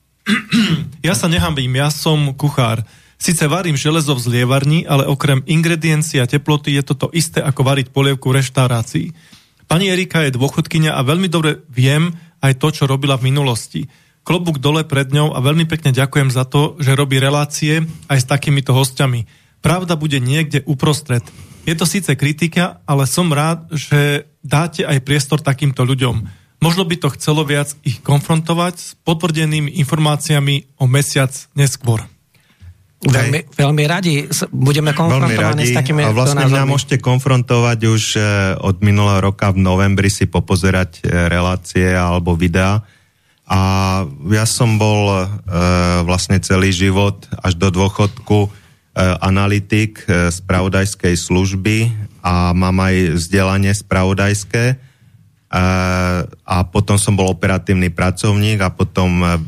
Ja sa nehambím, ja som kuchár. Sice varím železo v zlievarni, ale okrem ingrediencií a teploty je toto isté ako variť polievku v reštaurácii. Pani Erika je dôchodkyňa a veľmi dobre viem aj to, čo robila v minulosti. Klobúk dole pred ňou a veľmi pekne ďakujem za to, že robí relácie aj s takýmito hostiami. Pravda bude niekde uprostred. Je to síce kritika, ale som rád, že dáte aj priestor takýmto ľuďom. Možno by to chcelo viac ich konfrontovať s potvrdenými informáciami o mesiac neskôr. Veľmi, veľmi radi budeme konfrontovaní s takými... A vlastne mňa môžete konfrontovať už od minulého roka v novembri, si popozerať relácie alebo videá A ja som bol e, vlastne celý život až do dôchodku e, analytik e, spravodajskej služby a mám aj vzdelanie spravodajské. E, a potom som bol operatívny pracovník a potom e,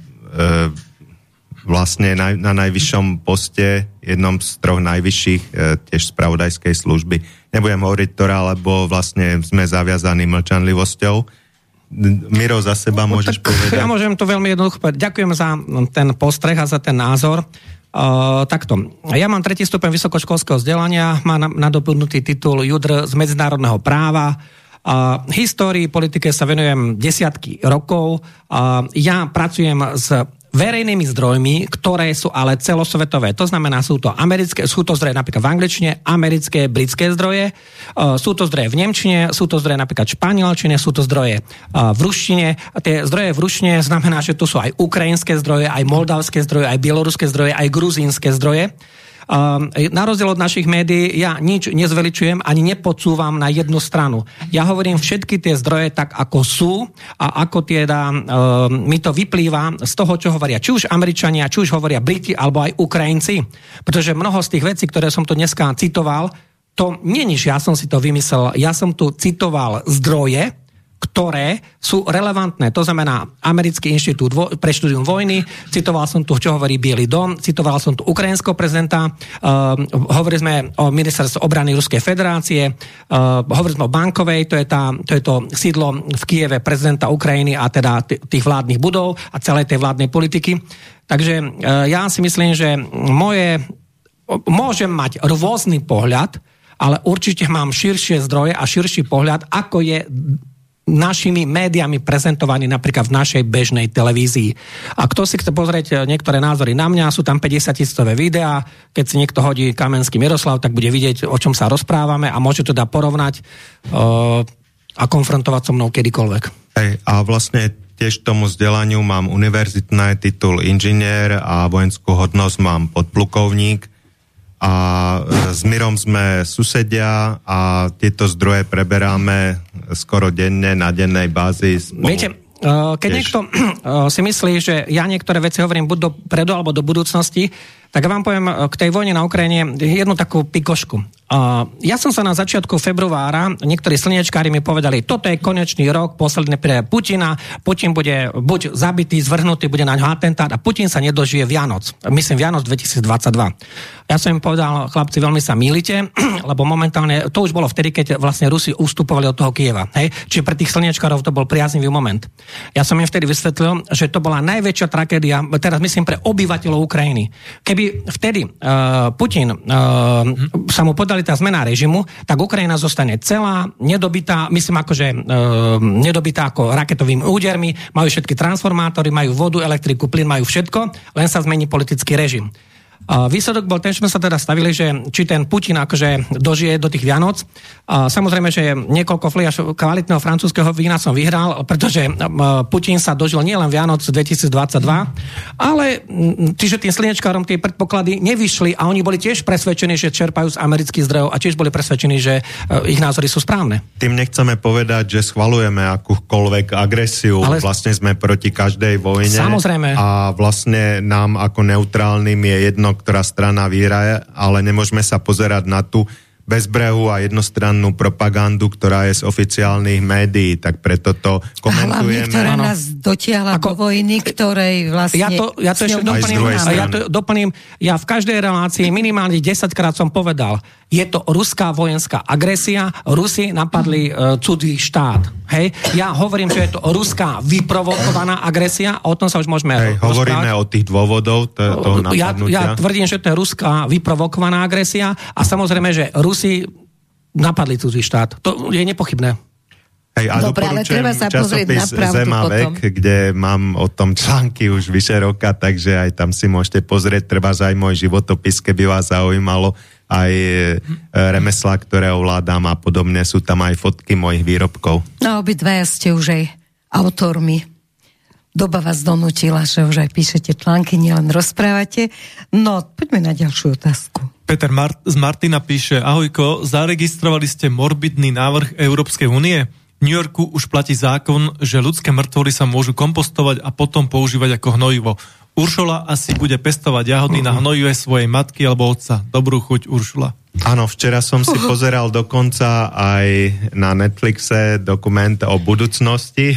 vlastne na, na najvyššom poste, jednom z troch najvyšších, e, tiež spravodajskej služby. Nebudem hovoriť to, lebo vlastne sme zaviazaní mlčanlivosťou. Miro, za seba môžeš tak povedať? Ja môžem to veľmi jednoducho povedať. Ďakujem za ten postreh a za ten názor. Uh, takto. Ja mám tretí stupeň vysokoškolského vzdelania, mám nadobudnutý titul judr z medzinárodného práva. Uh, histórii, politike sa venujem desiatky rokov. Uh, ja pracujem s verejnými zdrojmi, ktoré sú ale celosvetové. To znamená, sú to americké, sú to zdroje napríklad v angličtine, americké, britské zdroje, uh, sú to zdroje v nemčine, sú to zdroje napríklad v španielčine, sú to zdroje uh, v ruštine. Tie zdroje v ruštine znamená, že tu sú aj ukrajinské zdroje, aj moldavské zdroje, aj bieloruské zdroje, aj gruzínske zdroje. Uh, na rozdiel od našich médií, ja nič nezveličujem ani nepodsúvam na jednu stranu. Ja hovorím všetky tie zdroje tak, ako sú a ako teda uh, mi to vyplýva z toho, čo hovoria či už Američania, či už hovoria Briti, alebo aj Ukrajinci. Pretože mnoho z tých vecí, ktoré som tu dneska citoval, to nie nič, ja som si to vymyslel. Ja som tu citoval zdroje, ktoré sú relevantné. To znamená Americký inštitút vo- pre štúdium vojny, citoval som tu, čo hovorí Bielý dom, citoval som tu ukrajinského prezidenta, uh, hovorili sme o ministerstve obrany Ruskej federácie, uh, hovorili sme o Bankovej, to je, tá, to je to sídlo v Kieve prezidenta Ukrajiny a teda t- tých vládnych budov a celej tej vládnej politiky. Takže uh, ja si myslím, že moje, môžem mať rôzny pohľad, ale určite mám širšie zdroje a širší pohľad, ako je našimi médiami prezentovaní napríklad v našej bežnej televízii. A kto si chce pozrieť niektoré názory na mňa, sú tam päťdesiattisícové videá, keď si niekto hodí Kamenský Miroslav, tak bude vidieť, o čom sa rozprávame a môže to dať porovnať uh, a konfrontovať so mnou kedykoľvek. Hej, a vlastne tiež tomu vzdelaniu mám univerzitný titul inžinier a vojenskú hodnosť mám podplukovník. A s Mirom sme susedia a tieto zdroje preberáme skoro denne, na dennej bázi. Viete, keď tiež niekto si myslí, že ja niektoré veci hovorím buď dopredu alebo do budúcnosti, tak vám poviem k tej vojne na Ukrajine jednu takú pikošku. Ja som sa na začiatku februára, niektorí slniečkári mi povedali, toto je konečný rok, posledný pre Putina, Putin bude buď zabitý, zvrhnutý, bude na ňo atentát a Putin sa nedožije Vianoc. Myslím Vianoc dvetisícdvadsaťdva. Ja som im povedal, chlapci, veľmi sa mýlite, lebo momentálne, to už bolo vtedy, keď vlastne Rusi ustupovali od toho Kieva. Hej? Čiže pre tých slniečkárov to bol priaznivý moment. Ja som im vtedy vysvetlil, že to bola najväčšia tragédia, teraz myslím pre obyvateľov Ukrajiny. Keby vtedy uh, Putin uh, hmm. sa mu podali tá zmena režimu, tak Ukrajina zostane celá, nedobitá, myslím akože e, nedobitá ako raketovými údermi, majú všetky transformátory, majú vodu, elektriku, plyn, majú všetko, len sa zmení politický režim. Výsledok bol ten, že sme sa teda stavili, že či ten Putin akože dožije do tých Vianoc. Samozrejme, že niekoľko fliaž kvalitného francúzskeho vína som vyhral, pretože Putin sa dožil nielen Vianoc dvetisícdvadsaťdva, ale čiže tým slnečkárom tie predpoklady nevyšli a oni boli tiež presvedčení, že čerpajú z amerických zdrojov a tiež boli presvedčení, že ich názory sú správne. Tým nechceme povedať, že schvaľujeme akúkoľvek agresiu. Ale vlastne sme proti každej vojne. Samozrejme. A vlastne nám ako neutrálnym je jedno, ktorá strana vyhraje, ale nemôžeme sa pozerať na tú bezbrehú a jednostrannú propagandu, ktorá je z oficiálnych médií, tak preto to komentujeme. Hlavne, ktorá nás dotiahla ako, do vojny, ktorej vlastne... Ja to, ja to ešte doplním, ja to doplním, ja v každej relácii minimálne desaťkrát som povedal, je to ruská vojenská agresia, Rusi napadli uh, cudzí štát. Hej? Ja hovorím, že je to ruská vyprovokovaná agresia, o tom sa už môžeme Hej, hovoríme o tých dôvodov t- toho napadnutia. Ja, ja tvrdím, že to je ruská vyprovokovaná agresia a samozrejme, že Rusi napadli cudzí štát. To je nepochybné. Hej, a dobre, ale treba sa pozrieť na pravdu Zemavek, potom. Kde mám o tom články už vyše roka, takže aj tam si môžete pozrieť, treba aj môj životopis, keby vás zaujímalo, aj remeslá, ktoré ovládam a podobne, sú tam aj fotky mojich výrobkov. No, obidvaja ste už aj autormi. Doba vás donútila, že už aj píšete články, nielen rozprávate. No, poďme na ďalšiu otázku. Peter Mart- z Martina píše, ahojko, zaregistrovali ste morbidný návrh Európskej únie? V New Yorku už platí zákon, že ľudské mŕtvoly sa môžu kompostovať a potom používať ako hnojivo. Uršula asi bude pestovať jahody na hnojive svojej matky alebo otca. Dobrú chuť, Uršula. Áno, včera som si pozeral dokonca aj na Netflixe dokument o budúcnosti,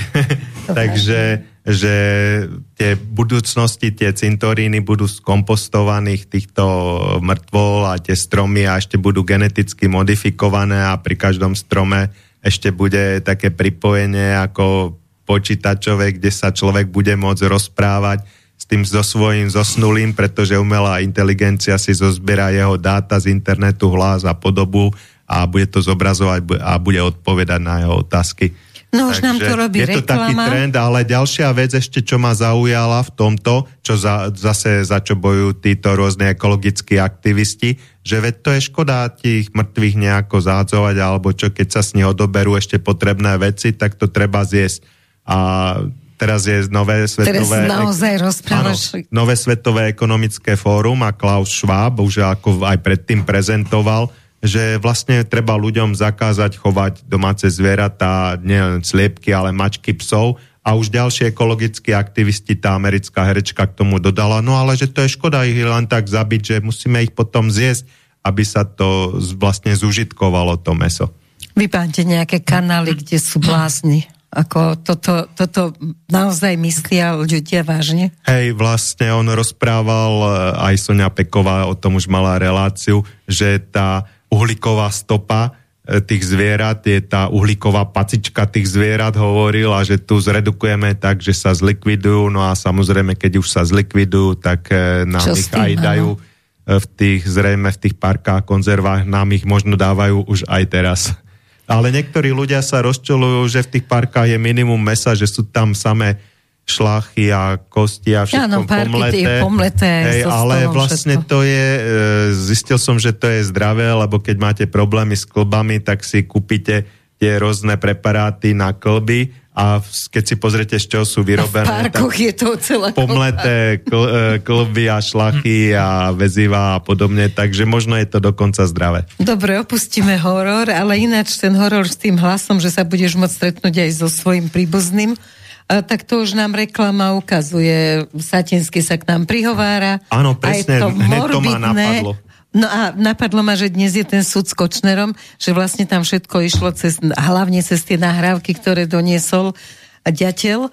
takže že tie budúcnosti, tie cintoríny budú z kompostovaných týchto mŕtvol a tie stromy a ešte budú geneticky modifikované a pri každom strome ešte bude také pripojenie ako počítačové, kde sa človek bude môcť rozprávať s tým so svojím zosnulým, pretože umelá inteligencia si zozbiera jeho dáta z internetu, hlas a podobu a bude to zobrazovať a bude odpovedať na jeho otázky. No už Takže nám to robí je to reklama. taký trend, ale ďalšia vec ešte, čo ma zaujala v tomto, čo za, zase za čo bojujú títo rôzne ekologickí aktivisti, že veď to je škoda tých mŕtvych nejako zádzovať, alebo čo, keď sa s nich odoberú ešte potrebné veci, tak to treba zjesť. A teraz je nové svetové... Teraz naozaj rozprávaš... Áno, nové svetové ekonomické fórum a Klaus Schwab už ako aj predtým prezentoval, že vlastne treba ľuďom zakázať chovať domáce zvieratá, nielen sliepky, ale mačky, psov. A už ďalší ekologickí aktivisti, tá americká herečka k tomu dodala, no ale že to je škoda ich len tak zabiť, že musíme ich potom zjesť, aby sa to vlastne zužitkovalo, to mäso. Vy máte nejaké kanály, kde sú blázni. Ako toto, toto naozaj myslia ľudia vážne? Hej, vlastne on rozprával, aj Soňa Peková o tom už mala reláciu, že tá uhlíková stopa tých zvierat je tá uhlíková pacička tých zvierat, hovoril, a že tu zredukujeme tak, že sa zlikvidujú, no a samozrejme, keď už sa zlikvidujú, tak nám Čo ich aj dajú v tých, zrejme v tých parkách, konzervách, nám ich možno dávajú už aj teraz. Ale niektorí ľudia sa rozčuľujú, že v tých parkách je minimum mäsa, že sú tam samé šlachy a kosti a všetko Áno, pomleté. pomleté Hej, ale vlastne všetko. To je, zistil som, že to je zdravé, lebo keď máte problémy s klbami, tak si kúpite tie rôzne preparáty na klby a keď si pozriete, z čoho sú vyrobené, a v parkoch je to celé pomleté kl- klby a šlachy a väziva a podobne, takže možno je to dokonca zdravé. Dobre, opustíme horor, ale ináč ten horor s tým hlasom, že sa budeš môcť stretnúť aj so svojím príbuzným, tak to už nám reklama ukazuje. Satinsky sa k nám prihovára. Áno, presne, to hneď to ma napadlo. No a napadlo ma, že dnes je ten súd s Kočnerom, že vlastne tam všetko išlo cez, hlavne cez tie nahrávky, ktoré doniesol ďateľ.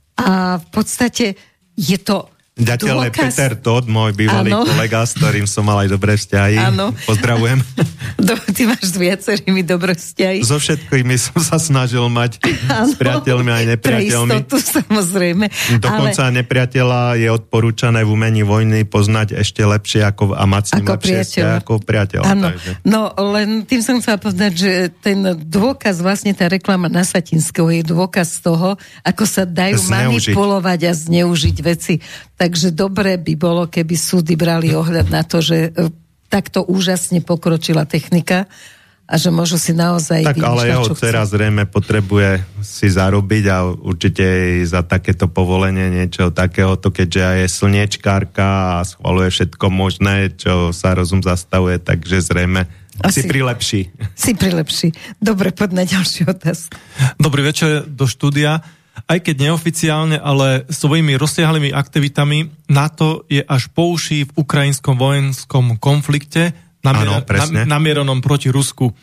A v podstate je to Ďateľ je Peter Todd, môj bývalý ano. kolega, s ktorým som mal aj dobré vzťahy. Áno. Pozdravujem. Do, ty máš s viacerými dobré vzťahy. So všetkými som sa snažil mať ano. s priateľmi aj nepriateľmi. Pre istotu, samozrejme. Dokonca ale... nepriateľa je odporúčané v umení vojny poznať ešte lepšie ako, a mať s ním lepšie vzťahy ako priateľa. Áno. No len tým som chcela povedať, že ten dôkaz, vlastne tá reklama na Satinského je dôkaz toho, ako sa dajú zneužiť. manipulovať a zneužiť veci. Takže dobre by bolo, keby súdy brali ohľad na to, že takto úžasne pokročila technika a že môžu si naozaj... Tak ale jeho dcera zrejme potrebuje si zarobiť a určite za takéto povolenie niečo takéhoto, keďže je slniečkárka a schvaľuje všetko možné, čo sa rozum zastavuje, takže zrejme Asi, si prilepší. Si prilepší. Dobre, poď na ďalšiu otázku. Dobrý večer do štúdia. Aj keď neoficiálne, ale svojimi rozsiahlými aktivitami NATO je až po uši v ukrajinskom vojenskom konflikte namier- Áno, nam- namierenom proti Rusku.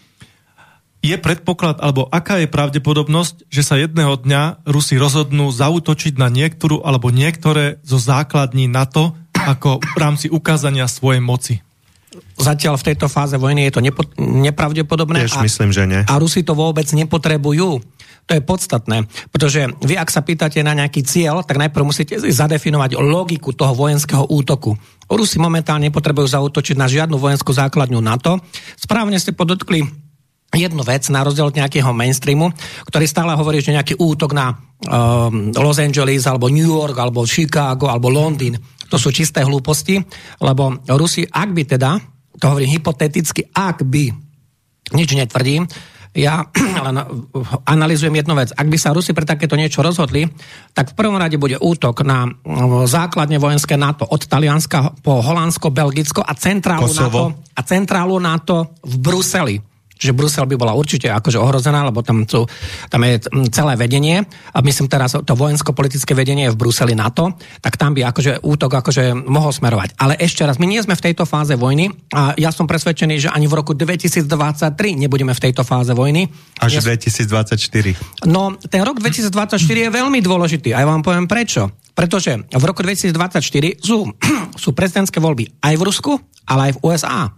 Je predpoklad, alebo aká je pravdepodobnosť, že sa jedného dňa Rusi rozhodnú zaútočiť na niektorú alebo niektoré zo základní NATO ako v rámci ukázania svojej moci? Zatiaľ v tejto fáze vojny je to nepo- nepravdepodobné. Tiež myslím, že nie. A Rusi to vôbec nepotrebujú. To je podstatné, pretože vy, ak sa pýtate na nejaký cieľ, tak najprv musíte zadefinovať logiku toho vojenského útoku. Rusi momentálne nepotrebujú zaútočiť na žiadnu vojenskú základňu NATO. Správne ste podotkli jednu vec, na rozdiel od nejakého mainstreamu, ktorý stále hovorí, že nejaký útok na um, Los Angeles, alebo New York, alebo Chicago, alebo Londýn. To sú čisté hlúposti, lebo Rusi, ak by teda, to hovorím hypoteticky, ak by, nič netvrdím, ja len analyzujem jednu vec. Ak by sa Rusi pre takéto niečo rozhodli, tak v prvom rade bude útok na základne vojenské NATO od Talianska po Holandsko, Belgicko a centrálu NATO, a centrálu NATO v Bruseli. Čiže Brusel by bola určite akože ohrozená, lebo tam, sú, tam je celé vedenie, a myslím teraz to vojensko-politické vedenie je v Bruseli NATO, tak tam by akože útok akože mohol smerovať. Ale ešte raz, my nie sme v tejto fáze vojny a ja som presvedčený, že ani v roku dvetisícdvadsaťtri nebudeme v tejto fáze vojny. Až ja... dvetisícdvadsaťštyri. No, ten rok dvetisícdvadsaťštyri je veľmi dôležitý a ja vám poviem prečo. Pretože v roku dvetisícdvadsaťštyri sú, sú prezidentské voľby aj v Rusku, ale aj v ú es á.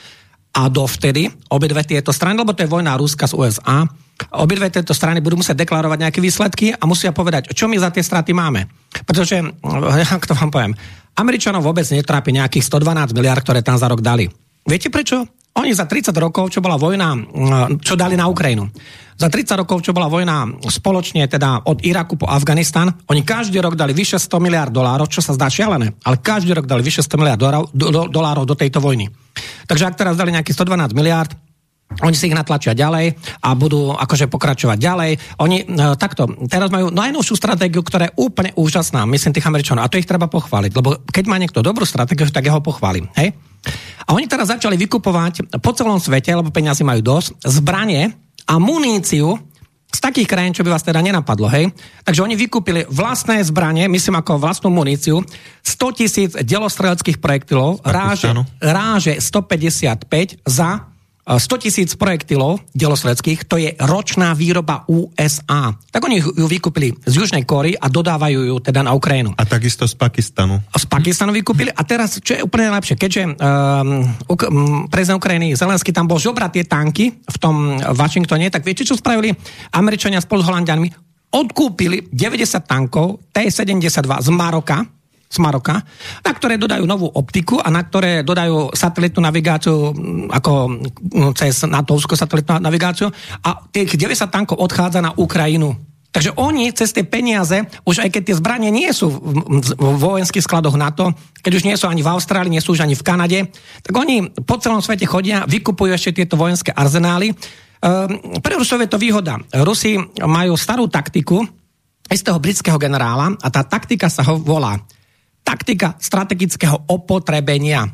A dovtedy obidve tieto strany, lebo to je vojna Ruska z ú es á, obidve tieto strany budú musieť deklarovať nejaké výsledky a musia povedať, čo my za tie straty máme. Pretože, jak to vám poviem, Američanov vôbec netrápi nejakých stodvanásť miliárd, ktoré tam za rok dali. Viete prečo? Oni za tridsať rokov, čo bola vojna, čo dali na Ukrajinu. Za tridsať rokov, čo bola vojna spoločne teda od Iraku po Afganistan, oni každý rok dali vyše sto miliárd dolárov, čo sa zdá šialené, ale každý rok dali vyše sto miliárd dolárov do, do, dolárov do tejto vojny. Takže ak teraz dali nejakých stodvanásť miliárd, oni si ich natlačia ďalej a budú akože pokračovať ďalej. Oni e, takto, teraz majú najnovšiu stratégiu, ktorá je úplne úžasná, myslím tých Američanov, a to ich treba pochváliť, lebo keď má niekto dobrú stratégiu, tak ja ho pochválim, hej? A oni teraz začali vykupovať po celom svete, lebo peniazy majú dosť, zbranie a muníciu z takých krajín, čo by vás teda nenapadlo, hej? Takže oni vykúpili vlastné zbranie, myslím ako vlastnú muníciu, stotisíc delostreleckých projektilov, ráže, ráže stopäťdesiatpäť za stotisíc projektilov delostreleckých, to je ročná výroba ú es á. Tak oni ju vykúpili z Južnej Kórey a dodávajú ju teda na Ukrajinu. A takisto z Pakistanu. Z Pakistanu vykúpili a teraz, čo je úplne najlepšie, keďže um, um, prezident Ukrajiny Zelenský tam bol žobrať tie tanky v tom Washingtone, tak viete, čo spravili Američania spolu s Holanďanmi? Odkúpili deväťdesiat tankov té sedemdesiatdva z Maroka, z Maroka, na ktoré dodajú novú optiku a na ktoré dodajú satelitnú navigáciu ako cez natovskú satelitnú navigáciu a tých deväťdesiat tankov odchádza na Ukrajinu. Takže oni cez tie peniaze, už aj keď tie zbranie nie sú v vojenských skladoch NATO, keď už nie sú ani v Austrálii, nie sú už ani v Kanade, tak oni po celom svete chodia, vykupujú ešte tieto vojenské arzenály. Ehm, pre Rusov je to výhoda. Rusi majú starú taktiku istého britského generála a tá taktika sa ho volá taktika strategického opotrebenia.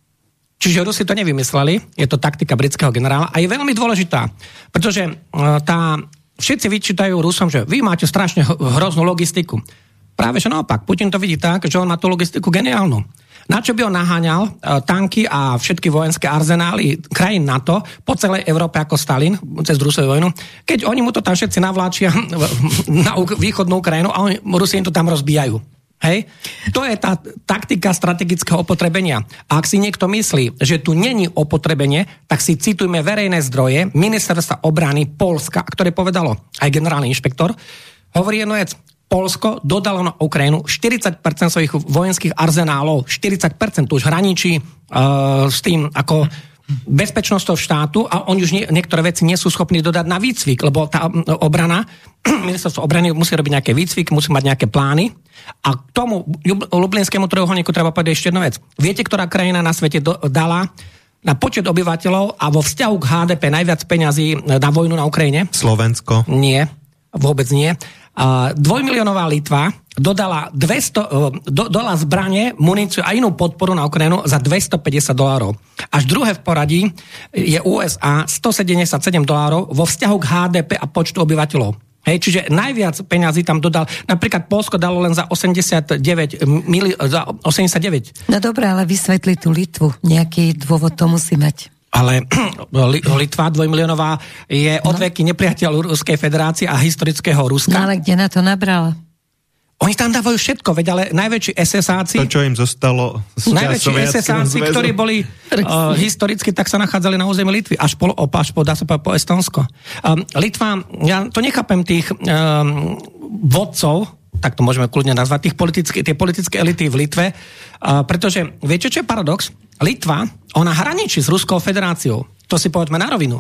Čiže Rusi to nevymysleli, je to taktika britského generála a je veľmi dôležitá, pretože tá, všetci vyčítajú Rusom, že vy máte strašne hroznú logistiku. Práve že naopak, Putin to vidí tak, že on má tú logistiku geniálnu. Na čo by on naháňal tanky a všetky vojenské arzenály krajín NATO po celej Európe ako Stalin cez druhú vojnu, keď oni mu to tam všetci navláčia na východnú Ukrajinu a oni, Rusi im to tam rozbijajú. Hej? To je tá taktika strategického opotrebenia. A ak si niekto myslí, že tu není opotrebenie, tak si citujme verejné zdroje Ministerstva obrany Poľska, ktoré povedalo aj generálny inšpektor, hovorí jedno vec, Poľsko dodalo na Ukrajinu štyridsať percent svojich vojenských arzenálov, štyridsať percent už hraničí uh, s tým ako bezpečnosťou štátu a oni už nie, niektoré veci nie sú schopní dodať na výcvik, lebo tá obrana, ministerstvo obrany musí robiť nejaké výcvik, musí mať nejaké plány a k tomu Lublinskému trojuholníku treba povedať ešte jednu vec. Viete, ktorá krajina na svete do, dala na počet obyvateľov a vo vzťahu k há dé pé najviac peňazí na vojnu na Ukrajine? Slovensko. Nie, vôbec nie. Uh, dvojmiliónová Litva dodala dvesto, uh, do, dala zbranie, muníciu a inú podporu na Ukrajinu za dvestopäťdesiat dolárov. Až druhé v poradí je ú es á stosedemdesiatsedem dolárov vo vzťahu k há dé pé a počtu obyvateľov. Hej, čiže najviac peňazí tam dodal, napríklad Poľsko dalo len za osemdesiatdeväť mili, za osemdesiatdeväť. No dobré, ale vysvetli tú Litvu. Nejaký dôvod to musí mať. Ale Litva dvojmiliónová je odveky nepriateľ Ruskej federácie a historického Ruska. No ale kde na to nabrala? Oni tam dávajú všetko, veď ale najväčší es es áci... To, čo im zostalo z najväčší es es áci, ktorí boli uh, historicky, tak sa nachádzali na území Litvy. Až po, až po, dá sa povedať, po Estonsko. Um, Litva, ja to nechápem tých um, vodcov, tak to môžeme kľudne nazvať, tých politické, tie politické elity v Litve, uh, pretože viete, čo je paradox? Litva, ona hraničí s Ruskou federáciou. To si povedzme na rovinu.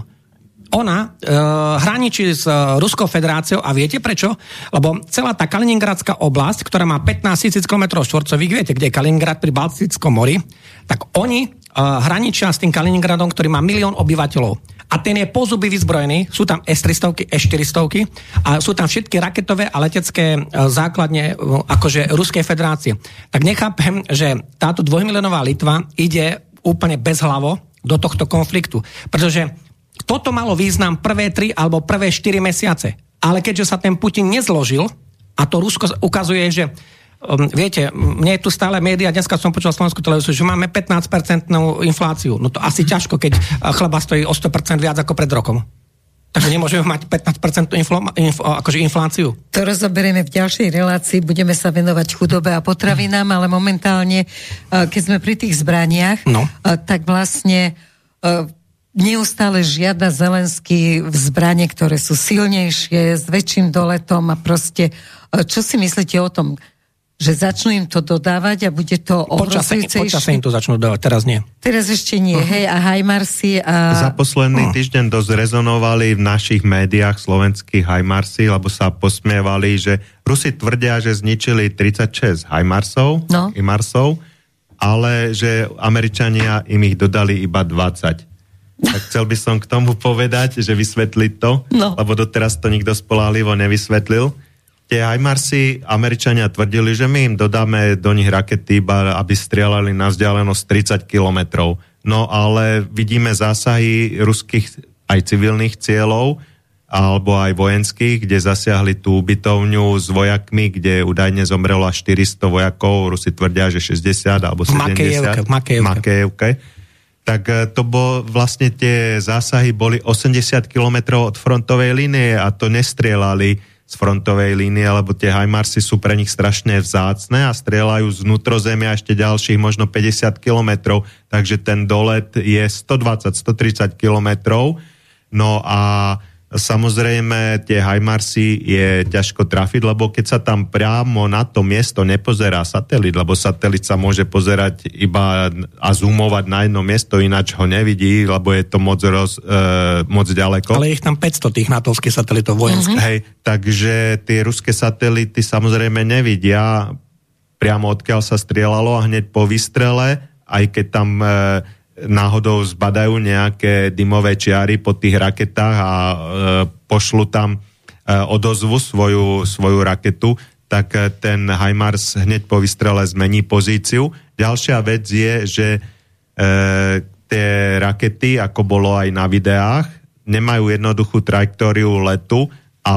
Ona e, hraničí s e, Ruskou federáciou a viete prečo? Lebo celá tá Kaliningradská oblasť, ktorá má pätnásť tisíc kilometrov štvorcových, viete, kde je Kaliningrad pri Baltickom mori, tak oni e, hraničia s tým Kaliningradom, ktorý má milión obyvateľov. A ten je po zuby vyzbrojený, sú tam es tristo, es štyristo a sú tam všetky raketové a letecké e, základne e, akože Ruskej federácie. Tak nechápem, že táto dvojmiliónová Litva ide úplne bezhlavo do tohto konfliktu. Pretože Toto malo význam prvé tri alebo prvé štyri mesiace. Ale keďže sa ten Putin nezložil, a to Rusko ukazuje, že um, viete, mne je tu stále média, dneska som počul slovenskú televíziu, že máme pätnásť percentnú infláciu. No to asi ťažko, keď chleba stojí o sto percent viac ako pred rokom. Takže nemôžeme mať pätnásť percent infl- infl- akože infláciu. To rozoberieme v ďalšej relácii, budeme sa venovať chudobe a potravinám, ale momentálne, keď sme pri tých zbraniach, no. tak vlastne neustále žiada Zelenský zbranie, ktoré sú silnejšie, s väčším doletom a proste, čo si myslíte o tom? Že začnú im to dodávať a bude to ohrozujúcejšie? Počasie im to začnú dodávať, teraz nie. Teraz ešte nie, uh-huh. hej, a HIMARSy a... Za posledný uh-huh. týždeň dosť rezonovali v našich médiách slovenských HIMARSy, lebo sa posmievali, že Rusi tvrdia, že zničili tridsaťšesť HIMARSov, no. HIMARSov, ale že Američania im ich dodali iba dvadsať. Tak chcel by som k tomu povedať, že vysvetliť to, no. lebo doteraz to nikto spoľahlivo nevysvetlil. Tie HIMARSy Američania tvrdili, že my im dodáme do nich rakety, iba aby strieľali na vzdialenosť tridsať kilometrov. No ale vidíme zásahy ruských aj civilných cieľov, alebo aj vojenských, kde zasiahli tú ubytovňu s vojakmi, kde údajne zomrelo až štyristo vojakov, Rusi tvrdia, že šesťdesiat alebo sedemdesiat. V Makejevke. V Makejevke. Tak to bol, vlastne tie zásahy boli osemdesiat kilometrov od frontovej línie a to nestrieľali z frontovej línie, lebo tie HIMARSy sú pre nich strašne vzácne a strieľajú z vnútrozemia ešte ďalších možno päťdesiat kilometrov, takže ten dolet je stodvadsať až stotridsať kilometrov. No a samozrejme tie HIMARSy je ťažko trafiť, lebo keď sa tam priamo na to miesto nepozerá satelit, lebo satelit sa môže pozerať iba a zoomovať na jedno miesto, ináč ho nevidí, lebo je to moc, roz, e, moc ďaleko. Ale ich tam päťsto tých natovských satelitov vojenských. Mm-hmm. Hej, takže tie ruské satelity samozrejme nevidia priamo odkiaľ sa strieľalo a hneď po výstrele, aj keď tam e, náhodou zbadajú nejaké dymové čiary po tých raketách a e, pošlu tam e, odozvu svoju, svoju raketu, tak e, ten HIMARS hneď po vystrele zmení pozíciu. Ďalšia vec je, že e, tie rakety, ako bolo aj na videách, nemajú jednoduchú trajektóriu letu,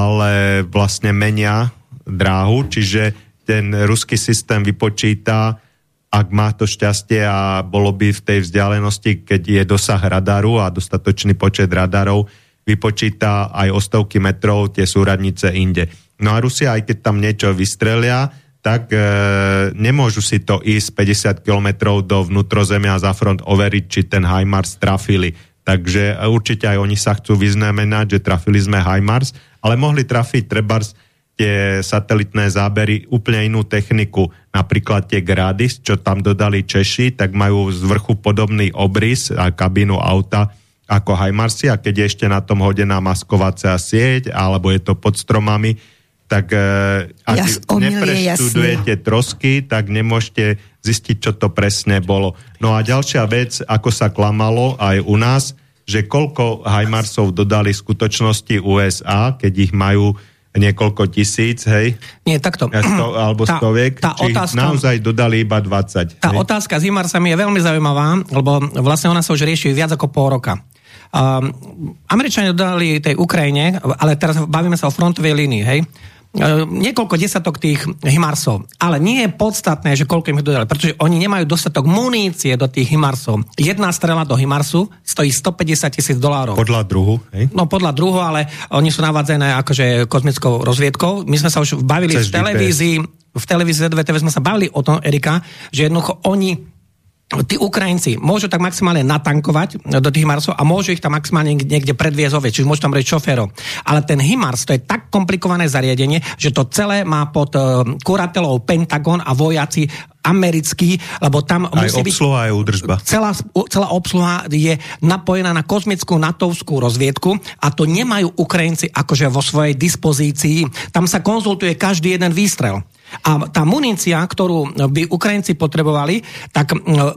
ale vlastne menia dráhu, čiže ten ruský systém vypočíta, ak má to šťastie a bolo by v tej vzdialenosti, keď je dosah radaru a dostatočný počet radarov, vypočíta aj o stovky metrov tie súradnice inde. No a Rusia, aj keď tam niečo vystrelia, tak e, nemôžu si to ísť päťdesiat kilometrov do vnútrozemia za front overiť, či ten HIMARS trafili. Takže určite aj oni sa chcú vyznamenať, že trafili sme HIMARS, ale mohli trafiť trebárs tie satelitné zábery úplne inú techniku. Napríklad tie Gradis, čo tam dodali Češi, tak majú z vrchu podobný obrys a kabínu auta ako HIMARSy a keď je ešte na tom hodená maskovacia sieť alebo je to pod stromami, tak e, ak Jas, nepreštudujete trosky, tak nemôžete zistiť, čo to presne bolo. No a ďalšia vec, ako sa klamalo aj u nás, že koľko HIMARSov dodali v skutočnosti U S A, keď ich majú niekoľko tisíc, hej? Nie, takto. Sto, alebo tá, stoviek, tá či otázka, naozaj dodali iba dvadsať. Tá hej? otázka s HIMARSami je veľmi zaujímavá, lebo vlastne ona sa už rieši viac ako pol roka. Um, Američania dodali tej Ukrajine, ale teraz bavíme sa o frontovej línii, hej? Niekoľko desiatok tých HIMARSov. Ale nie je podstatné, že koľko im dodali, pretože oni nemajú dostatok munície do tých HIMARSov. Jedna strela do HIMARSu stojí stopäťdesiat tisíc dolárov. Podľa druhu, hej? No podľa druhu, ale oni sú navádzané akože kozmickou rozviedkou. My sme sa už bavili Cez v televízii, v televízii zet dvé té vé sme sa bavili o tom, Erika, že jednoducho oni tí Ukrajinci môžu tak maximálne natankovať do tých HIMARSov a môžu ich tam maximálne niekde predviesť ovieť, čiže môžu tam brať šoférov. Ale ten HIMARS, to je tak komplikované zariadenie, že to celé má pod uh, kuratelou Pentagon a vojaci americký, lebo tam aj musí byť... Aj obsluha, aj údržba. Celá, celá obsluha je napojená na kozmickú natovskú rozviedku a to nemajú Ukrajinci akože vo svojej dispozícii. Tam sa konzultuje každý jeden výstrel. A tá munícia, ktorú by Ukrajinci potrebovali, tak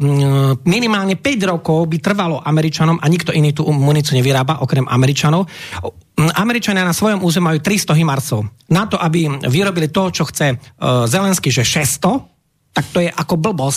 minimálne päť rokov by trvalo Američanom a nikto iný tú muníciu nevyrába, okrem Američanov. Američania na svojom území majú tristo HIMARSov. Na to, aby vyrobili to, čo chce Zelenský, že šesťsto, tak to je ako blbosť.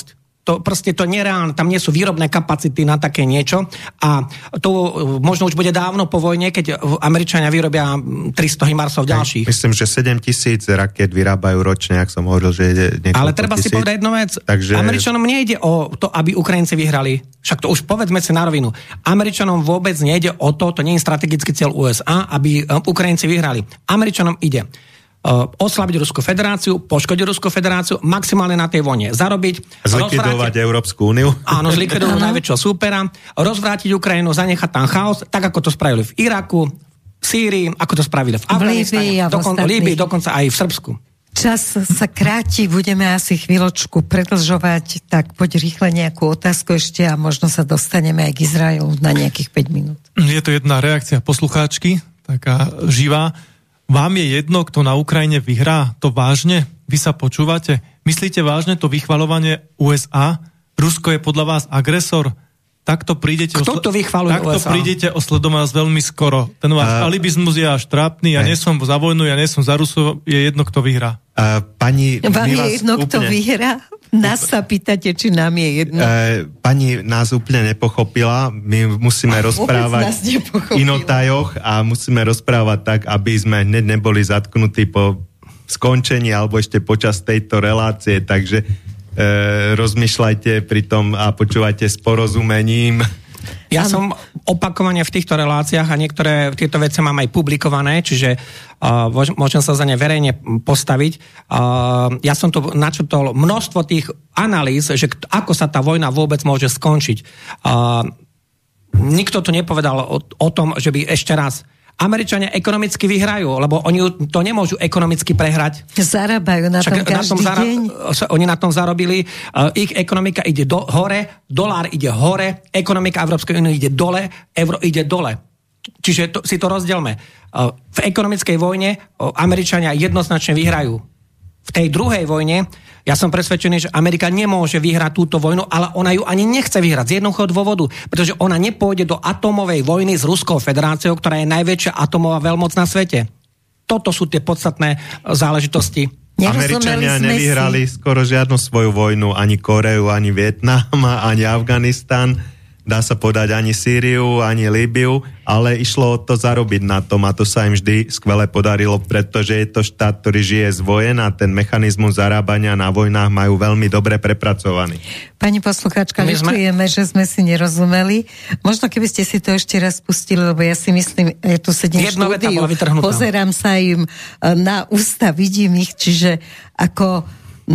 To proste to nereálne, tam nie sú výrobné kapacity na také niečo a to možno už bude dávno po vojne, keď Američania vyrobia tristo HIMARSov ďalších. Myslím, že sedem tisíc raket vyrábajú ročne, ak som hovoril, že je niekoľko Ale treba tisíc. si povedať jednu vec. Takže... Američanom nejde o to, aby Ukrajinci vyhrali. Však to už povedzme si na rovinu. Američanom vôbec nejde o to, to nie je strategický cieľ U S A, aby Ukrajinci vyhrali. Američanom ide oslabiť Ruskú federáciu, poškodiť Ruskú federáciu, maximálne na tej vojne zarobiť. Zlikvidovať Európsku úniu. Áno, zlikvidovať najväčšieho súpera, rozvrátiť Ukrajinu, zanechať tam chaos, tak ako to spravili v Iraku, v Sýrii, ako to spravili v Afganistane, dokonca v Líbii, dokonca aj v Srbsku. Čas sa kráti, budeme asi chvíľočku predlžovať, tak poď rýchle nejakú otázku ešte a možno sa dostaneme aj k Izraelu na nejakých päť minút. Je to jedna reakcia poslucháčky, taká živá. Vám je jedno, kto na Ukrajine vyhrá? To vážne? Vy sa počúvate? Myslíte vážne to vychvaľovanie U S A? Rusko je podľa vás agresor? Takto prídete... Kto to vychvaľuje Takto U S A? prídete osledovať vás veľmi skoro. Ten váš uh, alibizmus je až trápny. Ja nie som za vojnu, ja nie som za Rusov. Je jedno, kto vyhrá. Uh, pani... Vám je jedno, úplne... kto vyhrá? Nás sa pýtate, či nám je jedno. Uh, pani nás úplne nepochopila. My musíme a rozprávať v inotajoch a musíme rozprávať tak, aby sme hneď neboli zatknutí po skončení alebo ešte počas tejto relácie. Takže uh, rozmýšľajte pri tom a počúvajte s porozumením. Ja som opakovane v týchto reláciách a niektoré tieto veci mám aj publikované, čiže uh, môžem sa za ne verejne postaviť. Uh, ja som tu načrtol množstvo tých analýz, že k- ako sa tá vojna vôbec môže skončiť. Uh, nikto tu nepovedal o, o tom, že by ešte raz Američania ekonomicky vyhrajú, lebo oni to nemôžu ekonomicky prehrať. Zarábajú na tom každý na tom zara- deň. Oni na tom zarobili. Uh, ich ekonomika ide do, hore, dolár ide hore, ekonomika Európskej únie ide dole, euro ide dole. Čiže to, si to rozdielme. Uh, v ekonomickej vojne uh, Američania jednoznačne vyhrajú. V tej druhej vojne ja som presvedčený, že Amerika nemôže vyhrať túto vojnu, ale ona ju ani nechce vyhrať z jednoduchého dôvodu, pretože ona nepôjde do atomovej vojny s Ruskou federáciou, ktorá je najväčšia atomová veľmoc na svete. Toto sú tie podstatné záležitosti. Američania nevyhrali si... skoro žiadnu svoju vojnu, ani Koreu, ani Vietnam, ani Afganistan. Dá sa povedať ani Sýriu, ani Líbiu, ale išlo o to zarobiť na tom a to sa im vždy skvele podarilo, pretože je to štát, ktorý žije z vojen a ten mechanizmus zarábania na vojnách majú veľmi dobre prepracovaný. Pani poslucháčka, ľutujeme, sme... že sme si nerozumeli. Možno keby ste si to ešte raz pustili, lebo ja si myslím, ja tu sedím v štúdiu, pozerám sa im na ústa, vidím ich, čiže ako...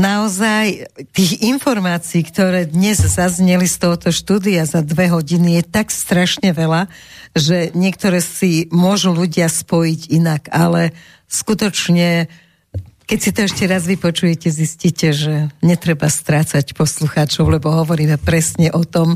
Naozaj tých informácií, ktoré dnes zazneli z tohoto štúdia za dve hodiny, je tak strašne veľa, že niektoré si môžu ľudia spojiť inak, ale skutočne, keď si to ešte raz vypočujete, zistíte, že netreba strácať poslucháčov, lebo hovoríme presne o tom.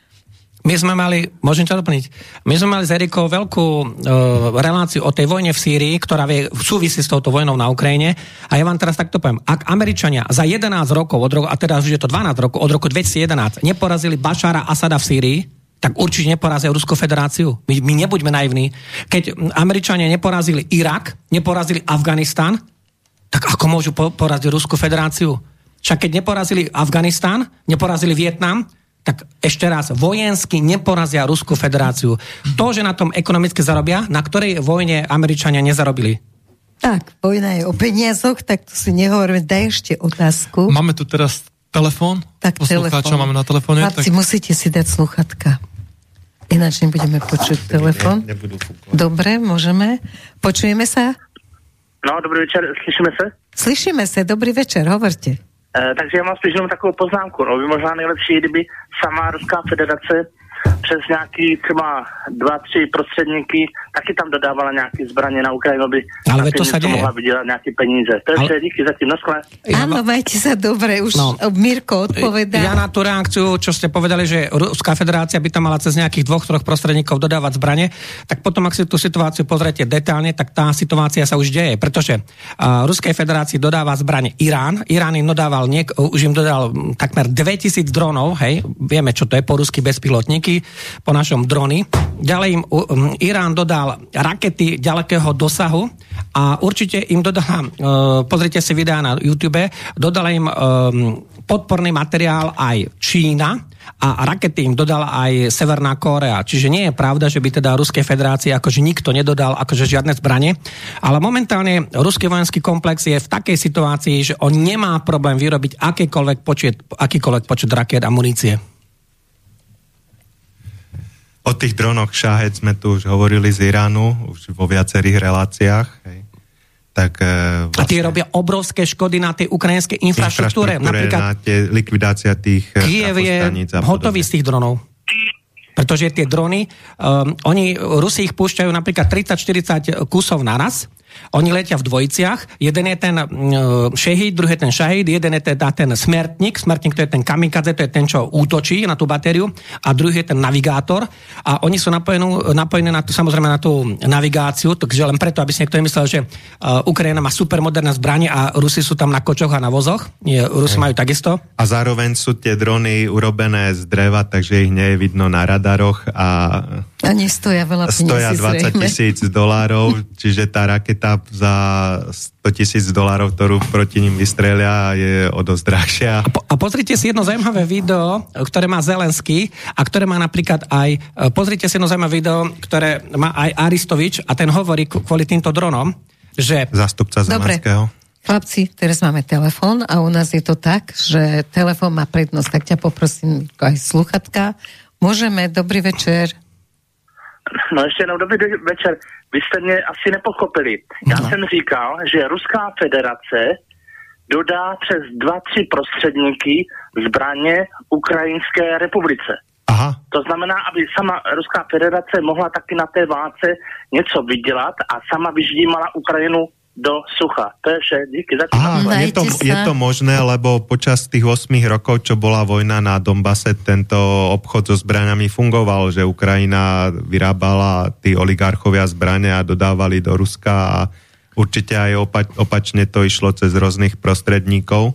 My sme mali, môžem ťa doplniť, my sme mali s Erikou veľkú e, reláciu o tej vojne v Sýrii, ktorá vie, súvisí s touto vojnou na Ukrajine. A ja vám teraz takto poviem. Ak Američania za jedenásť rokov, od roku, a teraz už je to dvanásť rokov, od roku dvetisícjedenásť neporazili Bašára Asada v Sýrii, tak určite neporazia Ruskú federáciu. My, my nebuďme naivní. Keď Američania neporazili Irak, neporazili Afganistan, tak ako môžu po, poraziť Ruskú federáciu? Však keď neporazili Afganistan, neporazili Vietnam, tak ešte raz, vojensky neporazia Ruskú federáciu. To, že na tom ekonomicky zarobia, na ktorej vojne Američania nezarobili. Tak, vojna je o peniazoch, tak to si nehovoríme. Daj ešte otázku. Máme tu teraz telefón. Tak telefón. Máme na telefóne. Chlapci, tak... musíte si dať sluchatka. Ináč nebudeme počuť telefón. Ne, nebudú fúkovať. Dobre, môžeme. Počujeme sa? No, dobrý večer, slyšíme sa? Slyšíme sa, dobrý večer, hovorte. E, takže já mám spíš jenom takovou poznámku. No, by možná nejlepší, kdyby sama Ruská federace přes nějaký třeba dva, tři prostředníky taky tam dodávala nějaké zbraně na Ukrajinu, by ale to sa deje. mohla vydělat nějaké peníze. To je ale... vše, díky zatím, naschle. Áno, majte sa dobre, už no. Mirko odpovedá. Ja na tú reakciu, čo ste povedali, že Ruská federácia by tam mala cez nejakých dvoch, troch prostredníkov dodávať zbrane, tak potom, ak si tú situáciu pozriete detailne, tak tá situácia sa už deje, pretože uh, Ruskej federácii dodáva zbrane Irán. Irán im dodával, niek- už im dodal takmer dvetisíc dronov, hej, vieme, čo to je, po rusky bezpilotníky, po našom drony. Ďalej im um, Irán dodal rakety ďalekého dosahu a určite im dodala, uh, pozrite si videá na YouTube, dodala im um, podporný materiál aj Čína a rakety im dodala aj Severná Kórea. Čiže nie je pravda, že by teda Ruskej federácii akože nikto nedodal akože žiadne zbrane, ale momentálne ruský vojenský komplex je v takej situácii, že on nemá problém vyrobiť akýkoľvek počet, akýkoľvek počet raket a munície. O tých dronoch Shahed sme tu už hovorili z Iránu, už vo viacerých reláciách. Hej. Tak, vlastne, a tie robia obrovské škody na tej ukrajinskej infraštruktúre. infraštruktúre Napríklad na tie likvidácia tých Kiev je hotový z tých dronov. Pretože tie drony, um, oni, Rusi ich púšťajú napríklad tridsať štyridsať kusov naraz. Oni letia v dvojiciach. Jeden je ten uh, šehid, druhý je ten šahid, jeden je teda ten smertník. Smertník to je ten kamikadze, to je ten, čo útočí na tú batériu. A druhý je ten navigátor. A oni sú napojenú, napojené na tú, samozrejme na tú navigáciu. Takže len preto, aby si niekto nemyslel, že uh, Ukrajina má supermoderné zbranie a Rusi sú tam na kočoch a na vozoch. Nie, Rusi majú takisto. A zároveň sú tie drony urobené z dreva, takže ich nie je vidno na radaroch a ani stoja veľa peniazí. Stoja dvadsať tisíc dolárov, čiže tá raketa za sto tisíc dolárov, ktorú proti ním vystrelia, je o dosť drahšia. A, po, a pozrite si jedno zaujímavé video, ktoré má Zelenský a ktoré má napríklad aj, pozrite si jedno zaujímavé video, ktoré má aj Aristovič a ten hovorí kvôli týmto dronom, že... Zástupca Zelenského. Dobre. Chlapci, teraz máme telefon a u nás je to tak, že telefon má prednosť, tak ťa poprosím aj sluchatka. Môžeme, dobrý večer. No ještě jednou dobrý večer. Vy jste mě asi nepochopili. Já no. jsem říkal, že Ruská federace dodá přes dva, tři prostředníky zbraně Ukrajinské republice. Aha. To znamená, aby sama Ruská federace mohla taky na té válce něco vydělat a sama vyždímala Ukrajinu do sucha. To je vše. Díky za Aha, je to, je to možné, lebo počas tých osmých rokov, čo bola vojna na Donbase, tento obchod so zbraňami fungoval, že Ukrajina vyrábala tí oligarchovia zbrane a dodávali do Ruska a určite aj opa- opačne to išlo cez rôznych prostredníkov.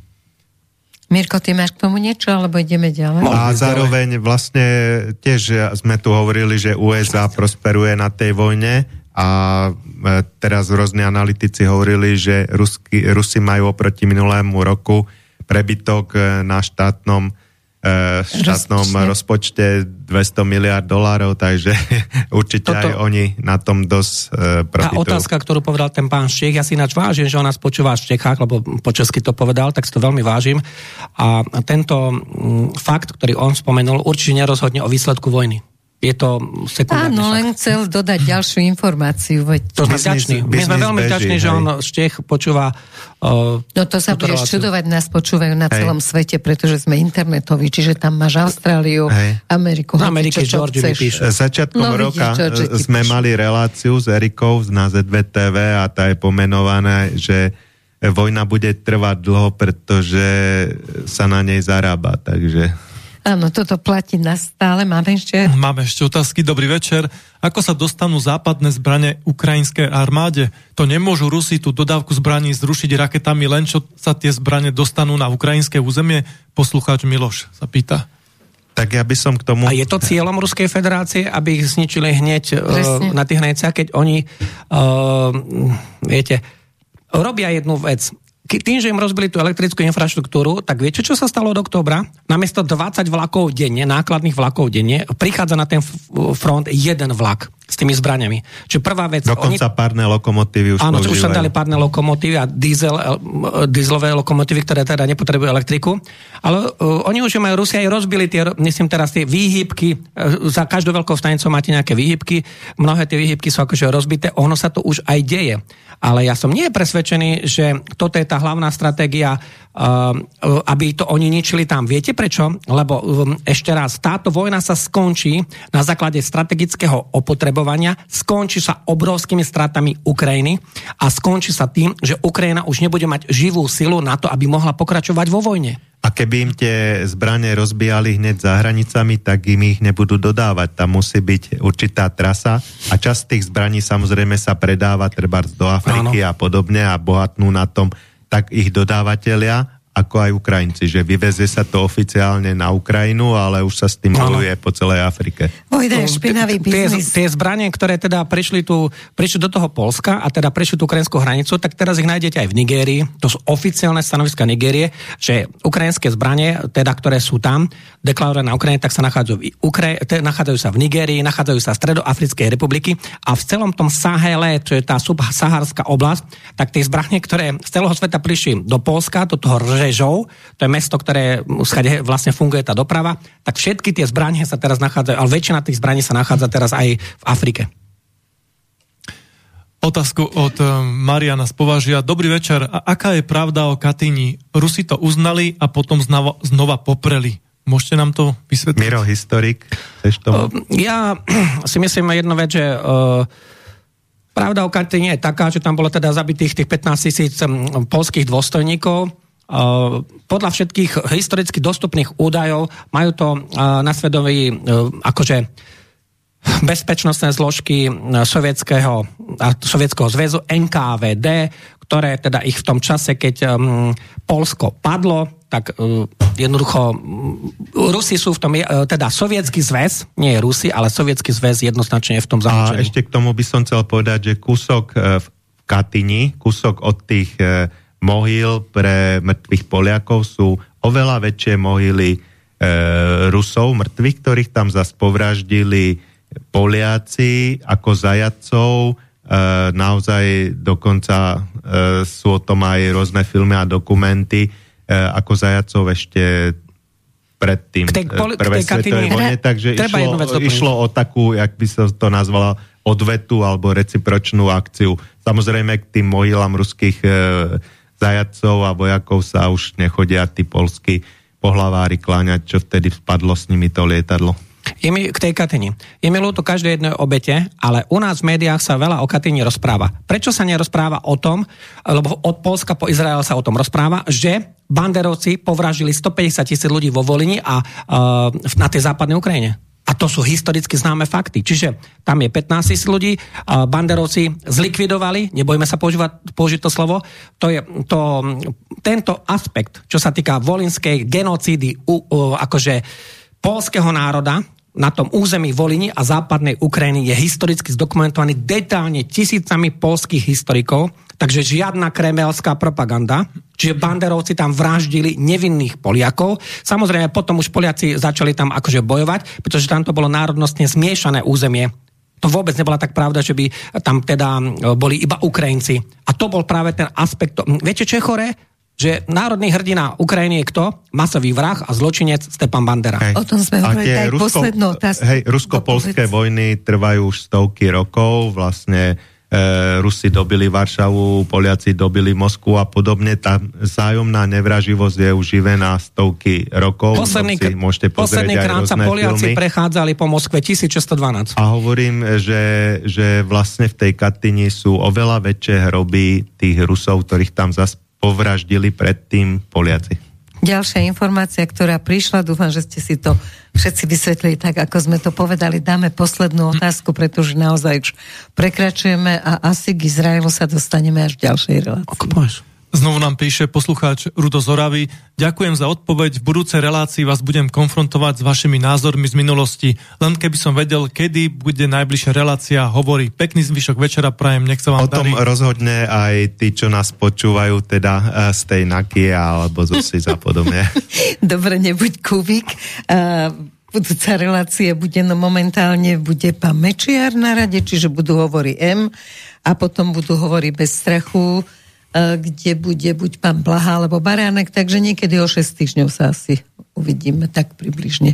Mirko, ty máš k tomu niečo, alebo ideme ďalej? A zároveň vlastne tiež sme tu hovorili, že ú es á prosperuje na tej vojne a teraz rôzni analytici hovorili, že Rusky, Rusi majú oproti minulému roku prebytok na štátnom, štátnom rozpočte dvesto miliárd dolárov, takže určite Toto... aj oni na tom dosť profitujú. A otázka, ktorú povedal ten pán Čech, ja si ináč vážim, že on nás počúva v Čechách, lebo po česky to povedal, tak si to veľmi vážim. A tento fakt, ktorý on spomenul, určite nerozhodne o výsledku vojny. Je to sekundárny Áno, len chcel dodať ďalšiu informáciu. Veď... To sme vďační. My sme veľmi vďační, že on z Čech počúva... Uh, no to sa budeš čudovať, nás počúvajú na hej. celom svete, pretože sme internetoví, čiže tam máš Austráliu, hej. Ameriku. Na Amerike George mi píše. Začiatkom no, roka vidíš, sme píš. mali reláciu s Erikou na zet vé té vé a tá je pomenovaná, že vojna bude trvať dlho, pretože sa na nej zarába, takže... Áno, toto platí na stále. Máme ešte... Máme ešte otázky. Dobrý večer. Ako sa dostanú západné zbrane ukrajinskej armáde? To nemôžu Rusi tú dodávku zbraní zrušiť raketami, len čo sa tie zbrane dostanú na ukrajinské územie? Poslucháč Miloš sa pýta. Tak ja by som k tomu... A je to cieľom Ruskej federácie, aby ich zničili hneď uh, na tých hraniciach, keď oni, uh, viete, robia jednu vec. Tým, že im rozbili tú elektrickú infraštruktúru, tak viete, čo sa stalo od októbra? Namiesto dvadsať vlakov denne, nákladných vlakov denne, prichádza na ten front jeden vlak s tými zbraňami. Čiže prvá vec... Dokonca oni... párne lokomotívy už Áno, používajú. už sa dali párne lokomotívy a diesel, dieselové lokomotívy, ktoré teda nepotrebujú elektriku. Ale uh, oni už majú, Rusia aj rozbili tie, myslím teraz tie výhybky, uh, za každou veľkou stanicou máte nejaké výhybky, mnohé tie výhybky sú akože rozbité, ono sa to už aj deje. Ale ja som nie presvedčený, že toto je tá hlavná stratégia, aby to oni ničili tam. Viete prečo? Lebo ešte raz, táto vojna sa skončí na základe strategického opotrebovania, skončí sa obrovskými stratami Ukrajiny a skončí sa tým, že Ukrajina už nebude mať živú silu na to, aby mohla pokračovať vo vojne. A keby im tie zbrane rozbíjali hneď za hranicami, tak im ich nebudú dodávať. Tam musí byť určitá trasa a časť tých zbraní samozrejme sa predáva trebárs do Afriky Áno. a podobne a bohatnú na tom tak ich dodávateľia a ako aj Ukrajinci, že vyvezie sa to oficiálne na Ukrajinu, ale už sa s tým bojuje po celej Afrike. Vojda je špinavý biznis. Tie zbranie, ktoré teda prišli, tu, prišli do toho Poľska a teda prišli tú ukrajinskú hranicu, tak teraz ich nájdete aj v Nigérii. To sú oficiálne stanoviska Nigérie, že ukrajinské zbranie, teda ktoré sú tam, deklarované na Ukrajine, tak sa nachádzajú, v Ukra- teda nachádzajú sa v Nigérii, nachádzajú sa v Stredoafrickej republiky a v celom tom Sahele, čo je tá subsaharská oblasť, tak tie zbranie, ktoré z celého sveta prišli do Poľska, do toho Řežov, to je mesto, ktoré skade vlastne funguje tá doprava, tak všetky tie zbranie sa teraz nachádzajú, ale väčšina tých zbraní sa nachádza teraz aj v Afrike. Otázku od Mariana z Považia. Dobrý večer. A aká je pravda o Katyni? Rusi to uznali a potom znova, znova popreli. Môžete nám to vysvetliť? Miro, historik. Uh, ja si myslím jednu vec, že uh, pravda o Katyni je taká, že tam bolo teda zabitých tých pätnásť tisíc poľských dôstojníkov. Uh, podľa všetkých historicky dostupných údajov majú to uh, na svedomí uh, akože bezpečnostné zložky sovietského, sovietskeho zväzu en ká vé dé, ktoré teda ich v tom čase, keď um, Poľsko padlo, tak uh, jednoducho um, Rusi sú v tom, uh, teda sovietský zväz, nie je Rusi, ale sovietský zväz jednoznačne je v tom zamočený. A ešte k tomu by som chcel povedať, že kúsok v Katyni, kúsok od tých uh, mohyl pre mŕtvych Poliakov sú oveľa väčšie mohyly e, Rusov mŕtvych, ktorých tam zas povraždili Poliaci ako zajatcov. E, naozaj dokonca e, sú o tom aj rôzne filmy a dokumenty e, ako zajatcov ešte predtým poli- prvé svetovej vojne. Takže išlo, išlo o takú, jak by sa to nazvala, odvetu alebo recipročnú akciu. Samozrejme k tým mohylám ruských e, zajatcov a vojakov sa už nechodia tí poľskí pohlavári kláňať, čo vtedy spadlo s nimi to lietadlo. Je mi k tej Katyni. Je mi ľúto každej jednej obete, ale u nás v médiách sa veľa o Katyni rozpráva. Prečo sa nerozpráva o tom, lebo od Poľska po Izrael sa o tom rozpráva, že banderovci povražili stopäťdesiat tisíc ľudí vo Volini a uh, na tej západnej Ukrajine. A to sú historicky známe fakty. Čiže tam je pätnásť tisíc ľudí, banderovci zlikvidovali, nebojme sa používať, použiť to slovo, to je to, tento aspekt, čo sa týka volinskej genocídy u, u, akože poľského národa na tom území Volini a západnej Ukrajiny je historicky zdokumentovaný detailne tisícami poľských historikov, takže žiadna kremelská propaganda, čiže banderovci tam vraždili nevinných Poliakov. Samozrejme, potom už Poliaci začali tam akože bojovať, pretože tam to bolo národnostne zmiešané územie. To vôbec nebola tak pravda, že by tam teda boli iba Ukrajinci. A to bol práve ten aspekt. Viete, čo je choré? Že národný hrdina Ukrajiny je kto? Masový vrah a zločinec Stepan Bandera. Hej. O tom sme hovorili aj Rusko, poslednú otázku. Hej, rusko-polské vojny trvajú už stovky rokov, vlastne e, Rusi dobili Varšavu, Poliaci dobili Moskvu a podobne. Tá vzájomná nevraživosť je už živená stovky rokov. Posledný, si môžete pozrieť posledný aj krát sa Poliaci filmy. Prechádzali po Moskve tisícšesťstodvanásť. A hovorím, že, že vlastne v tej Katyni sú oveľa väčšie hroby tých Rusov, ktorých tam zas povraždili predtým Poliaci. Ďalšia informácia, ktorá prišla, dúfam, že ste si to všetci vysvetlili tak, ako sme to povedali. Dáme poslednú otázku, pretože naozaj už prekračujeme a asi k Izraelu sa dostaneme až v ďalšej relácii. Znovu nám píše poslucháč Rudo z Oravy. Ďakujem za odpoveď. V budúcej relácii vás budem konfrontovať s vašimi názormi z minulosti. Len keby som vedel, kedy bude najbližšia relácia, hovorí. Pekný zvyšok večera prajem, nech sa vám darí. O tom darí. Rozhodne aj tí, čo nás počúvajú, teda z tej Nakie alebo zo SIS a podobne. Dobre, nebuď Kubík. Uh... Budúca relácia bude, no momentálne bude pán Mečiar na rade, čiže budú hovorí M a potom budú hovorí bez strachu, kde bude buď pán Blaha alebo Baránek, takže niekedy o šesť týždňov sa asi uvidíme, tak približne.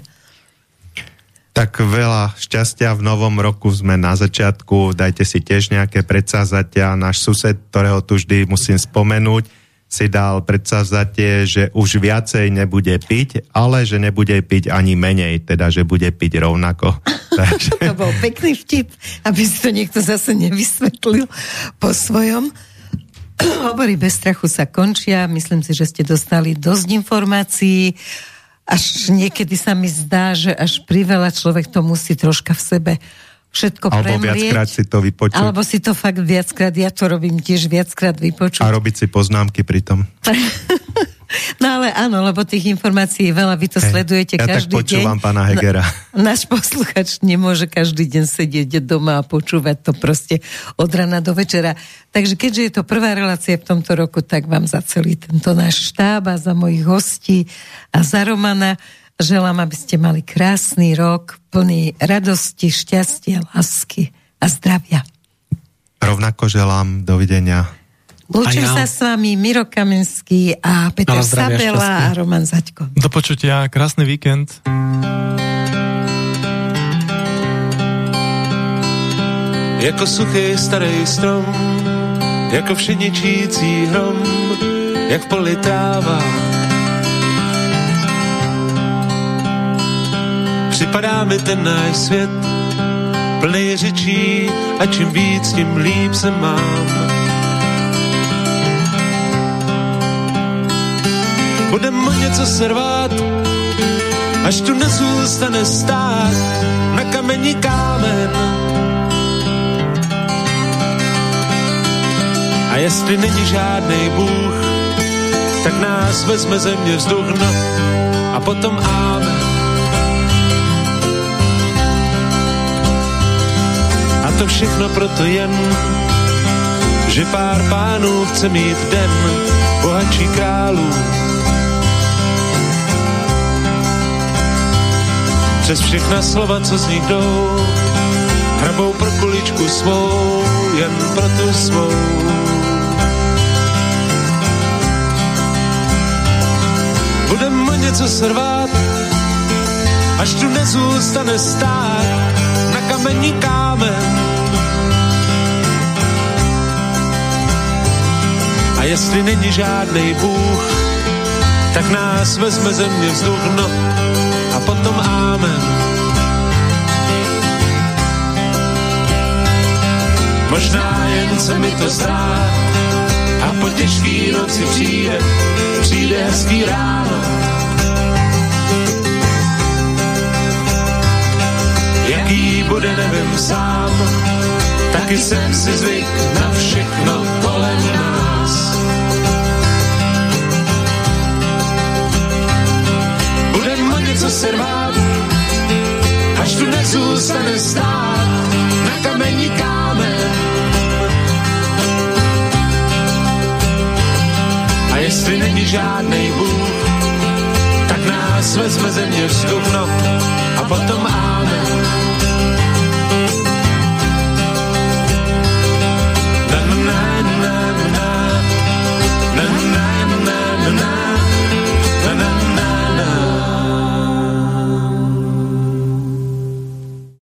Tak veľa šťastia v novom roku, sme na začiatku, dajte si tiež nejaké predsavzatia. Náš sused, ktorého tu vždy musím spomenúť, si dal predsavzatie, že už viacej nebude piť, ale že nebude piť ani menej, teda že bude piť rovnako. Takže... To bol pekný vtip, aby si to niekto zase nevysvetlil po svojom. Hovorí bez strachu sa končia. Myslím si, že ste dostali dosť informácií. Až niekedy sa mi zdá, že až priveľa človek to musí troška v sebe všetko alebo premlieť. Alebo viackrát si to vypočuť. Alebo si to fakt viackrát, ja to robím tiež viackrát vypočuť. A robiť si poznámky pri tom. No ale áno, lebo tých informácií je veľa, vy to hey, sledujete ja každý deň. Ja tak počúvam pána Hegera. No, náš posluchač nemôže každý deň sedieť doma a počúvať to proste od rana do večera. Takže keďže je to prvá relácia v tomto roku, tak vám za celý tento náš štáb a za mojich hostí a za Romana želám, aby ste mali krásny rok, plný radosti, šťastia, lásky a zdravia. Rovnako želám, dovidenia. Lúčim ja. sa s vami Miro Kamenský a Peter Sabela a Roman Zaďko. Do počutia, krásny víkend. Jako suchý starý strom, jako všeničící hrom, jak v poli tráva. Připadá mi ten náš svět plný řečí a čím víc, tím líp se mám. Budem o něco se rvát, až tu nezůstane stát na kamení kámen. A jestli není žádnej Bůh, tak nás vezme země vzduch, no a potom ámen. A to všechno proto jen, že pár pánů chce mít den bohatší králů. Přes všechna slova, co z nich jdou, hrabou pro kuličku svou, jen pro tu svou. Budem o něco se rvát, až tu nezůstane stát na kamení kámen. A jestli není žádnej Bůh, tak nás vezme země vzduch, no a potom ámen. Možná jen se mi to zdá a po těžký noci přijde, přijde hezký ráno. Jaký bude, nevím sám, taky jsem si zvyk na všechno kolem nás. Budem o něco se rvát, až tu nezůstane stát na kamení kámen. A jestli není žádnej Bůh, tak nás vezme země vzduch, no a potom á.